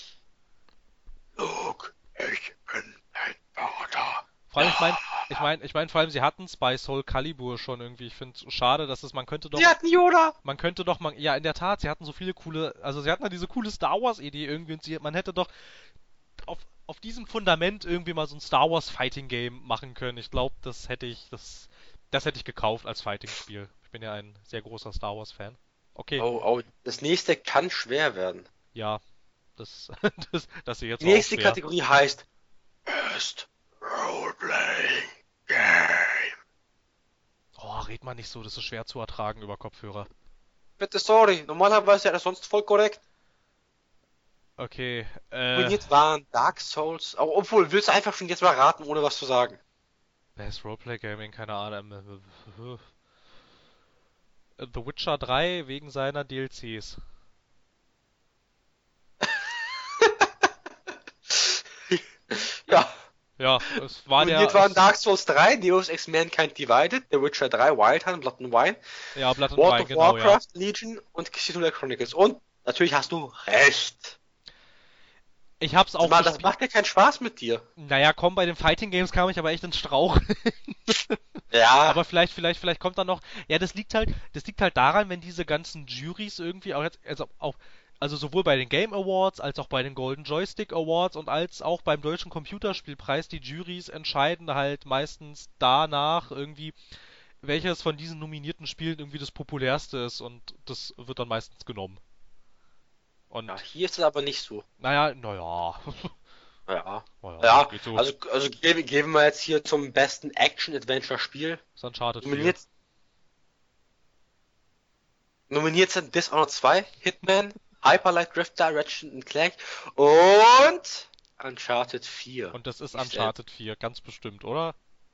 Luke, ich bin dein Vater. Vor allem, Ja. ich meine, vor allem, sie hatten es bei Soul Calibur schon irgendwie. Ich finde es schade, dass es, Sie hatten Yoda. ja, in der Tat, sie hatten so viele coole, also sie hatten ja diese coole Star Wars Idee irgendwie und man hätte doch auf, auf diesem Fundament irgendwie mal so ein Star Wars Fighting Game machen können. Ich glaube, das hätte ich gekauft als Fighting Spiel. Ich bin ja ein sehr großer Star Wars Fan. Okay, Oh, oh, das nächste kann schwer werden. ja, das, das hier jetzt Die war auch nächste schwer. Kategorie heißt Best Roleplay Game. Oh, red mal nicht so, das ist schwer zu ertragen über Kopfhörer. Bitte, sorry. Normalerweise wäre das sonst voll korrekt. Okay, Nominiert waren Dark Souls. Obwohl, willst du einfach schon jetzt mal raten, ohne was zu sagen? Best Roleplay Gaming, keine Ahnung. The Witcher 3 wegen seiner DLCs. Ja. Ja, es war Nominiert der. waren Dark Souls 3, Deus Ex Mankind Divided, The Witcher 3, Wild Hunt, Blood and Wine, Ja, Blood and World Wine, of genau, ja. Warcraft, Legion und Cthulhu Chronicles. Und natürlich hast du recht. Ich hab's auch Das gespielt. macht ja keinen Spaß mit dir. Naja, komm, bei den Fighting Games kam ich aber echt ins Strauch. Ja, Aber vielleicht kommt da noch. Ja, das liegt halt daran, wenn diese ganzen Juries irgendwie auch jetzt, also sowohl bei den Game Awards als auch bei den Golden Joystick Awards und als auch beim Deutschen Computerspielpreis, die Juries entscheiden halt meistens danach irgendwie, welches von diesen nominierten Spielen irgendwie das populärste ist und das wird dann meistens genommen. ja, Und hier ist es aber nicht so. naja, Ja. naja, Ja, geht so. also geben wir jetzt hier zum besten Action-Adventure-Spiel. Das ist Uncharted 4. Nominiert sind Dishonored 2, Hitman, Hyper Light Drifter, Ratchet Clank und Uncharted 4. Und das ist Ich Uncharted 4, ganz bestimmt, oder?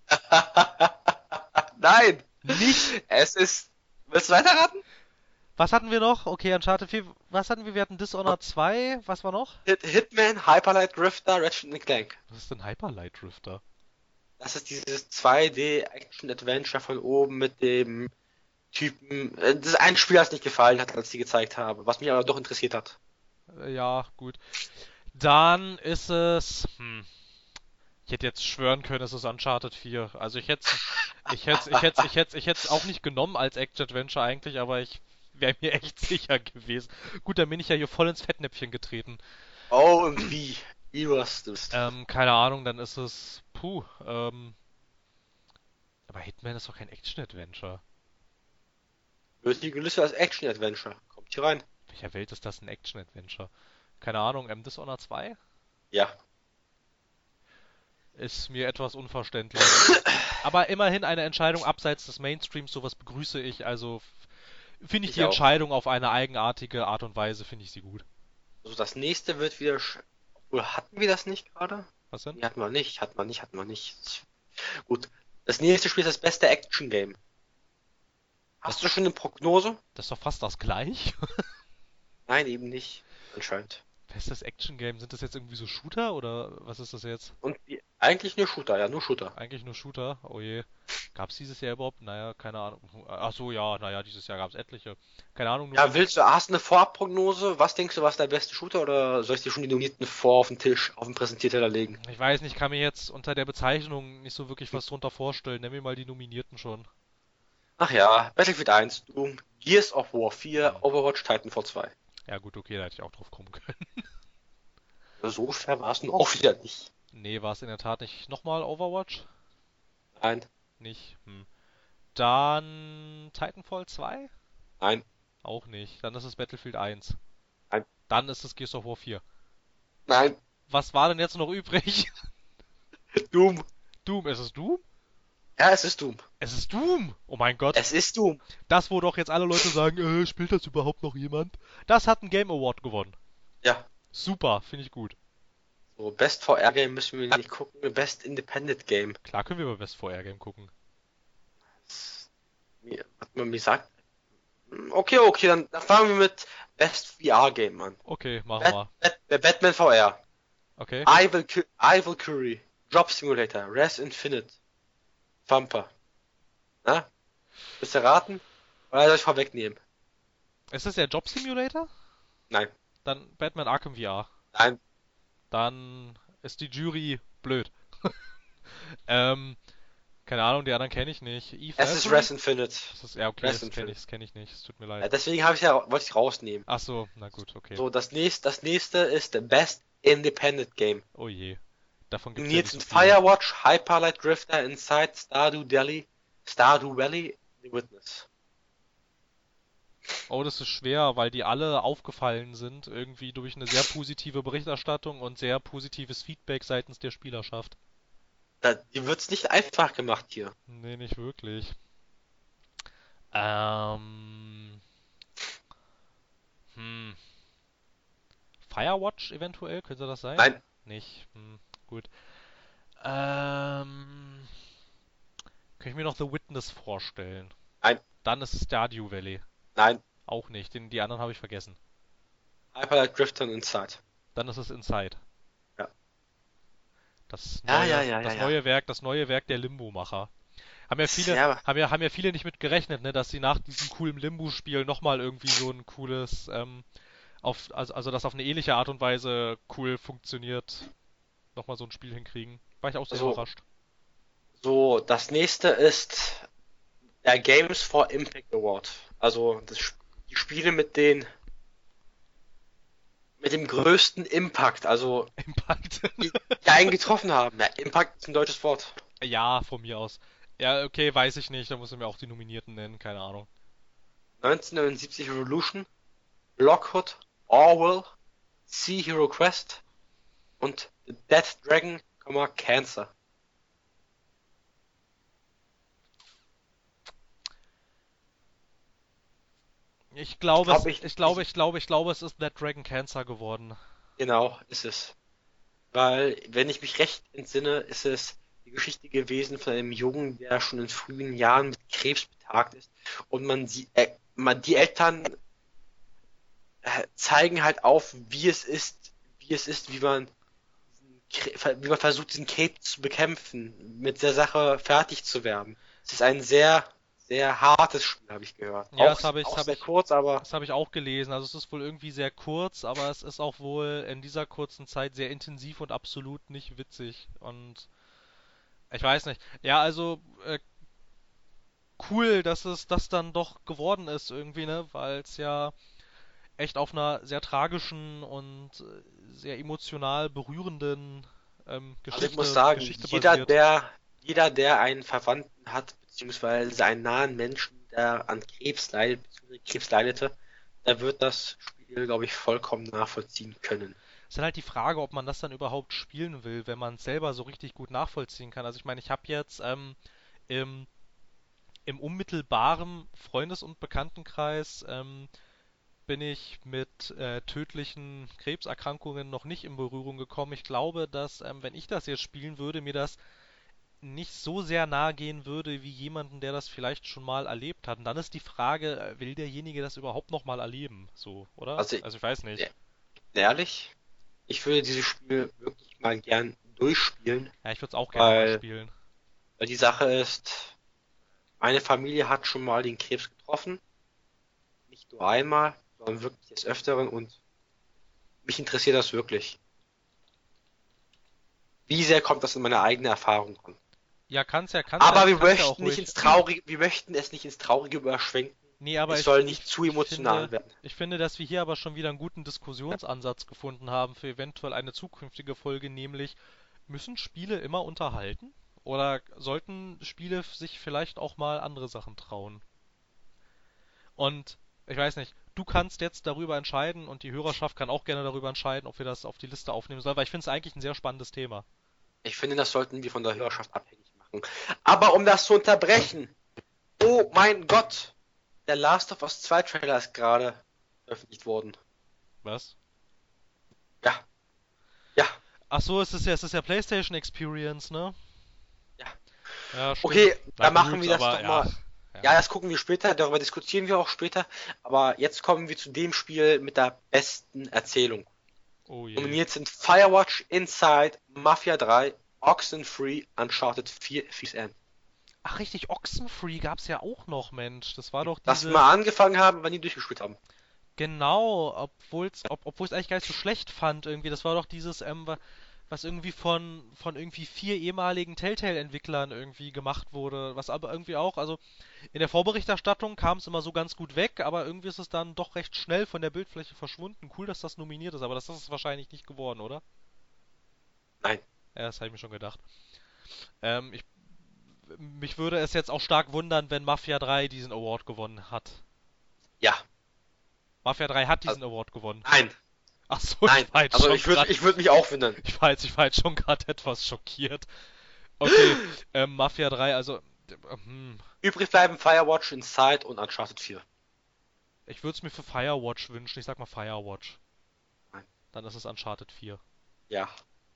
Nein! Nicht? Es ist. Willst du weiterraten? Was hatten wir noch? Okay, Uncharted 4. Was hatten wir? Wir hatten Dishonored 2. Was war noch? Hitman, Hyper Light Drifter, Ratchet Clank. Was ist denn Hyper Light Drifter? Das ist dieses 2D-Action-Adventure von oben mit dem Typen. Das ist ein Spiel, das nicht gefallen hat, als ich die gezeigt habe, was mich aber doch interessiert hat. Ja, gut. Dann ist es. Ich hätte jetzt schwören können, es ist Uncharted 4. Also ich hätte es auch nicht genommen als Action-Adventure eigentlich, aber ich wäre mir echt sicher gewesen. Gut, dann bin ich ja hier voll ins Fettnäpfchen getreten. Oh, und wie was du bist. Keine Ahnung, dann ist es. Aber Hitman ist doch kein Action-Adventure. Wird die gelistet als Action-Adventure. Kommt hier rein. In welcher Welt ist das ein Action-Adventure? Keine Ahnung, Dishonored 2? Ja. Ist mir etwas unverständlich. Aber immerhin eine Entscheidung abseits des Mainstreams, sowas begrüße ich. Also finde ich die Ich auch. Entscheidung auf eine eigenartige Art und Weise, finde ich sie gut. Also das nächste wird wieder. Oder hatten wir das nicht gerade? Was denn? Nee, hatten wir nicht. Gut. Das nächste Spiel ist das beste Action-Game. Das, Hast du schon eine Prognose? das ist doch fast das gleich. Nein, eben nicht. Anscheinend. Bestes Action-Game, sind das jetzt irgendwie so Shooter oder was ist das jetzt? Und eigentlich nur Shooter, ja, nur Shooter. Eigentlich nur Shooter? Oh je. Gab's dieses Jahr überhaupt? Naja, keine Ahnung. Ach so, ja, naja, dieses Jahr gab's etliche. Keine Ahnung, Ja, hast du eine Vorabprognose? Was denkst du, was der beste Shooter oder soll ich dir schon die Nominierten vor auf den Tisch, auf den Präsentierteller legen? ich weiß nicht, kann mir jetzt unter der Bezeichnung nicht so wirklich was drunter vorstellen. Nenn mir mal die Nominierten schon. Ach ja, Battlefield 1, Doom, Gears of War 4, Hm. Overwatch, Titanfall 2. Ja gut, okay, da hätte ich auch drauf kommen können. So schwer war es nun auch wieder nicht. Nee, war es in der Tat nicht. Nochmal Overwatch? Nein, Nicht. Dann Titanfall 2? nein, Auch nicht. Dann ist es Battlefield 1. nein, Dann ist es Gears of War 4. nein. Was war denn jetzt noch übrig? Doom. Doom. Ist es Doom? Ja, es ist Doom. Es ist Doom! Oh mein Gott. Es ist Doom. Das, wo doch jetzt alle Leute sagen, spielt das überhaupt noch jemand? Das hat einen Game Award gewonnen. Ja. Super, finde ich gut. So, Best VR Game müssen wir nicht gucken. Best Independent Game. Klar können wir bei Best VR Game gucken. Hat man mir gesagt? Okay, dann fangen wir mit Best VR Game an. Okay, machen wir. Batman VR. Okay. Evil Curry. Job Simulator. Res Infinite. Thumper. Na? Willst du raten? Oder soll ich vorwegnehmen? Ist das der Job Simulator? Nein. Dann Batman Arkham VR. Nein. Dann ist die Jury blöd. ähm, keine Ahnung, die anderen kenne ich nicht. Eve Es ist Valkyrie? Res Infinite. Ja, okay, Res das kenne Infinite. ich, das kenne ich nicht. Es tut mir Ja, leid. deswegen wollte ich rausnehmen. Ach so, na gut, okay. So, das nächste ist der Best Independent Game. Oh je. Davon gibt's ja Nominiert nicht so sind viele. Firewatch, Hyperlight Drifter, Inside, Stardew Valley, The Witness. Oh, das ist schwer, weil die alle aufgefallen sind, irgendwie durch eine sehr positive Berichterstattung und sehr positives Feedback seitens der Spielerschaft. Die wird's nicht einfach gemacht hier. Nee, nicht wirklich. Ähm, hm. Firewatch eventuell, könnte das sein? Nein, Nicht. Gut. Ähm, Könnte ich mir noch The Witness vorstellen. nein, Dann ist es Stardew Valley. nein. Auch nicht, die anderen habe ich vergessen. Hyperlight Drifter und Inside. Dann ist es Inside. Ja. Das Ja, neue, ja, ja, ja, das ja. neue Werk, das neue Werk der Limbo-Macher. Haben ja viele, Ja, haben ja viele nicht mit gerechnet, ne, dass sie nach diesem coolen Limbo-Spiel nochmal irgendwie so ein cooles, also das auf eine ähnliche Art und Weise cool funktioniert, nochmal so ein Spiel hinkriegen. War ich auch sehr so, überrascht. so, das nächste ist der Games for Impact Award. Also die Spiele mit dem größten Impact, also Impact. die einen getroffen haben. Ja, Impact ist ein deutsches Wort. Ja, von mir aus. Ja, okay, weiß ich nicht, da musst du mir auch die Nominierten nennen, keine Ahnung. 1979 Revolution, Blockhood, Orwell, Sea Hero Quest und Dead Dragon, Cancer. Ich glaube, Glaub ich, es ist That Dragon Cancer geworden. genau, ist es. Weil, wenn ich mich recht entsinne, ist es die Geschichte gewesen von einem Jungen, der schon in frühen Jahren mit Krebs betagt ist. Und die Eltern zeigen halt auf, wie man diesen wie man versucht, diesen Cape zu bekämpfen, mit der Sache fertig zu werden. Es ist ein sehr, sehr hartes Spiel, habe ich gehört. Ja, Auch sehr kurz, aber das habe ich auch gelesen. Also es ist wohl irgendwie sehr kurz, aber es ist auch wohl in dieser kurzen Zeit sehr intensiv und absolut nicht witzig. Und ich weiß nicht. Ja, also cool, dass es das dann doch geworden ist irgendwie, ne? Weil es ja echt auf einer sehr tragischen und sehr emotional berührenden ich muss sagen, Geschichte basiert. jeder, der einen Verwandten hat, beziehungsweise einen nahen Menschen, der an Krebs leidet, beziehungsweise Krebs leidete, der wird das Spiel, glaube ich, vollkommen nachvollziehen können. Es ist dann halt die Frage, ob man das dann überhaupt spielen will, wenn man es selber so richtig gut nachvollziehen kann. Also ich meine, ich habe jetzt im, im unmittelbaren Freundes- und Bekanntenkreis bin ich mit tödlichen Krebserkrankungen noch nicht in Berührung gekommen. Ich glaube, dass wenn ich das jetzt spielen würde, mir das nicht so sehr nahe gehen würde wie jemanden, der das vielleicht schon mal erlebt hat. Und dann ist die Frage, will derjenige das überhaupt noch mal erleben? So, oder? Also, Also ich weiß ja, nicht. ehrlich, ich würde dieses Spiel wirklich mal gern durchspielen, Ja, ich würde es auch gerne mal weil, spielen. weil die Sache ist, meine Familie hat schon mal den Krebs getroffen, nicht nur einmal, sondern wirklich des Öfteren und mich interessiert das wirklich. Wie sehr kommt das in meine eigene Erfahrung an? Ja, Aber kann's ja auch ruhig. Wir möchten es nicht ins Traurige überschwenken. Nee, aber Es soll nicht zu ich emotional werden. finde, dass wir hier aber schon wieder einen guten Diskussionsansatz gefunden haben für eventuell eine zukünftige Folge, nämlich, müssen Spiele immer unterhalten? Oder sollten Spiele sich vielleicht auch mal andere Sachen trauen? Und ich weiß nicht, du kannst jetzt darüber entscheiden und die Hörerschaft kann auch gerne darüber entscheiden, ob wir das auf die Liste aufnehmen sollen, weil ich finde es eigentlich ein sehr spannendes Thema. Ich finde, das sollten wir von der Hörerschaft abhängig machen. Aber um das zu unterbrechen, oh mein Gott, der Last of Us 2 Trailer ist gerade veröffentlicht worden. Was? Ja, ja, Ach so, es ist ja PlayStation Experience, ne? ja. Ja, stimmt. Okay, Na dann machen gut, wir das aber doch ja. mal. Ja, Ja. das gucken wir später, darüber diskutieren wir auch später. Aber jetzt kommen wir zu dem Spiel mit der besten Erzählung. Oh je. Nominiert sind Firewatch, Inside, Mafia 3, Oxenfree, Uncharted 4, Thief's End. Ach richtig, Oxenfree gab's ja auch noch, Mensch. Das war doch Das wir dieses. mal angefangen haben, wenn die durchgespielt haben. Genau, obwohl es eigentlich gar nicht so schlecht fand irgendwie. Das war doch dieses, was irgendwie von irgendwie 4 ehemaligen Telltale-Entwicklern irgendwie gemacht wurde. Was aber irgendwie auch, also in der Vorberichterstattung kam es immer so ganz gut weg, aber irgendwie ist es dann doch recht schnell von der Bildfläche verschwunden. Cool, dass das nominiert ist, aber das ist es wahrscheinlich nicht geworden, oder? Nein, Ja, das habe ich mir schon gedacht. Ähm, ich, mich würde es jetzt auch stark wundern, wenn Mafia 3 diesen Award gewonnen hat. ja, Mafia 3 hat also, diesen Award gewonnen. nein, Ach so, nein. Also ich würde mich auch wundern. Ich war jetzt schon gerade etwas schockiert. Okay, Mafia 3, also, hm, Übrig bleiben Firewatch, Inside und Uncharted 4. ich würde es mir für Firewatch wünschen. Ich sag mal Firewatch. Nein. Dann ist es Uncharted 4. Ja.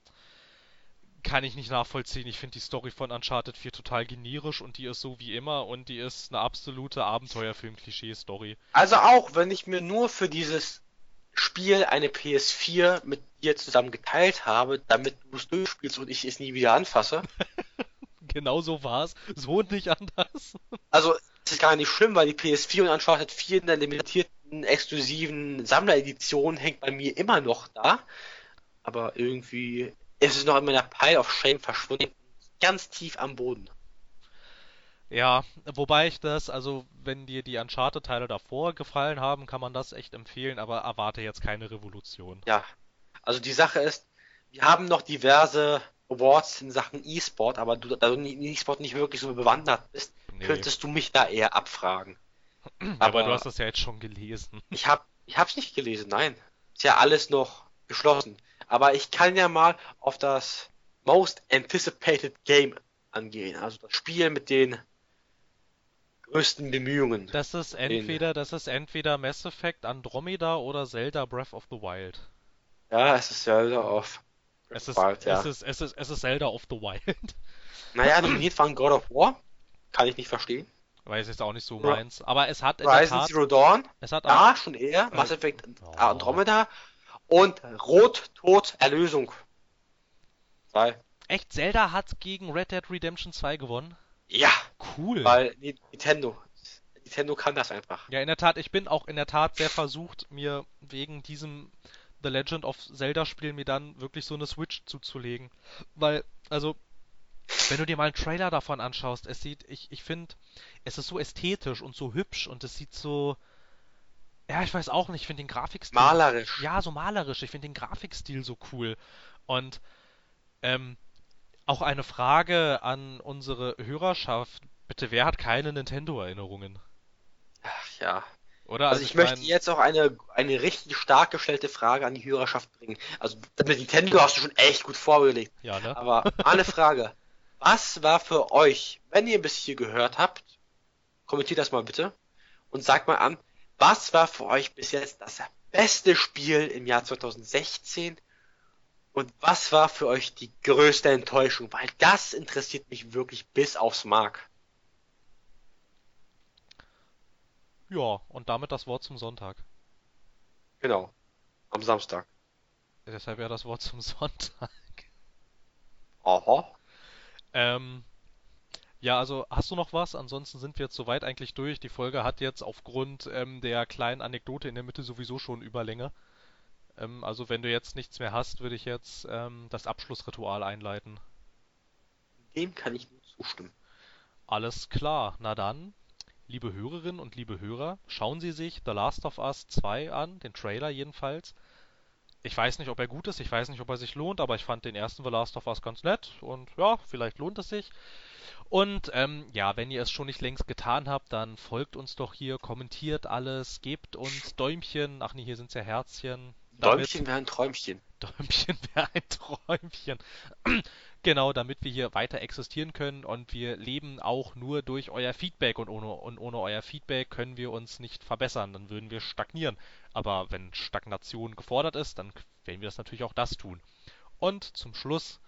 Kann ich nicht nachvollziehen. Ich finde die Story von Uncharted 4 total generisch und die ist so wie immer und die ist eine absolute Abenteuerfilm-Klischee-Story. Also auch, wenn ich mir nur für dieses Spiel eine PS4 mit dir zusammen geteilt habe, damit du es durchspielst und ich es nie wieder anfasse. Genau so war's. So nicht anders. Also, es ist gar nicht schlimm, weil die PS4 und Uncharted 4 in der limitierten, exklusiven Sammleredition hängt bei mir immer noch da. Aber irgendwie ist es noch in meiner Pile of Shame verschwunden. Ganz tief am Boden. Ja, wobei ich das, also wenn dir die Uncharted-Teile davor gefallen haben, kann man das echt empfehlen, aber erwarte jetzt keine Revolution. Ja. Also die Sache ist, wir haben noch diverse Awards in Sachen E-Sport, aber da du in E-Sport nicht wirklich so bewandert bist, Nee. könntest du mich da eher abfragen. Ja, aber du Aber hast das ja jetzt schon gelesen. ich hab's nicht gelesen, nein. Ist ja alles noch geschlossen. Aber ich kann ja mal auf das Most Anticipated Game angehen. Also das Spiel mit den größten Bemühungen. Den, Das ist entweder Mass Effect Andromeda oder Zelda Breath of the Wild. ja, es ist ja wieder auf Breath of the Wild, ja. Es ist Zelda of the Wild. Naja, nominiert waren God of War. Kann ich nicht verstehen. Weiß jetzt auch nicht so Ro- meins. Aber es hat in der Horizon Tat, Zero Dawn. es hat auch, Ja, schon eher. Mass Effect oh, Andromeda. Und Rot, Tod, Erlösung. 2. Echt, Zelda hat gegen Red Dead Redemption 2 gewonnen? Ja, Cool. weil Nintendo kann das einfach. Ja, in der Tat, ich bin auch in der Tat sehr versucht, mir wegen diesem The Legend of Zelda Spiel mir dann wirklich so eine Switch zuzulegen. Weil, also, wenn du dir mal einen Trailer davon anschaust, ich finde, es ist so ästhetisch und so hübsch und es sieht so, ja, ich weiß auch nicht, ich finde den Grafikstil, Malerisch. ja, so malerisch, ich finde den Grafikstil so cool. Und, ähm, auch eine Frage an unsere Hörerschaft. Bitte, wer hat keine Nintendo-Erinnerungen? Ach ja. Oder? Also Also ich ich möchte meine, jetzt auch eine richtig stark gestellte Frage an die Hörerschaft bringen. Also mit Nintendo hast du schon echt gut vorgelegt. ja, ne? Aber mal eine Frage. Was war für euch, wenn ihr bis hier gehört habt, kommentiert das mal bitte und sagt mal an, was war für euch bis jetzt das beste Spiel im Jahr 2016 und was war für euch die größte Enttäuschung? Weil das interessiert mich wirklich bis aufs Mark. Ja, und damit das Wort zum Sonntag. Genau, am Samstag. Deshalb ja das Wort zum Sonntag. Aha. Ähm, ja, also hast du noch was? Ansonsten sind wir jetzt soweit eigentlich durch. Die Folge hat jetzt aufgrund der kleinen Anekdote in der Mitte sowieso schon Überlänge. Also wenn du jetzt nichts mehr hast, würde ich jetzt das Abschlussritual einleiten. Dem kann ich nur zustimmen. Alles klar, na dann, liebe Hörerinnen und liebe Hörer, schauen Sie sich The Last of Us 2 an, den Trailer jedenfalls. Ich weiß nicht, ob er gut ist, ich weiß nicht, ob er sich lohnt, aber ich fand den ersten The Last of Us ganz nett und ja, vielleicht lohnt es sich. Und ja, wenn ihr es schon nicht längst getan habt, dann folgt uns doch hier, kommentiert alles, gebt uns Däumchen, ach nee, hier sind es ja Herzchen, damit Däumchen wäre ein Träumchen. Däumchen wäre ein Träumchen. Genau, damit wir hier weiter existieren können und wir leben auch nur durch euer Feedback und ohne euer Feedback können wir uns nicht verbessern, dann würden wir stagnieren. Aber wenn Stagnation gefordert ist, dann werden wir das natürlich auch das tun. Und zum Schluss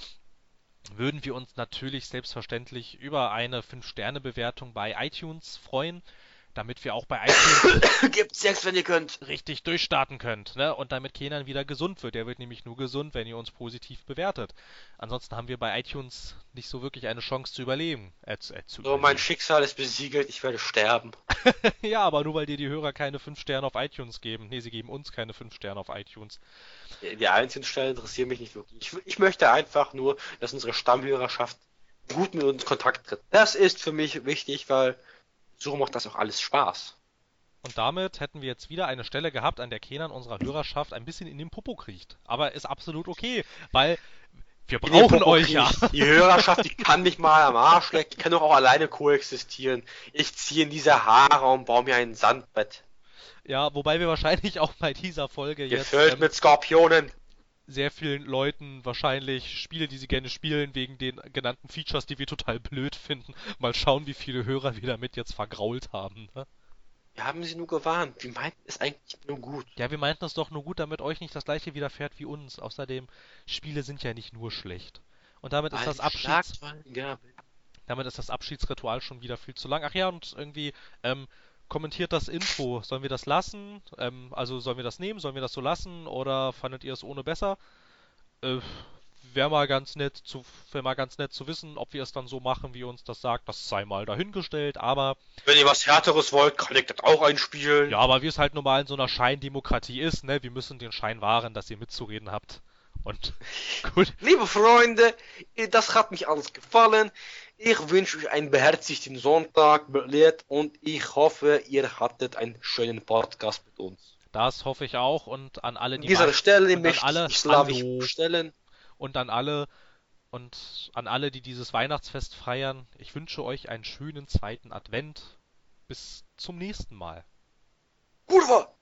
würden wir uns natürlich selbstverständlich über eine 5-Sterne-Bewertung bei iTunes freuen, damit wir auch bei iTunes Gebt 6, wenn ihr könnt. richtig durchstarten könnt, ne? Und damit Kenan wieder gesund wird. Der wird nämlich nur gesund, wenn ihr uns positiv bewertet. Ansonsten haben wir bei iTunes nicht so wirklich eine Chance zu überleben. Zu So, mein überleben. Schicksal ist besiegelt, ich werde sterben. Ja, aber nur weil dir die Hörer keine 5 Sterne auf iTunes geben. Nee, sie geben uns keine 5 Sterne auf iTunes. Die einzelnen Stellen interessieren mich nicht wirklich. Ich möchte einfach nur, dass unsere Stammhörerschaft gut mit uns in Kontakt tritt. Das ist für mich wichtig, weil so macht das auch alles Spaß. Und damit hätten wir jetzt wieder eine Stelle gehabt, an der Kenan unserer Hörerschaft ein bisschen in den Popo kriecht. Aber ist absolut okay, weil wir In den brauchen Popo euch ja. kriecht. Die Hörerschaft, die kann nicht mal am Arsch lecken, die kann doch auch alleine koexistieren. Ich ziehe in diese Haare und baue mir ein Sandbett. Ja, wobei wir wahrscheinlich auch bei dieser Folge jetzt Gefüllt mit Skorpionen. sehr vielen Leuten wahrscheinlich Spiele, die sie gerne spielen, wegen den genannten Features, die wir total blöd finden. Mal schauen, wie viele Hörer wir damit jetzt vergrault haben. Ne? Wir haben sie nur gewarnt. Wir meinten es eigentlich nur gut. Ja, wir meinten es doch nur gut, damit euch nicht das gleiche widerfährt wie uns. Außerdem, Spiele sind ja nicht nur schlecht. Und Weil die Schlagzeilen gabeln. damit ist das Abschiedsritual schon wieder viel zu lang. Ach ja, und irgendwie, kommentiert das Intro. Sollen wir das lassen? Also sollen wir das nehmen? Sollen wir das so lassen? Oder fandet ihr es ohne besser? Äh, wäre mal ganz nett wär mal ganz nett zu wissen, ob wir es dann so machen, wie ihr uns das sagt. Das sei mal dahingestellt, aber Wenn ihr was Härteres wollt, kann ich das auch einspielen. ja, aber wie es halt normal in so einer Scheindemokratie ist, ne? Wir müssen den Schein wahren, dass ihr mitzureden habt. Und gut, Liebe Freunde, das hat mich alles gefallen. Ich wünsche euch einen beherzigten Sonntag und ich hoffe, ihr hattet einen schönen Podcast mit uns. das hoffe ich auch und an alle, An die dieser Stelle und an möchte ich alle, mich slawisch hallo, bestellen. und an alle, die dieses Weihnachtsfest feiern. Ich wünsche euch einen schönen zweiten Advent. Bis zum nächsten Mal. Kurwa!